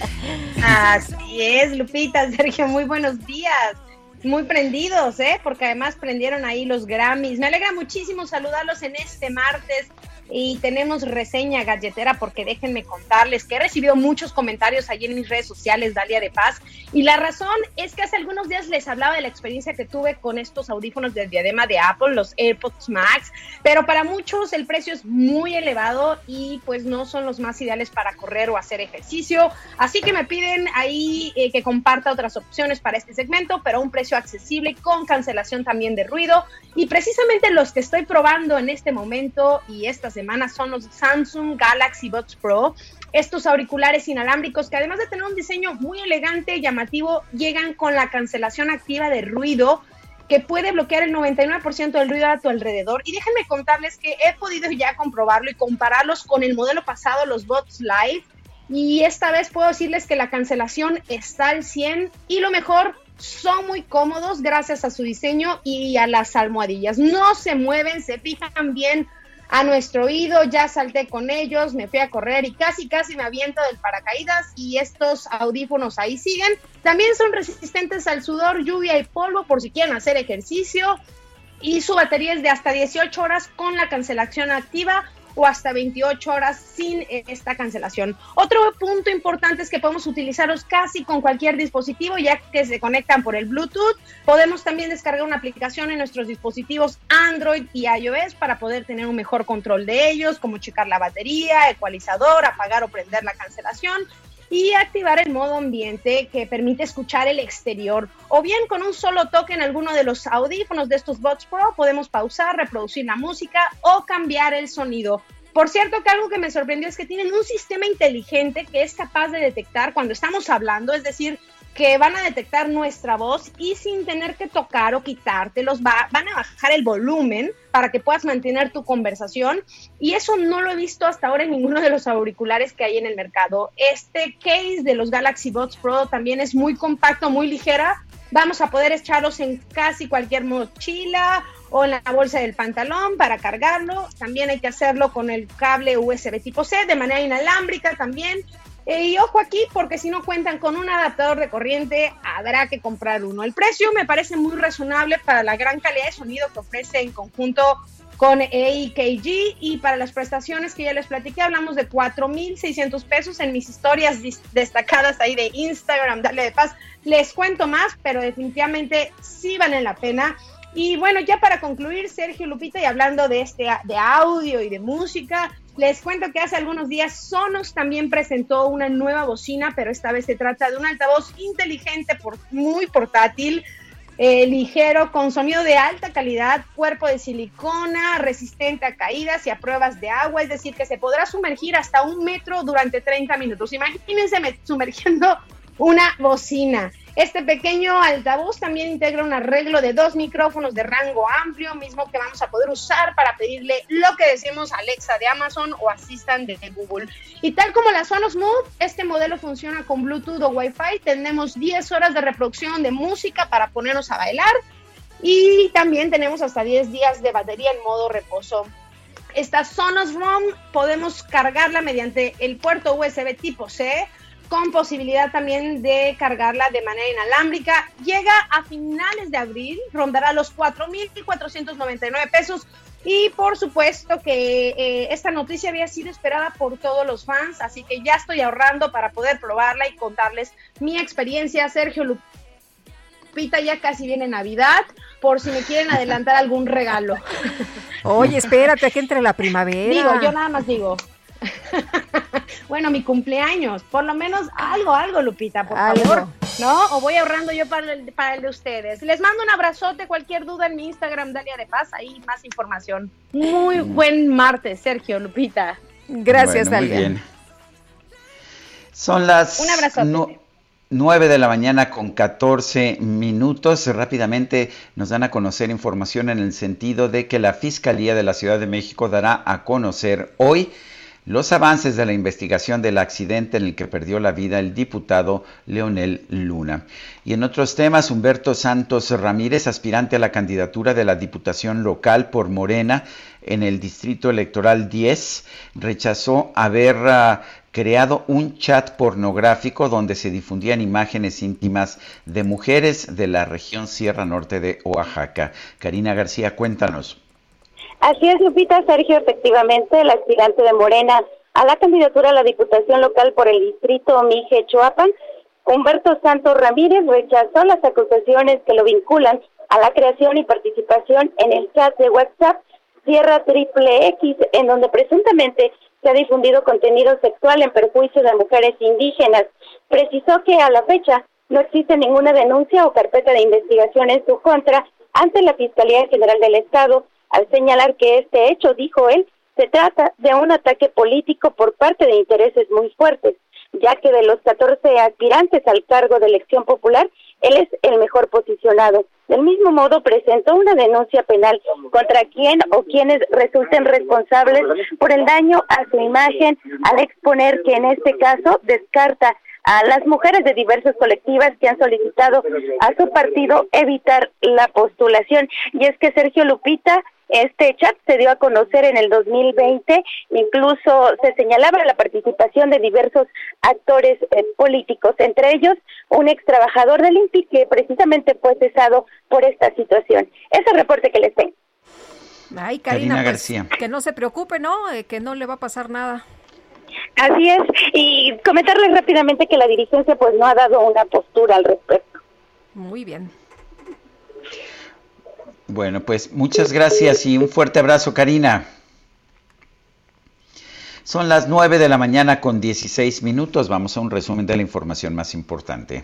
Así es, Lupita, Sergio, muy buenos días. Muy prendidos, porque además prendieron ahí los Grammys. Me alegra muchísimo saludarlos en este martes y tenemos reseña galletera porque déjenme contarles que he recibido muchos comentarios allí en mis redes sociales, Dalia de Paz, y la razón es que hace algunos días les hablaba de la experiencia que tuve con estos audífonos del diadema de Apple, los AirPods Max, pero para muchos el precio es muy elevado y pues no son los más ideales para correr o hacer ejercicio, así que me piden ahí que comparta otras opciones para este segmento, pero a un precio accesible con cancelación también de ruido, y precisamente los que estoy probando en este momento y esta semana son los Samsung Galaxy Buds Pro, estos auriculares inalámbricos que además de tener un diseño muy elegante y llamativo, llegan con la cancelación activa de ruido que puede bloquear el 99% del ruido a tu alrededor. Y déjenme contarles que he podido ya comprobarlo y compararlos con el modelo pasado, los Buds Live, y esta vez puedo decirles que la cancelación está al 100 y lo mejor, son muy cómodos gracias a su diseño y a las almohadillas. No se mueven, se fijan bien a nuestro oído. Ya salté con ellos, me fui a correr y casi me aviento del paracaídas y estos audífonos ahí siguen. También son resistentes al sudor, lluvia y polvo por si quieren hacer ejercicio, y su batería es de hasta 18 horas con la cancelación activa o hasta 28 horas sin esta cancelación. Otro punto importante es que podemos utilizarlos casi con cualquier dispositivo, ya que se conectan por el Bluetooth. Podemos también descargar una aplicación en nuestros dispositivos Android y iOS para poder tener un mejor control de ellos, como checar la batería, ecualizador, apagar o prender la cancelación y activar el modo ambiente que permite escuchar el exterior. O bien con un solo toque en alguno de los audífonos de estos Buds Pro podemos pausar, reproducir la música o cambiar el sonido. Por cierto, que algo que me sorprendió es que tienen un sistema inteligente que es capaz de detectar cuando estamos hablando, es decir, que van a detectar nuestra voz y sin tener que tocar o quitártelos, van a bajar el volumen para que puedas mantener tu conversación, y eso no lo he visto hasta ahora en ninguno de los auriculares que hay en el mercado. Este case de los Galaxy Buds Pro también es muy compacto, muy ligera. Vamos a poder echarlos en casi cualquier mochila o en la bolsa del pantalón para cargarlo. También hay que hacerlo con el cable USB tipo C, de manera inalámbrica también. Y ojo aquí, porque si no cuentan con un adaptador de corriente, habrá que comprar uno. El precio me parece muy razonable para la gran calidad de sonido que ofrece en conjunto con AKG, y para las prestaciones que ya les platiqué, hablamos de 4,600 pesos. En mis historias destacadas ahí de Instagram, Dale de Paz, les cuento más, pero definitivamente sí valen la pena. Y bueno, ya para concluir, Sergio, Lupita, y hablando de audio y de música, les cuento que hace algunos días Sonos también presentó una nueva bocina, pero esta vez se trata de un altavoz inteligente, muy portátil, ligero, con sonido de alta calidad, cuerpo de silicona, resistente a caídas y a pruebas de agua, es decir, que se podrá sumergir hasta 1 metro durante 30 minutos. Imagínense sumergiendo una bocina. Este pequeño altavoz también integra un arreglo de 2 micrófonos de rango amplio, mismo que vamos a poder usar para pedirle lo que decimos Alexa de Amazon o Assistant de Google. Y tal como la Sonos Move, este modelo funciona con Bluetooth o Wi-Fi. Tenemos 10 horas de reproducción de música para ponernos a bailar, y también tenemos hasta 10 días de batería en modo reposo. Esta Sonos ROM podemos cargarla mediante el puerto USB tipo C, con posibilidad también de cargarla de manera inalámbrica. Llega a finales de abril, rondará los 4,499 pesos. Y por supuesto que esta noticia había sido esperada por todos los fans, así que ya estoy ahorrando para poder probarla y contarles mi experiencia. Sergio, Lupita, ya casi viene Navidad, por si me quieren adelantar algún regalo.
Oye, espérate, a que entre la primavera.
Yo nada más digo. Bueno, mi cumpleaños, por lo menos algo, Lupita, por favor, ¿no? O voy ahorrando yo para el de ustedes. Les mando un abrazote, cualquier duda en mi Instagram, Dalia de Paz, ahí más información. Muy buen martes, Sergio, Lupita.
Gracias,
Dalia. Muy bien. Son las 9 de la mañana con 14 minutos. Rápidamente nos dan a conocer información en el sentido de que la Fiscalía de la Ciudad de México dará a conocer hoy los avances de la investigación del accidente en el que perdió la vida el diputado Leonel Luna. Y en otros temas, Humberto Santos Ramírez, aspirante a la candidatura de la Diputación Local por Morena en el Distrito Electoral 10, rechazó haber creado un chat pornográfico donde se difundían imágenes íntimas de mujeres de la región Sierra Norte de Oaxaca. Karina García, cuéntanos.
Así es, Lupita. Sergio, efectivamente, el aspirante de Morena a la candidatura a la Diputación Local por el Distrito Mije-Choapan, Humberto Santos Ramírez, rechazó las acusaciones que lo vinculan a la creación y participación en el chat de WhatsApp Sierra Triple X, en donde presuntamente se ha difundido contenido sexual en perjuicio de mujeres indígenas. Precisó que a la fecha no existe ninguna denuncia o carpeta de investigación en su contra ante la Fiscalía General del Estado, al señalar que este hecho, dijo él, se trata de un ataque político por parte de intereses muy fuertes, ya que de los 14 aspirantes al cargo de elección popular, él es el mejor posicionado. Del mismo modo, presentó una denuncia penal contra quien o quienes resulten responsables por el daño a su imagen, al exponer que en este caso descarta a las mujeres de diversas colectivas que han solicitado a su partido evitar la postulación. Y es que, Sergio, Lupita, este chat se dio a conocer en el 2020, incluso se señalaba la participación de diversos actores políticos, entre ellos un ex trabajador del INPI que precisamente fue cesado por esta situación. Ese reporte que les tengo.
Ay, Karina García. Que no se preocupe, ¿no? Que no le va a pasar nada.
Así es, y comentarles rápidamente que la dirigencia pues no ha dado una postura al respecto.
Muy bien.
Bueno, pues muchas gracias y un fuerte abrazo, Karina. Son las 9 de la mañana con 16 minutos. Vamos a un resumen de la información más importante.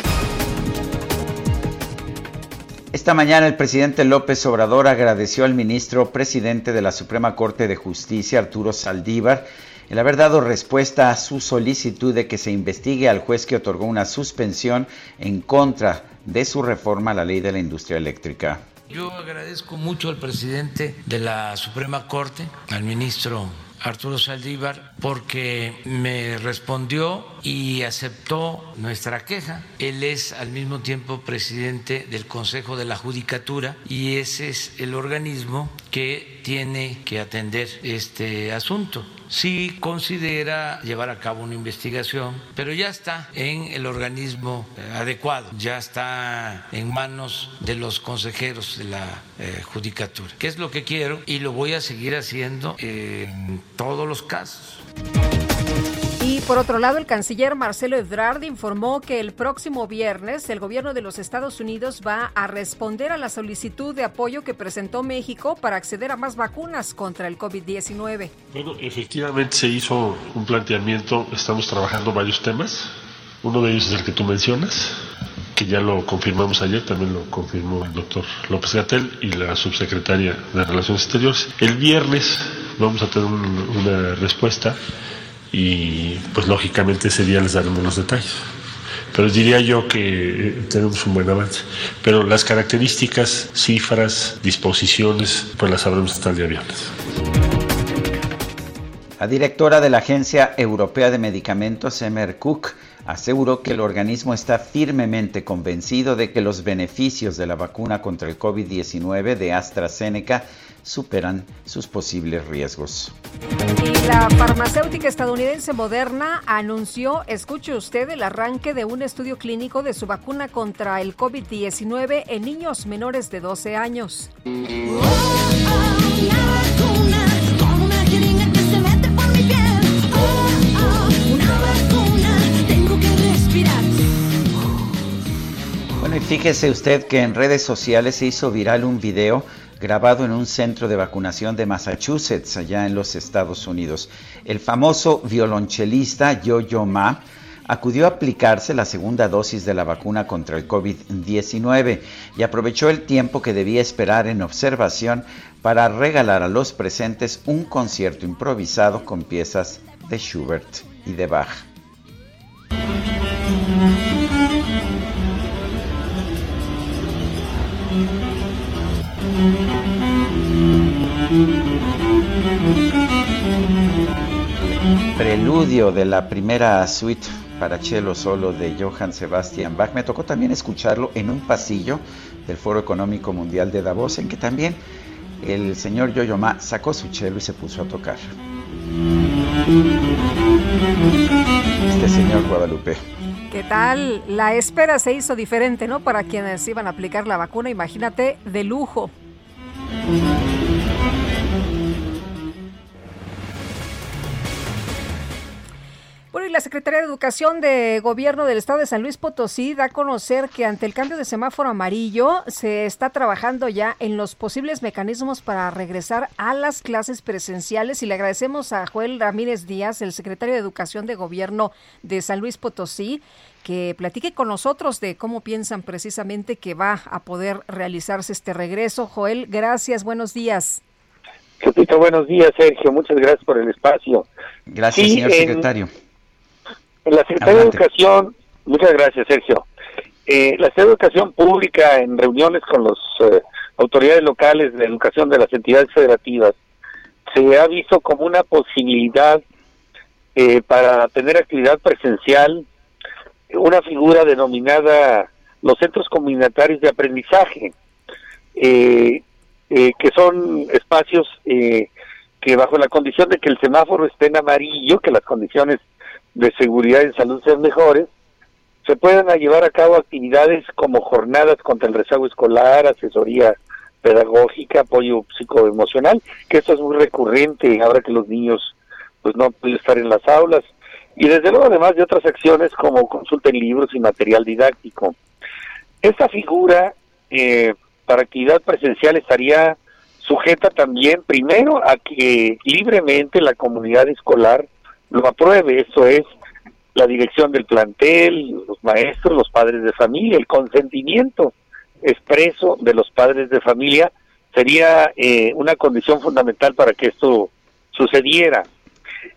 Esta mañana el presidente López Obrador agradeció al ministro presidente de la Suprema Corte de Justicia, Arturo Saldívar, el haber dado respuesta a su solicitud de que se investigue al juez que otorgó una suspensión en contra de su reforma a la ley de la industria eléctrica.
Yo agradezco mucho al presidente de la Suprema Corte, al ministro Arturo Saldívar, porque me respondió y aceptó nuestra queja. Él es al mismo tiempo presidente del Consejo de la Judicatura y ese es el organismo que tiene que atender este asunto. Sí considera llevar a cabo una investigación, pero ya está en el organismo adecuado, ya está en manos de los consejeros de la Judicatura, que es lo que quiero y lo voy a seguir haciendo en todos los casos.
Y por otro lado, el canciller Marcelo Ebrard informó que el próximo viernes el gobierno de los Estados Unidos va a responder a la solicitud de apoyo que presentó México para acceder a más vacunas contra el COVID-19.
Bueno, efectivamente se hizo un planteamiento, estamos trabajando varios temas. Uno de ellos es el que tú mencionas, que ya lo confirmamos ayer, también lo confirmó el doctor López-Gatell y la subsecretaria de Relaciones Exteriores. El viernes vamos a tener una respuesta y pues lógicamente ese día les daremos los detalles. Pero diría yo que tenemos un buen avance. Pero las características, cifras, disposiciones, pues las sabremos hasta el día viernes.
La directora de la Agencia Europea de Medicamentos, Emer Cook, aseguró que el organismo está firmemente convencido de que los beneficios de la vacuna contra el COVID-19 de AstraZeneca superan sus posibles riesgos.
Y la farmacéutica estadounidense Moderna anunció, escuche usted, el arranque de un estudio clínico de su vacuna contra el COVID-19 en niños menores de 12 años.
Bueno, y fíjese usted que en redes sociales se hizo viral un video grabado en un centro de vacunación de Massachusetts, allá en los Estados Unidos. El famoso violonchelista Yo-Yo Ma acudió a aplicarse la segunda dosis de la vacuna contra el COVID-19 y aprovechó el tiempo que debía esperar en observación para regalar a los presentes un concierto improvisado con piezas de Schubert y de Bach. Preludio de la primera suite para cello solo de Johann Sebastian Bach. Me tocó también escucharlo en un pasillo del Foro Económico Mundial de Davos, en que también el señor Yo-Yo Ma sacó su cello y se puso a tocar. Este señor Guadalupe.
¿Qué tal? La espera se hizo diferente, ¿no? Para quienes iban a aplicar la vacuna, imagínate, de lujo. Bueno, y la Secretaría de Educación de Gobierno del Estado de San Luis Potosí da a conocer que ante el cambio de semáforo amarillo se está trabajando ya en los posibles mecanismos para regresar a las clases presenciales, y le agradecemos a Joel Ramírez Díaz, el secretario de Educación de Gobierno de San Luis Potosí, que platique con nosotros de cómo piensan precisamente que va a poder realizarse este regreso. Joel, gracias, buenos días.
Repito, buenos días, Sergio, muchas gracias por el espacio.
Gracias, señor secretario.
La Secretaría de Educación, muchas gracias, Sergio. La Secretaría de Educación Pública, en reuniones con las autoridades locales de educación de las entidades federativas, se ha visto como una posibilidad para tener actividad presencial, una figura denominada los centros comunitarios de aprendizaje, que son espacios que bajo la condición de que el semáforo esté en amarillo, que las condiciones de seguridad y salud sean mejores, se puedan llevar a cabo actividades como jornadas contra el rezago escolar, asesoría pedagógica, apoyo psicoemocional, que esto es muy recurrente ahora que los niños pues no pueden estar en las aulas, y desde luego además de otras acciones como consulta en libros y material didáctico. Esta figura para actividad presencial estaría sujeta también primero a que libremente la comunidad escolar lo apruebe, esto es, la dirección del plantel, los maestros, los padres de familia, el consentimiento expreso de los padres de familia sería una condición fundamental para que esto sucediera.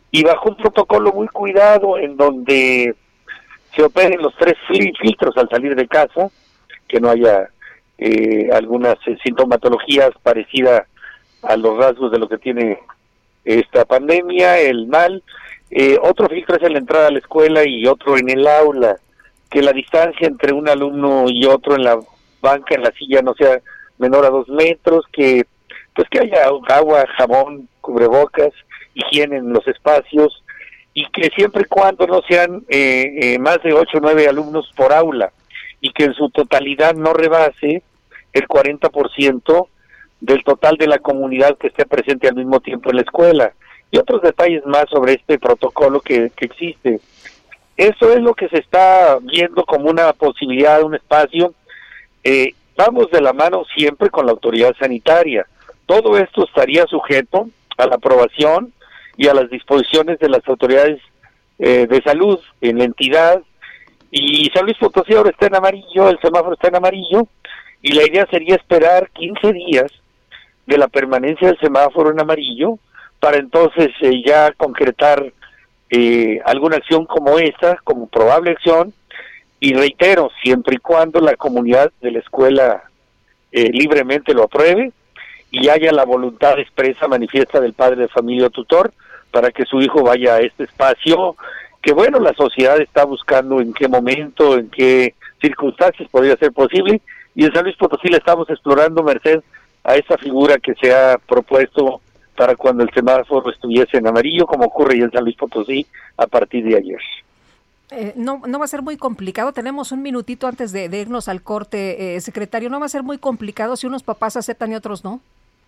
y bajo un protocolo muy cuidado en donde se operen los 3 filtros al salir de casa, que no haya algunas sintomatologías parecidas a los rasgos de lo que tiene esta pandemia, el mal. Otro filtro es en la entrada a la escuela y otro en el aula, que la distancia entre un alumno y otro en la banca, en la silla, no sea menor a 2 metros, que haya agua, jabón, cubrebocas, higiene en los espacios, y que siempre y cuando no sean más de 8 o 9 alumnos por aula, y que en su totalidad no rebase el 40% del total de la comunidad que esté presente al mismo tiempo en la escuela, y otros detalles más sobre este protocolo que existe. Eso es lo que se está viendo como una posibilidad, un espacio. Vamos de la mano siempre con la autoridad sanitaria. Todo esto estaría sujeto a la aprobación y a las disposiciones de las autoridades de salud en la entidad. Y San Luis Potosí ahora está en amarillo, el semáforo está en amarillo, y la idea sería esperar 15 días de la permanencia del semáforo en amarillo para entonces ya concretar alguna acción como esta, como probable acción, y reitero, siempre y cuando la comunidad de la escuela libremente lo apruebe y haya la voluntad expresa, manifiesta del padre de familia o tutor para que su hijo vaya a este espacio que, bueno, la sociedad está buscando en qué momento, en qué circunstancias podría ser posible, y en San Luis Potosí la estamos explorando merced a esa figura que se ha propuesto para cuando el semáforo estuviese en amarillo, como ocurre ya en San Luis Potosí a partir de ayer.
No va a ser muy complicado. Tenemos un minutito antes de irnos al corte, secretario. ¿No va a ser muy complicado si unos papás aceptan y otros no?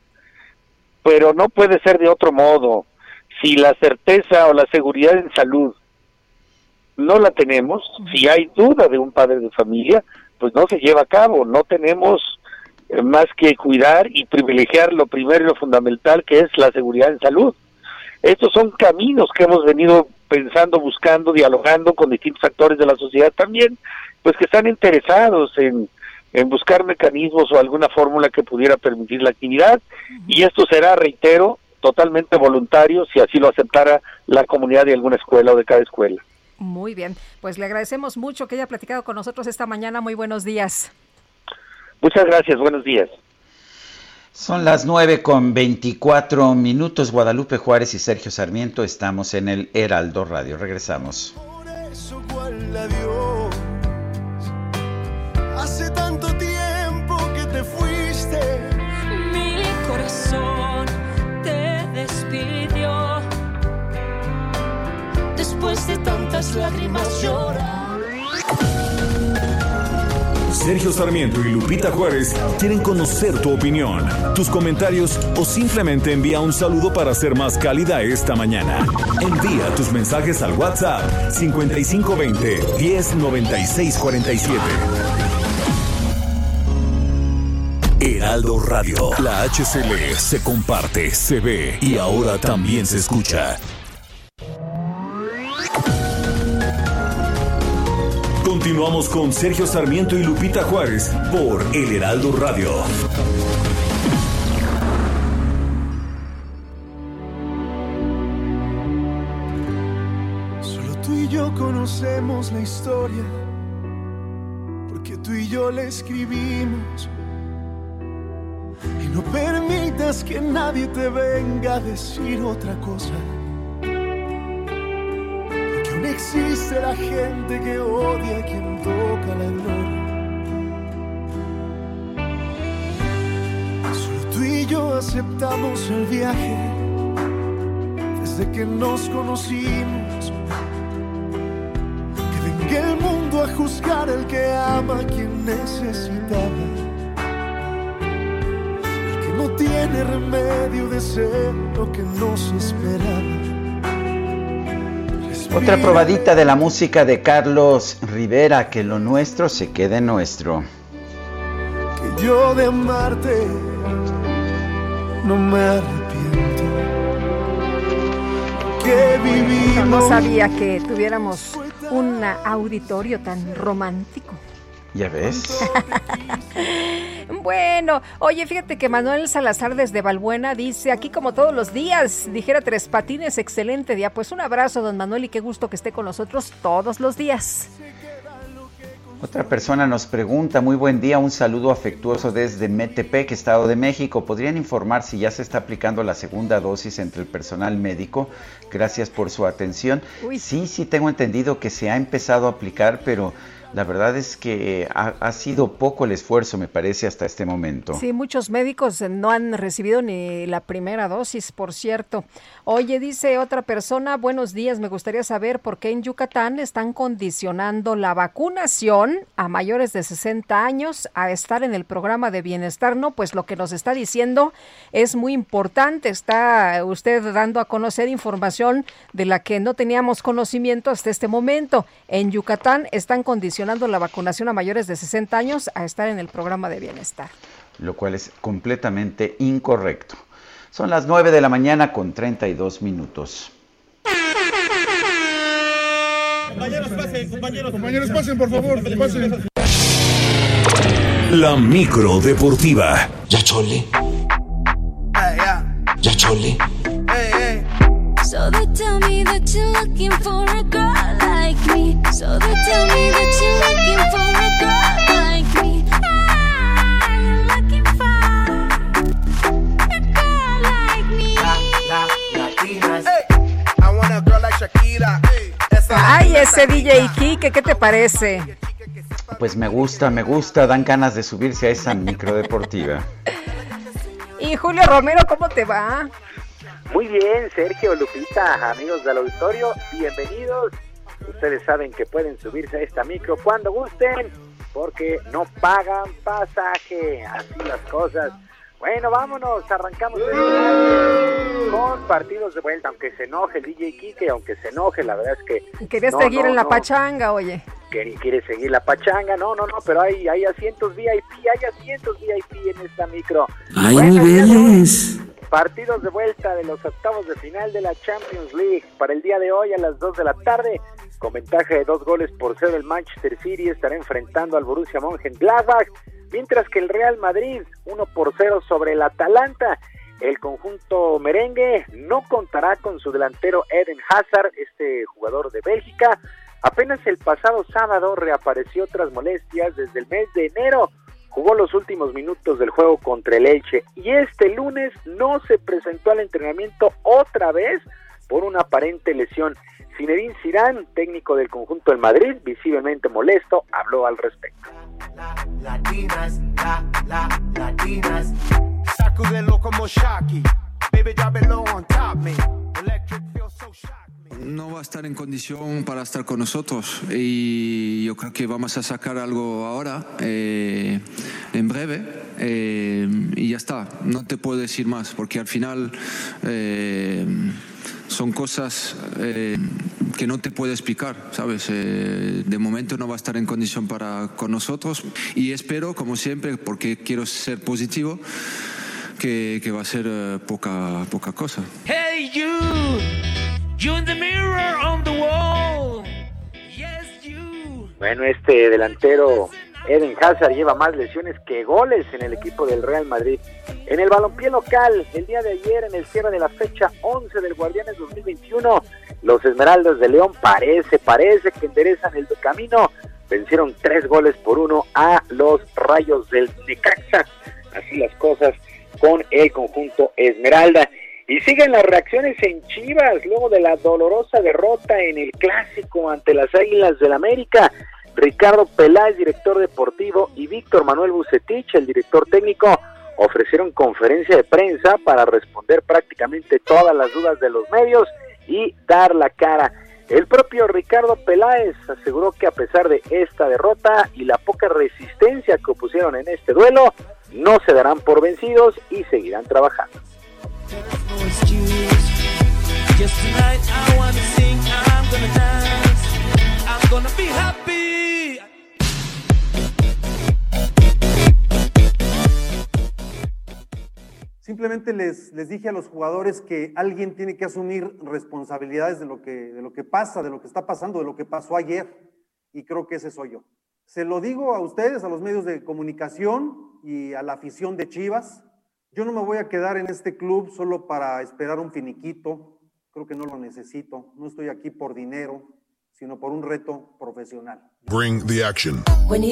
Pero no puede ser de otro modo. Si la certeza o la seguridad en salud no la tenemos, si hay duda de un padre de familia, pues no se lleva a cabo. No tenemos más que cuidar y privilegiar lo primero y lo fundamental, que es la seguridad en salud. Estos son caminos que hemos venido pensando, buscando, dialogando con distintos actores de la sociedad también, pues que están interesados en buscar mecanismos o alguna fórmula que pudiera permitir la actividad, y esto será, reitero, totalmente voluntario si así lo aceptara la comunidad de alguna escuela o de cada escuela.
Muy bien, pues le agradecemos mucho que haya platicado con nosotros esta mañana. Muy buenos días.
Muchas gracias, buenos días.
Son las 9:24. Guadalupe Juárez y Sergio Sarmiento estamos en el Heraldo Radio. Regresamos.
Por eso, guarda Dios. Hace tanto tiempo que te fuiste.
Mi corazón te despidió. Después de tantas lágrimas llorar.
Sergio Sarmiento y Lupita Juárez quieren conocer tu opinión, tus comentarios o simplemente envía un saludo para hacer más cálida esta mañana. Envía tus mensajes al WhatsApp 5520 109647. Heraldo Radio, la HCL se comparte, se ve y ahora también se escucha. Continuamos con Sergio Sarmiento y Lupita Juárez por El Heraldo Radio.
Solo tú y yo conocemos la historia, porque tú y yo la escribimos. Y no permitas que nadie te venga a decir otra cosa. Existe la gente que odia a quien toca la gloria. Solo tú y yo aceptamos el viaje desde que nos conocimos. Que venga el mundo a juzgar al que ama a quien necesitaba. El que no tiene remedio de ser lo que nos esperaba.
Otra probadita de la música de Carlos Rivera, que lo nuestro se quede nuestro.
Que yo de amarte no me arrepiento. Que vivimos.
No sabía que tuviéramos un auditorio tan romántico.
¿Ya ves?
Bueno, oye, fíjate que Manuel Salazar desde Valbuena dice, aquí como todos los días, dijera Tres Patines, excelente día. Pues un abrazo, don Manuel, y qué gusto que esté con nosotros todos los días.
Otra persona nos pregunta, muy buen día, un saludo afectuoso desde Metepec, Estado de México. ¿Podrían informar si ya se está aplicando la segunda dosis entre el personal médico? Gracias por su atención. Uy. Sí, tengo entendido que se ha empezado a aplicar, pero la verdad es que ha sido poco el esfuerzo, me parece, hasta este momento.
Sí, muchos médicos no han recibido ni la primera dosis, por cierto. Oye, dice otra persona, buenos días, me gustaría saber por qué en Yucatán están condicionando la vacunación a mayores de 60 años a estar en el programa de bienestar. No, pues lo que nos está diciendo es muy importante. Está usted dando a conocer información de la que no teníamos conocimiento hasta este momento. En Yucatán están condicionando la vacunación a mayores de 60 años a estar en el programa de bienestar.
Lo cual es completamente incorrecto. Son las 9 de la mañana con 32 minutos.
Compañeros, pasen, por favor, pasen.
La micro deportiva.
Ya chole.
Ya chole.
So they tell me that you're looking for a girl like me. So they tell me that you're looking for a girl like me. I'm looking for a girl like me.
Latinas. Hey, I want a girl like Shakira. Hey,
ay, ese DJ Kike, ¿qué te parece?
Pues me gusta, dan ganas de subirse a esa micro deportiva.
Y Julio Romero, ¿cómo te va?
Muy bien, Sergio, Lupita, amigos del auditorio, bienvenidos. Ustedes saben que pueden subirse a esta micro cuando gusten, porque no pagan pasaje, así las cosas. Bueno, vámonos, arrancamos con partidos de vuelta, aunque se enoje el DJ Kike, aunque se enoje, la verdad es que...
¿Quieres seguir en la pachanga, oye?
Quiere seguir la pachanga, no, pero hay asientos VIP en esta micro.
¡Hay niveles!
Partidos de vuelta de los octavos de final de la Champions League. Para el día de hoy a las 2 de la tarde, con ventaja de 2-0 el Manchester City estará enfrentando al Borussia Mönchengladbach, mientras que el Real Madrid 1-0 sobre el Atalanta. El conjunto merengue no contará con su delantero Eden Hazard, este jugador de Bélgica. Apenas el pasado sábado reapareció tras molestias desde el mes de enero. Jugó los últimos minutos del juego contra el Elche y este lunes no se presentó al entrenamiento otra vez por una aparente lesión. Zinedine Zidane, técnico del conjunto del Madrid, visiblemente molesto, habló al respecto.
Latinas. Sacúdelo como Shaki. Baby, drop it low on top me. Electric feels so shock.
No va a estar en condición para estar con nosotros y yo creo que vamos a sacar algo ahora, en breve, y ya está. No te puedo decir más porque al final son cosas que no te puedo explicar, ¿sabes? De momento no va a estar en condición con nosotros y espero, como siempre, porque quiero ser positivo, que va a ser poca cosa.
Hey you in the mirror on the wall. Yes you.
Bueno, este delantero Eden Hazard lleva más lesiones que goles en el equipo del Real Madrid. En el balompié local, el día de ayer, en el cierre de la fecha 11 del Guardianes 2021, los Esmeraldas de León parece que enderezan el camino. Vencieron 3-1 a los Rayos del Necaxa. Así las cosas con el conjunto Esmeralda. Y siguen las reacciones en Chivas luego de la dolorosa derrota en el clásico ante las Águilas del América. Ricardo Peláez, director deportivo, y Víctor Manuel Bucetich, el director técnico, ofrecieron conferencia de prensa para responder prácticamente todas las dudas de los medios y dar la cara. El propio Ricardo Peláez aseguró que a pesar de esta derrota y la poca resistencia que opusieron en este duelo, no se darán por vencidos y seguirán trabajando.
Simplemente les dije a los jugadores que alguien tiene que asumir responsabilidades de lo que pasa, de lo que está pasando, de lo que pasó ayer, y creo que ese soy yo. Se lo digo a ustedes, a los medios de comunicación, y a la afición de Chivas. Yo no me voy a quedar en este club solo para esperar un finiquito. Creo que no lo necesito. No estoy aquí por dinero, sino por un reto profesional.
Bring the action.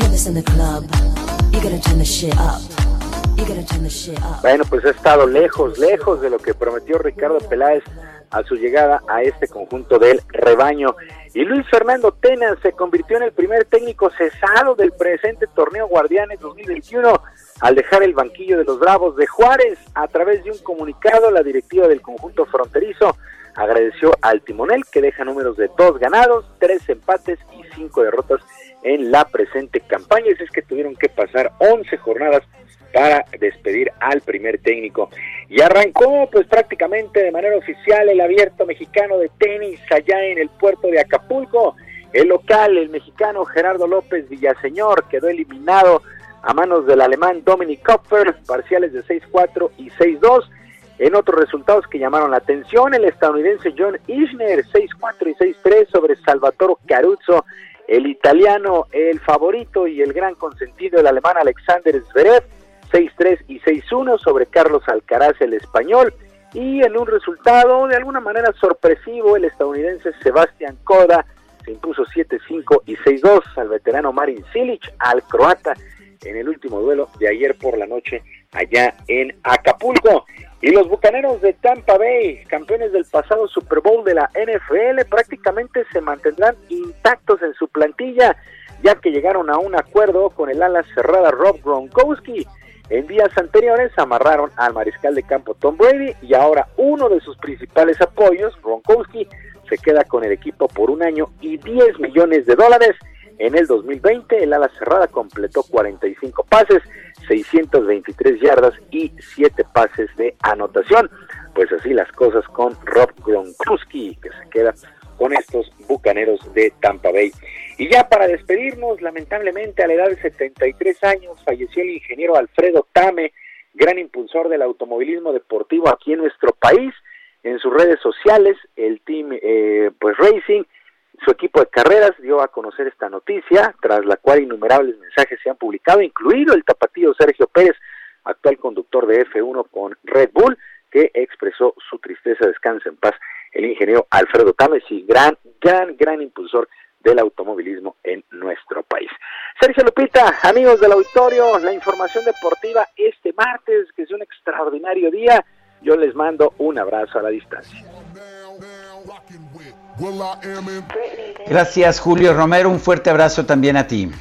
Bueno, pues ha estado lejos de lo que prometió Ricardo Peláez a su llegada a este conjunto del rebaño. Y Luis Fernando Tena se convirtió en el primer técnico cesado del presente torneo Guardianes 2021 al dejar el banquillo de los Bravos de Juárez. A través de un comunicado, la directiva del conjunto fronterizo agradeció al timonel, que deja números de 2 ganados, 3 empates y 5 derrotas en la presente campaña. Y es que tuvieron que pasar 11 jornadas para despedir al primer técnico. Y arrancó pues prácticamente de manera oficial el Abierto Mexicano de tenis allá en el puerto de Acapulco. El local, el mexicano Gerardo López Villaseñor, quedó eliminado a manos del alemán Dominic Kopfer, parciales de 6-4 y 6-2. En otros resultados que llamaron la atención, el estadounidense John Isner, 6-4 y 6-3 sobre Salvatore Caruso. El italiano, el favorito y el gran consentido, el alemán Alexander Zverev, 6-3 y 6-1 sobre Carlos Alcaraz, el español. Y en un resultado de alguna manera sorpresivo, el estadounidense Sebastián Korda se impuso 7-5 y 6-2 al veterano Marin Cilic, al croata, en el último duelo de ayer por la noche allá en Acapulco. Y los Bucaneros de Tampa Bay, campeones del pasado Super Bowl de la NFL, prácticamente se mantendrán intactos en su plantilla, ya que llegaron a un acuerdo con el ala cerrada Rob Gronkowski. En días anteriores amarraron al mariscal de campo Tom Brady y ahora uno de sus principales apoyos, Gronkowski, se queda con el equipo por un año y $10 millones. En el 2020 el ala cerrada completó 45 pases, 623 yardas y 7 pases de anotación. Pues así las cosas con Rob Gronkowski, que se queda con estos Bucaneros de Tampa Bay. Y ya para despedirnos, lamentablemente a la edad de 73 años falleció el ingeniero Alfredo Tame, gran impulsor del automovilismo deportivo aquí en nuestro país. En sus redes sociales, el Team Racing, su equipo de carreras, dio a conocer esta noticia, tras la cual innumerables mensajes se han publicado, incluido el tapatío Sergio Pérez, actual conductor de F1 con Red Bull, que expresó su tristeza. Descanse en paz el ingeniero Alfredo Tame, sí, gran impulsor del automovilismo en nuestro país. Sergio, Lupita, amigos del auditorio, la información deportiva este martes, que es un extraordinario día. Yo les mando un abrazo a la distancia.
Gracias, Julio Romero, un fuerte abrazo también a ti.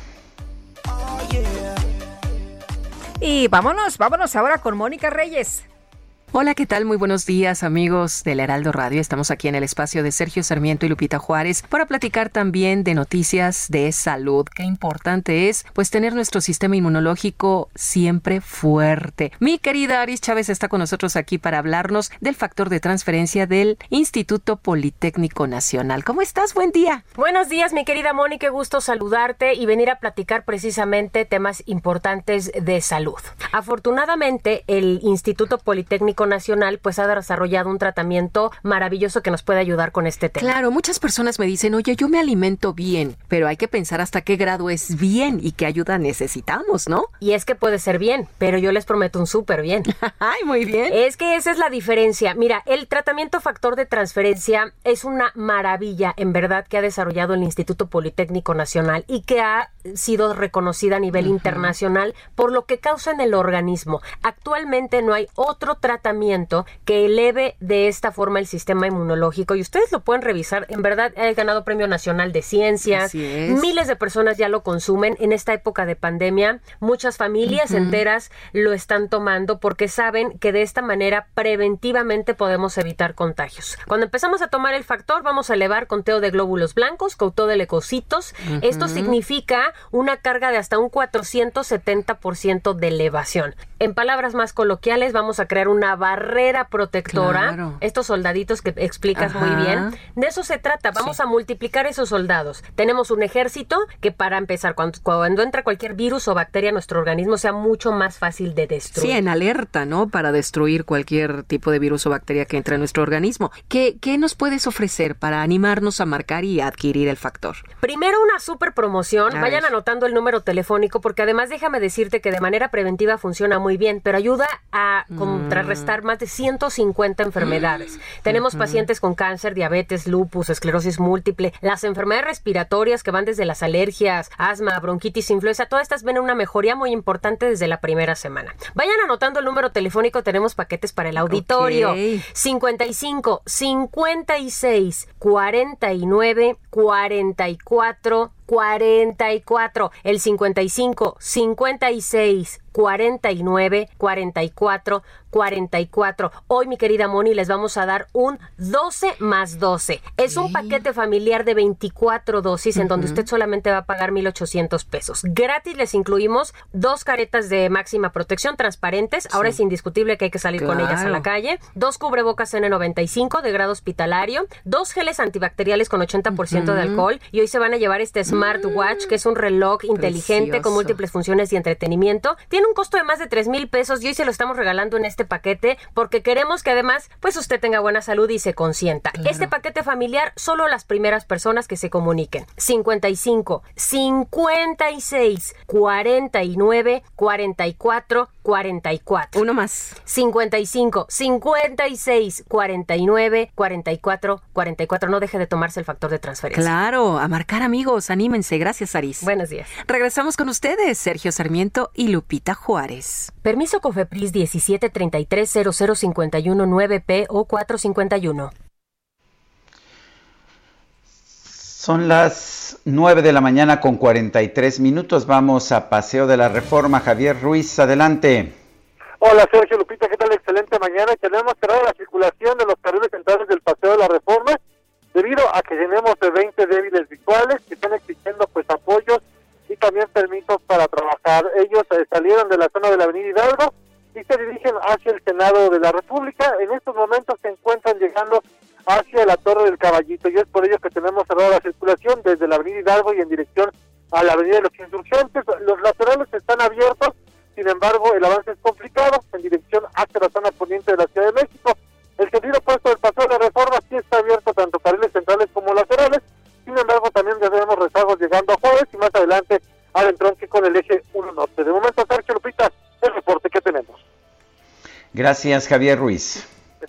Y vámonos ahora con Mónica Reyes.
Hola, ¿qué tal? Muy buenos días, amigos del Heraldo Radio. Estamos aquí en el espacio de Sergio Sarmiento y Lupita Juárez para platicar también de noticias de salud. Qué importante es, pues, tener nuestro sistema inmunológico siempre fuerte. Mi querida Aris Chávez está con nosotros aquí para hablarnos del factor de transferencia del Instituto Politécnico Nacional. ¿Cómo estás? Buen día.
Buenos días, mi querida Mónica. Qué gusto saludarte y venir a platicar precisamente temas importantes de salud. Afortunadamente, el Instituto Politécnico Nacional pues ha desarrollado un tratamiento maravilloso que nos puede ayudar con este tema.
Claro, muchas personas me dicen, oye, yo me alimento bien, pero hay que pensar hasta qué grado es bien y qué ayuda necesitamos, ¿no?
Y es que puede ser bien, pero yo les prometo un súper bien.
Ay, muy bien.
Es que esa es la diferencia. Mira, el tratamiento factor de transferencia es una maravilla, en verdad, que ha desarrollado el Instituto Politécnico Nacional y que ha sido reconocida a nivel internacional por lo que causa en el organismo. Actualmente no hay otro tratamiento que eleve de esta forma el sistema inmunológico y ustedes lo pueden revisar. En verdad, ha ganado Premio Nacional de Ciencias. Miles de personas ya lo consumen en esta época de pandemia. Muchas familias enteras lo están tomando porque saben que de esta manera preventivamente podemos evitar contagios. Cuando empezamos a tomar el factor, vamos a elevar conteo de glóbulos blancos, conteo de leucocitos. Esto significa una carga de hasta un 470% de elevación. En palabras más coloquiales, vamos a crear una barrera protectora,
Claro.
estos soldaditos que explicas muy bien, de eso se trata, vamos a multiplicar esos soldados. Tenemos un ejército que para empezar, cuando entra cualquier virus o bacteria a nuestro organismo sea mucho más fácil de destruir.
Sí, en alerta, ¿no? Para destruir cualquier tipo de virus o bacteria que entre en nuestro organismo. ¿Qué nos puedes ofrecer para animarnos a marcar y adquirir el factor?
Primero, una super promoción.
A
Vayan
ver.
anotando el número telefónico, porque además déjame decirte que de manera preventiva funciona muy bien, pero ayuda a contrarrestar más de 150 enfermedades. Tenemos pacientes con cáncer, diabetes, lupus, esclerosis múltiple, las enfermedades respiratorias que van desde las alergias, asma, bronquitis, influenza, todas estas ven una mejoría muy importante desde la primera semana. Vayan anotando el número telefónico, tenemos paquetes para el auditorio. 55 56 49 44 44, el 55 56 49 44 44. Hoy, mi querida Moni, les vamos a dar un 12 más 12. Es un paquete familiar de 24 dosis en donde usted solamente va a pagar 1,800 pesos. Gratis les incluimos 2 caretas de máxima protección transparentes. Ahora es indiscutible que hay que salir con ellas a la calle. 2 cubrebocas N95 de grado hospitalario. 2 geles antibacteriales con 80% de alcohol. Y hoy se van a llevar este smartwatch, que es un reloj inteligente con múltiples funciones y entretenimiento. Tiene un costo de más de 3,000 pesos y hoy se lo estamos regalando en este paquete porque queremos que además pues usted tenga buena salud y se consienta. Este paquete familiar, solo las primeras personas que se comuniquen. 55 56 49 44 44.
Uno más.
55 56 49 44 44. No deje de tomarse el factor de transferencia.
Claro, a marcar, amigos, anímense. Gracias, Aris.
Buenos días.
Regresamos con ustedes, Sergio Sarmiento y Lupita Juárez.
Permiso COFEPRIS 1733-0051-9P o 451.
Son las 9 de la mañana con 43 minutos. Vamos a Paseo de la Reforma. Javier Ruiz, adelante.
Hola Sergio, Lupita, ¿qué tal? Excelente mañana. Tenemos cerrada la circulación de los carriles centrales del Paseo de la Reforma debido a que tenemos de 20 débiles visuales que están exigiendo pues apoyos y también permisos para trabajar. Ellos salieron de la zona de la Avenida Hidalgo y se dirigen hacia el Senado de la República. En estos momentos se encuentran llegando hacia la Torre del Caballito y es por ello que tenemos cerrada la circulación desde la Avenida Hidalgo y en dirección a la Avenida de los Insurgentes. Los laterales están abiertos, sin embargo el avance es complicado en dirección hacia la zona poniente de la Ciudad de México. El sentido opuesto del Paseo de la Reforma sí está abierto, tanto carriles centrales como laterales. Sin embargo, también ya tenemos rezagos llegando a Juárez y más adelante al entronque con el eje 1 norte. De momento, Sergio, Lupita, el reporte que tenemos.
Gracias, Javier Ruiz.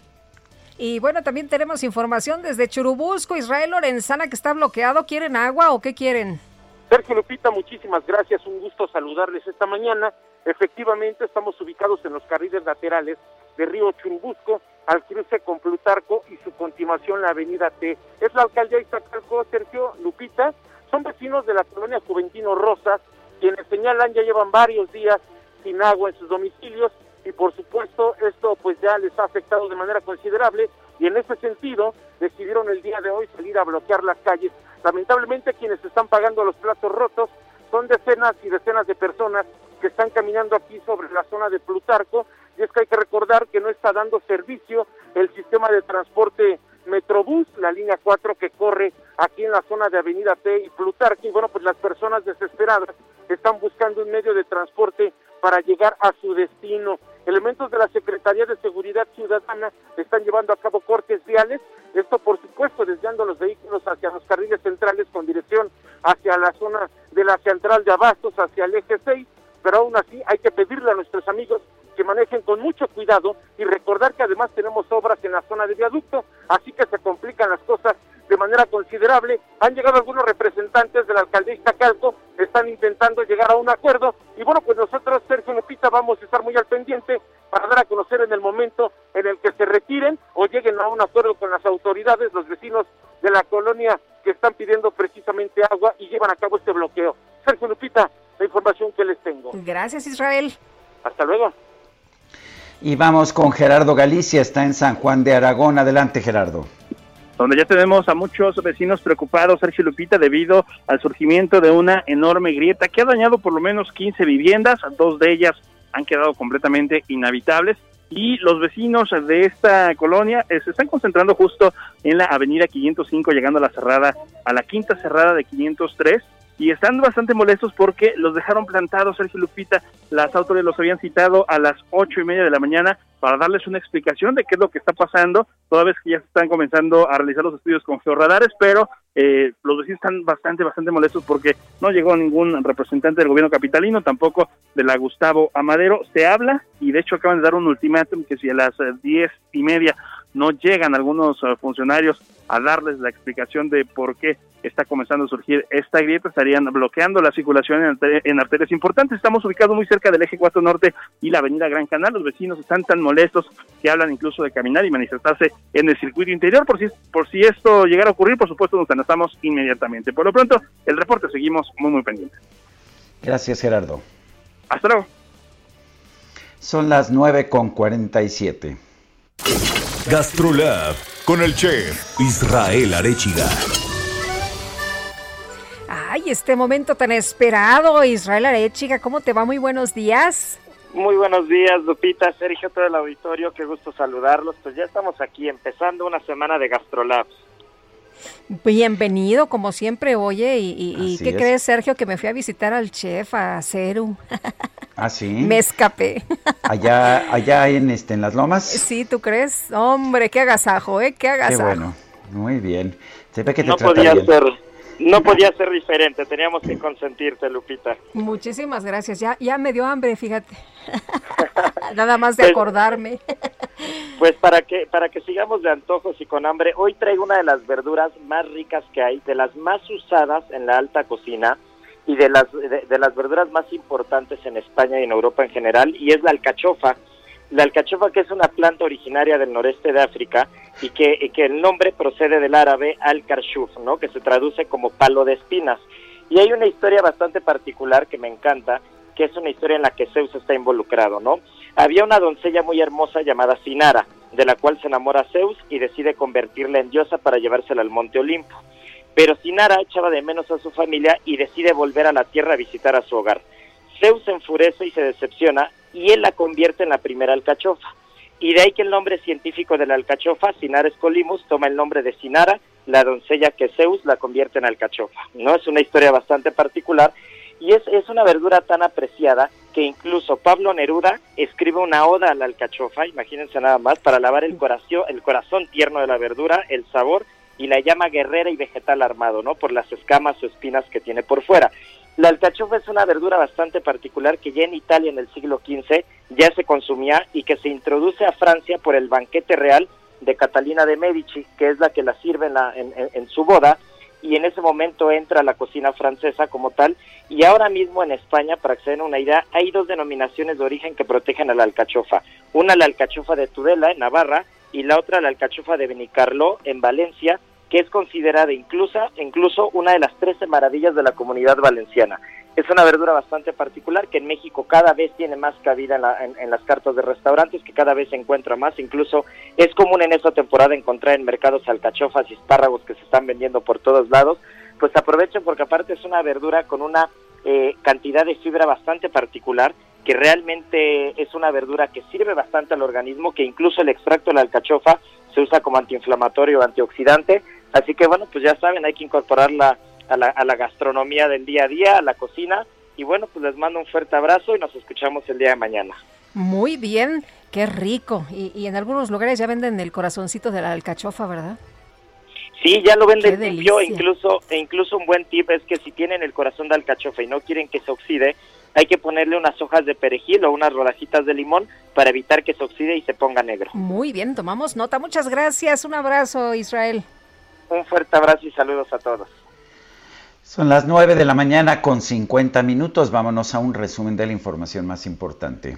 Y bueno, también tenemos información desde Churubusco, Israel Lorenzana, que está bloqueado. ¿Quieren agua o qué quieren?
Sergio, Lupita, muchísimas gracias, un gusto saludarles esta mañana. Efectivamente, estamos ubicados en los carriles laterales de Río Churubusco, al cruce con Plutarco y su continuación la avenida T. Es la alcaldía Iztacalco, Sergio, Lupita, son vecinos de la colonia Juventino Rosas, quienes señalan ya llevan varios días sin agua en sus domicilios y por supuesto esto pues ya les ha afectado de manera considerable y en ese sentido decidieron el día de hoy salir a bloquear las calles. Lamentablemente quienes están pagando los platos rotos son decenas y decenas de personas que están caminando aquí sobre la zona de Plutarco, y es que hay que recordar que no está dando servicio el sistema de transporte Metrobús, la línea 4 que corre aquí en la zona de Avenida T y Plutarco, y bueno, pues las personas desesperadas están buscando un medio de transporte para llegar a su destino. Elementos de la Secretaría de Seguridad Ciudadana están llevando a cabo cortes viales, esto por supuesto desviando los vehículos hacia los carriles centrales con dirección hacia la zona de la central de Abastos, hacia el eje 6, pero aún así hay que pedirle a nuestros amigos que manejen con mucho cuidado y recordar que además tenemos obras en la zona de viaducto, así que se complican las cosas de manera considerable. Han llegado algunos representantes de la alcaldía Iztacalco, están intentando llegar a un acuerdo y bueno, pues nosotros, Sergio, Lupita, vamos a estar muy al pendiente para dar a conocer en el momento en el que se retiren o lleguen a un acuerdo con las autoridades, los vecinos de la colonia que están pidiendo precisamente agua y llevan a cabo este bloqueo. Sergio, Lupita, la información que les tengo.
Gracias, Israel.
Hasta luego.
Y vamos con Gerardo Galicia, está en San Juan de Aragón. Adelante, Gerardo.
Donde ya tenemos a muchos vecinos preocupados, Sergio, Lupita, debido al surgimiento de una enorme grieta que ha dañado por lo menos 15 viviendas, 2 de ellas han quedado completamente inhabitables. y los vecinos de esta colonia se están concentrando justo en la avenida 505, llegando a la quinta cerrada de 503, y están bastante molestos porque los dejaron plantados, Sergio, Lupita. Las autoridades los habían citado a las 8:30 de la mañana para darles una explicación de qué es lo que está pasando, toda vez que ya se están comenzando a realizar los estudios con georradares, pero los vecinos están bastante molestos porque no llegó ningún representante del gobierno capitalino, tampoco de la Gustavo Amadero. Se habla, y de hecho acaban de dar un ultimátum, que si a las 10:30 no llegan algunos funcionarios a darles la explicación de por qué está comenzando a surgir esta grieta, estarían bloqueando la circulación en arterias importantes. Estamos ubicados muy cerca del eje 4 Norte y la avenida Gran Canal. Los vecinos están tan molestos que hablan incluso de caminar y manifestarse en el circuito interior. Por si esto llegara a ocurrir, por supuesto nos anotamos inmediatamente. Por lo pronto, el reporte, seguimos muy pendientes.
Gracias, Gerardo.
Hasta luego.
Son las 9:47.
GastroLab con el chef Israel Arechiga.
Ay, este momento tan esperado, Israel Arechiga, ¿cómo te va? Muy buenos días.
Muy buenos días, Lupita, Sergio, todo el auditorio, qué gusto saludarlos. Pues ya estamos aquí empezando una semana de GastroLab.
Bienvenido, como siempre. Oye, ¿y qué
es.
crees, Sergio? Que me fui a visitar al chef, a Ceru.
¿Ah, sí?
Me escapé.
Allá en Las Lomas.
Sí, ¿tú crees? Hombre, qué agasajo, qué agasajo.
Qué bueno, muy bien. Se ve que te
No
trata
podía
bien.
No podía ser diferente, teníamos que consentirte, Lupita.
Muchísimas gracias, ya me dio hambre, fíjate. Nada más de acordarme.
Pues para que sigamos de antojos y con hambre, hoy traigo una de las verduras más ricas que hay, de las más usadas en la alta cocina y de las verduras más importantes en España y en Europa en general, y es la alcachofa. La alcachofa, que es una planta originaria del noreste de África y que el nombre procede del árabe al-karshuf, ¿no? Que se traduce como palo de espinas. Y hay una historia bastante particular que me encanta, que es una historia en la que Zeus está involucrado, ¿no? Había una doncella muy hermosa llamada Sinara, de la cual se enamora Zeus y decide convertirla en diosa para llevársela al monte Olimpo. Pero Sinara echaba de menos a su familia y decide volver a la tierra a visitar a su hogar. Zeus se enfurece y se decepciona, y él la convierte en la primera alcachofa. Y de ahí que el nombre científico de la alcachofa, Cinara escolimus, toma el nombre de Sinara, la doncella que Zeus la convierte en alcachofa, ¿no? Es una historia bastante particular, y es una verdura tan apreciada que incluso Pablo Neruda escribe una oda a la alcachofa, imagínense nada más, para alabar el corazón tierno de la verdura, el sabor, y la llama guerrera y vegetal armado, ¿no? Por las escamas o espinas que tiene por fuera. La alcachofa es una verdura bastante particular que ya en Italia en el siglo XV ya se consumía y que se introduce a Francia por el banquete real de Catalina de Medici, que es la que la sirve en su boda, y en ese momento entra a la cocina francesa como tal. Y ahora mismo en España, para que se den una idea, hay dos denominaciones de origen que protegen a la alcachofa. Una, la alcachofa de Tudela, en Navarra, y la otra, la alcachofa de Benicarló, en Valencia, que es considerada incluso una de las 13 maravillas de la Comunidad Valenciana. Es una verdura bastante particular que en México cada vez tiene más cabida en las cartas de restaurantes, que cada vez se encuentra más. Incluso es común en esta temporada encontrar en mercados alcachofas y espárragos que se están vendiendo por todos lados. Pues aprovechen, porque aparte es una verdura con una cantidad de fibra bastante particular, que realmente es una verdura que sirve bastante al organismo, que incluso el extracto de la alcachofa se usa como antiinflamatorio o antioxidante. Así que bueno, pues ya saben, hay que incorporarla a la gastronomía del día a día, a la cocina. Y bueno, pues les mando un fuerte abrazo y nos escuchamos el día de mañana.
Muy bien, qué rico. Y en algunos lugares ya venden el corazoncito de la alcachofa, ¿verdad?
Sí, ya lo venden limpio, incluso un buen tip es que si tienen el corazón de alcachofa y no quieren que se oxide, hay que ponerle unas hojas de perejil o unas rodajitas de limón para evitar que se oxide y se ponga negro.
Muy bien, tomamos nota. Muchas gracias. Un abrazo, Israel.
Un fuerte abrazo y saludos a todos.
Son las 9:50 a.m. Vámonos a un resumen de la información más importante.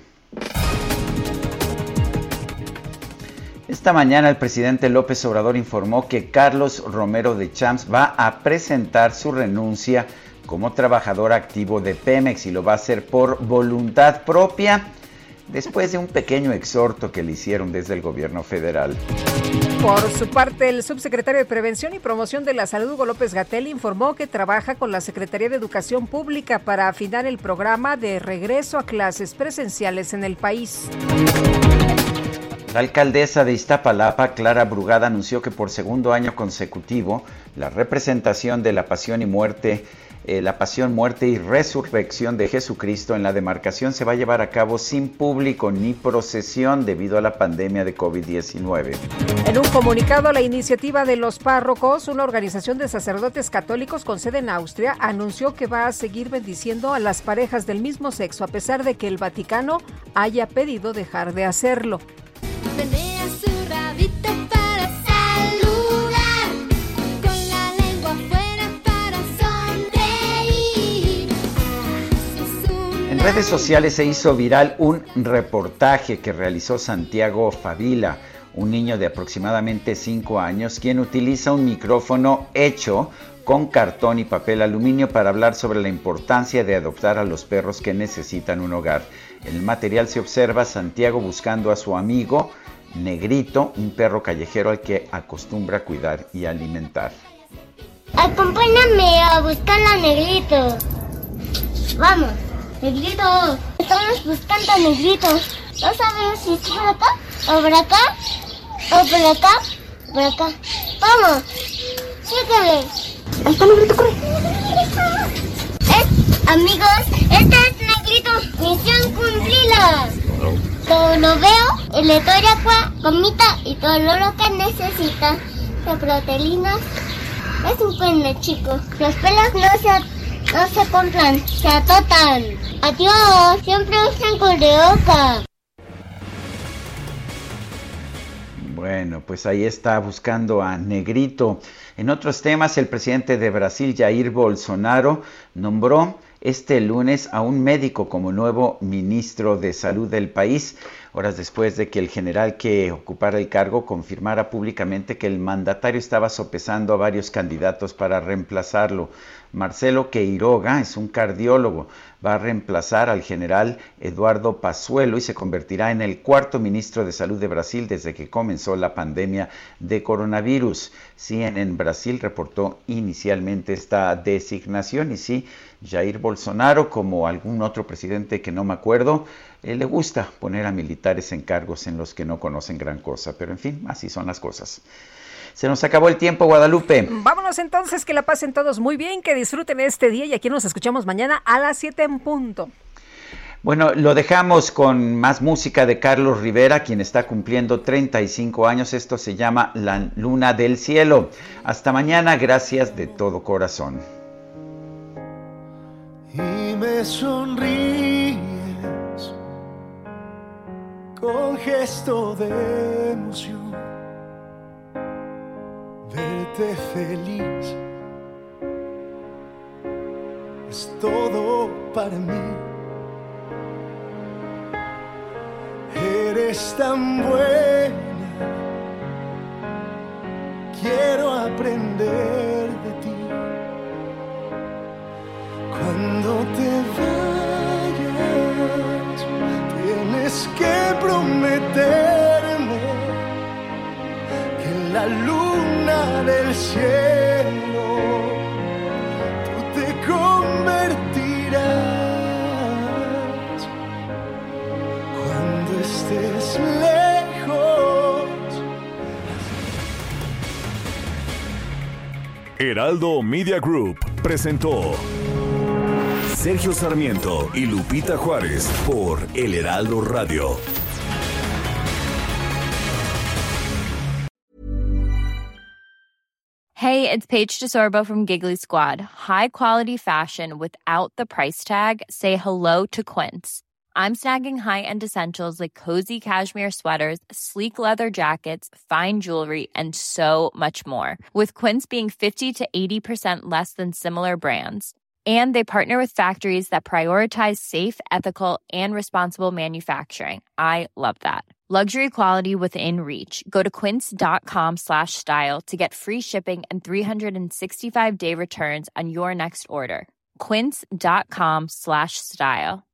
Esta mañana el presidente López Obrador informó que Carlos Romero de Champs va a presentar su renuncia como trabajador activo de Pemex y lo va a hacer por voluntad propia, después de un pequeño exhorto que le hicieron desde el gobierno federal.
Por su parte, el subsecretario de Prevención y Promoción de la Salud, Hugo López-Gatell, informó que trabaja con la Secretaría de Educación Pública para afinar el programa de regreso a clases presenciales en el país.
La alcaldesa de Iztapalapa, Clara Brugada, anunció que por segundo año consecutivo la representación de la pasión, muerte y resurrección de Jesucristo en la demarcación se va a llevar a cabo sin público ni procesión debido a la pandemia de COVID-19.
En un comunicado, la iniciativa de los párrocos, una organización de sacerdotes católicos con sede en Austria, anunció que va a seguir bendiciendo a las parejas del mismo sexo a pesar de que el Vaticano haya pedido dejar de hacerlo.
Menea su rabito para saludar, con la lengua afuera para sonreír.
En redes sociales se hizo viral un reportaje que realizó Santiago Favila, un niño de aproximadamente 5 años, quien utiliza un micrófono hecho con cartón y papel aluminio para hablar sobre la importancia de adoptar a los perros que necesitan un hogar. En el material se observa a Santiago buscando a su amigo Negrito, un perro callejero al que acostumbra cuidar y alimentar.
Acompáñame a buscar a Negrito. Vamos, Negrito. Estamos buscando a Negrito. No sabemos si es por acá, o por acá, o por acá, por acá. Vamos, sígueme. Ahí está Negrito, corre. Amigos, este es Negrito. Misión cumplida. Todo lo veo, le doy agua, comida y todo lo que necesita. De proteínas. Es un pene, chicos. Los pelos no se compran, se atotan. Adiós, siempre usan cubrebocas.
Bueno, pues ahí está buscando a Negrito. En otros temas, el presidente de Brasil, Jair Bolsonaro, nombró este lunes a un médico como nuevo ministro de Salud del país, horas después de que el general que ocupara el cargo confirmara públicamente que el mandatario estaba sopesando a varios candidatos para reemplazarlo. Marcelo Queiroga es un cardiólogo, va a reemplazar al general Eduardo Pazuello y se convertirá en el cuarto ministro de Salud de Brasil desde que comenzó la pandemia de coronavirus. CNN Brasil reportó inicialmente esta designación y sí, Jair Bolsonaro, como algún otro presidente que no me acuerdo, le gusta poner a militares en cargos en los que no conocen gran cosa, pero en fin, así son las cosas. Se nos acabó el tiempo, Guadalupe.
Vámonos entonces, que la pasen todos muy bien, que disfruten este día y aquí nos escuchamos mañana a las 7 en punto.
Bueno, lo dejamos con más música de Carlos Rivera, quien está cumpliendo 35 años. Esto se llama La Luna del Cielo. Hasta mañana, gracias de todo corazón.
Y me sonríes con gesto de emoción. Verte feliz es todo para mí. Eres tan buena, quiero aprender de ti. Cuando te vayas, tienes que prometerme que la luna del cielo tú te convertirás cuando estés lejos.
Heraldo Media Group presentó Sergio Sarmiento y Lupita Juárez por El Heraldo Radio.
Hey, it's Paige DeSorbo from Giggly Squad. High quality fashion without the price tag. Say hello to Quince. I'm snagging high-end essentials like cozy cashmere sweaters, sleek leather jackets, fine jewelry, and so much more. With Quince being 50 to 80% less than similar brands. And they partner with factories that prioritize safe, ethical, and responsible manufacturing. I love that. Luxury quality within reach. Go to quince.com/style to get free shipping and 365-day returns on your next order. Quince.com/style.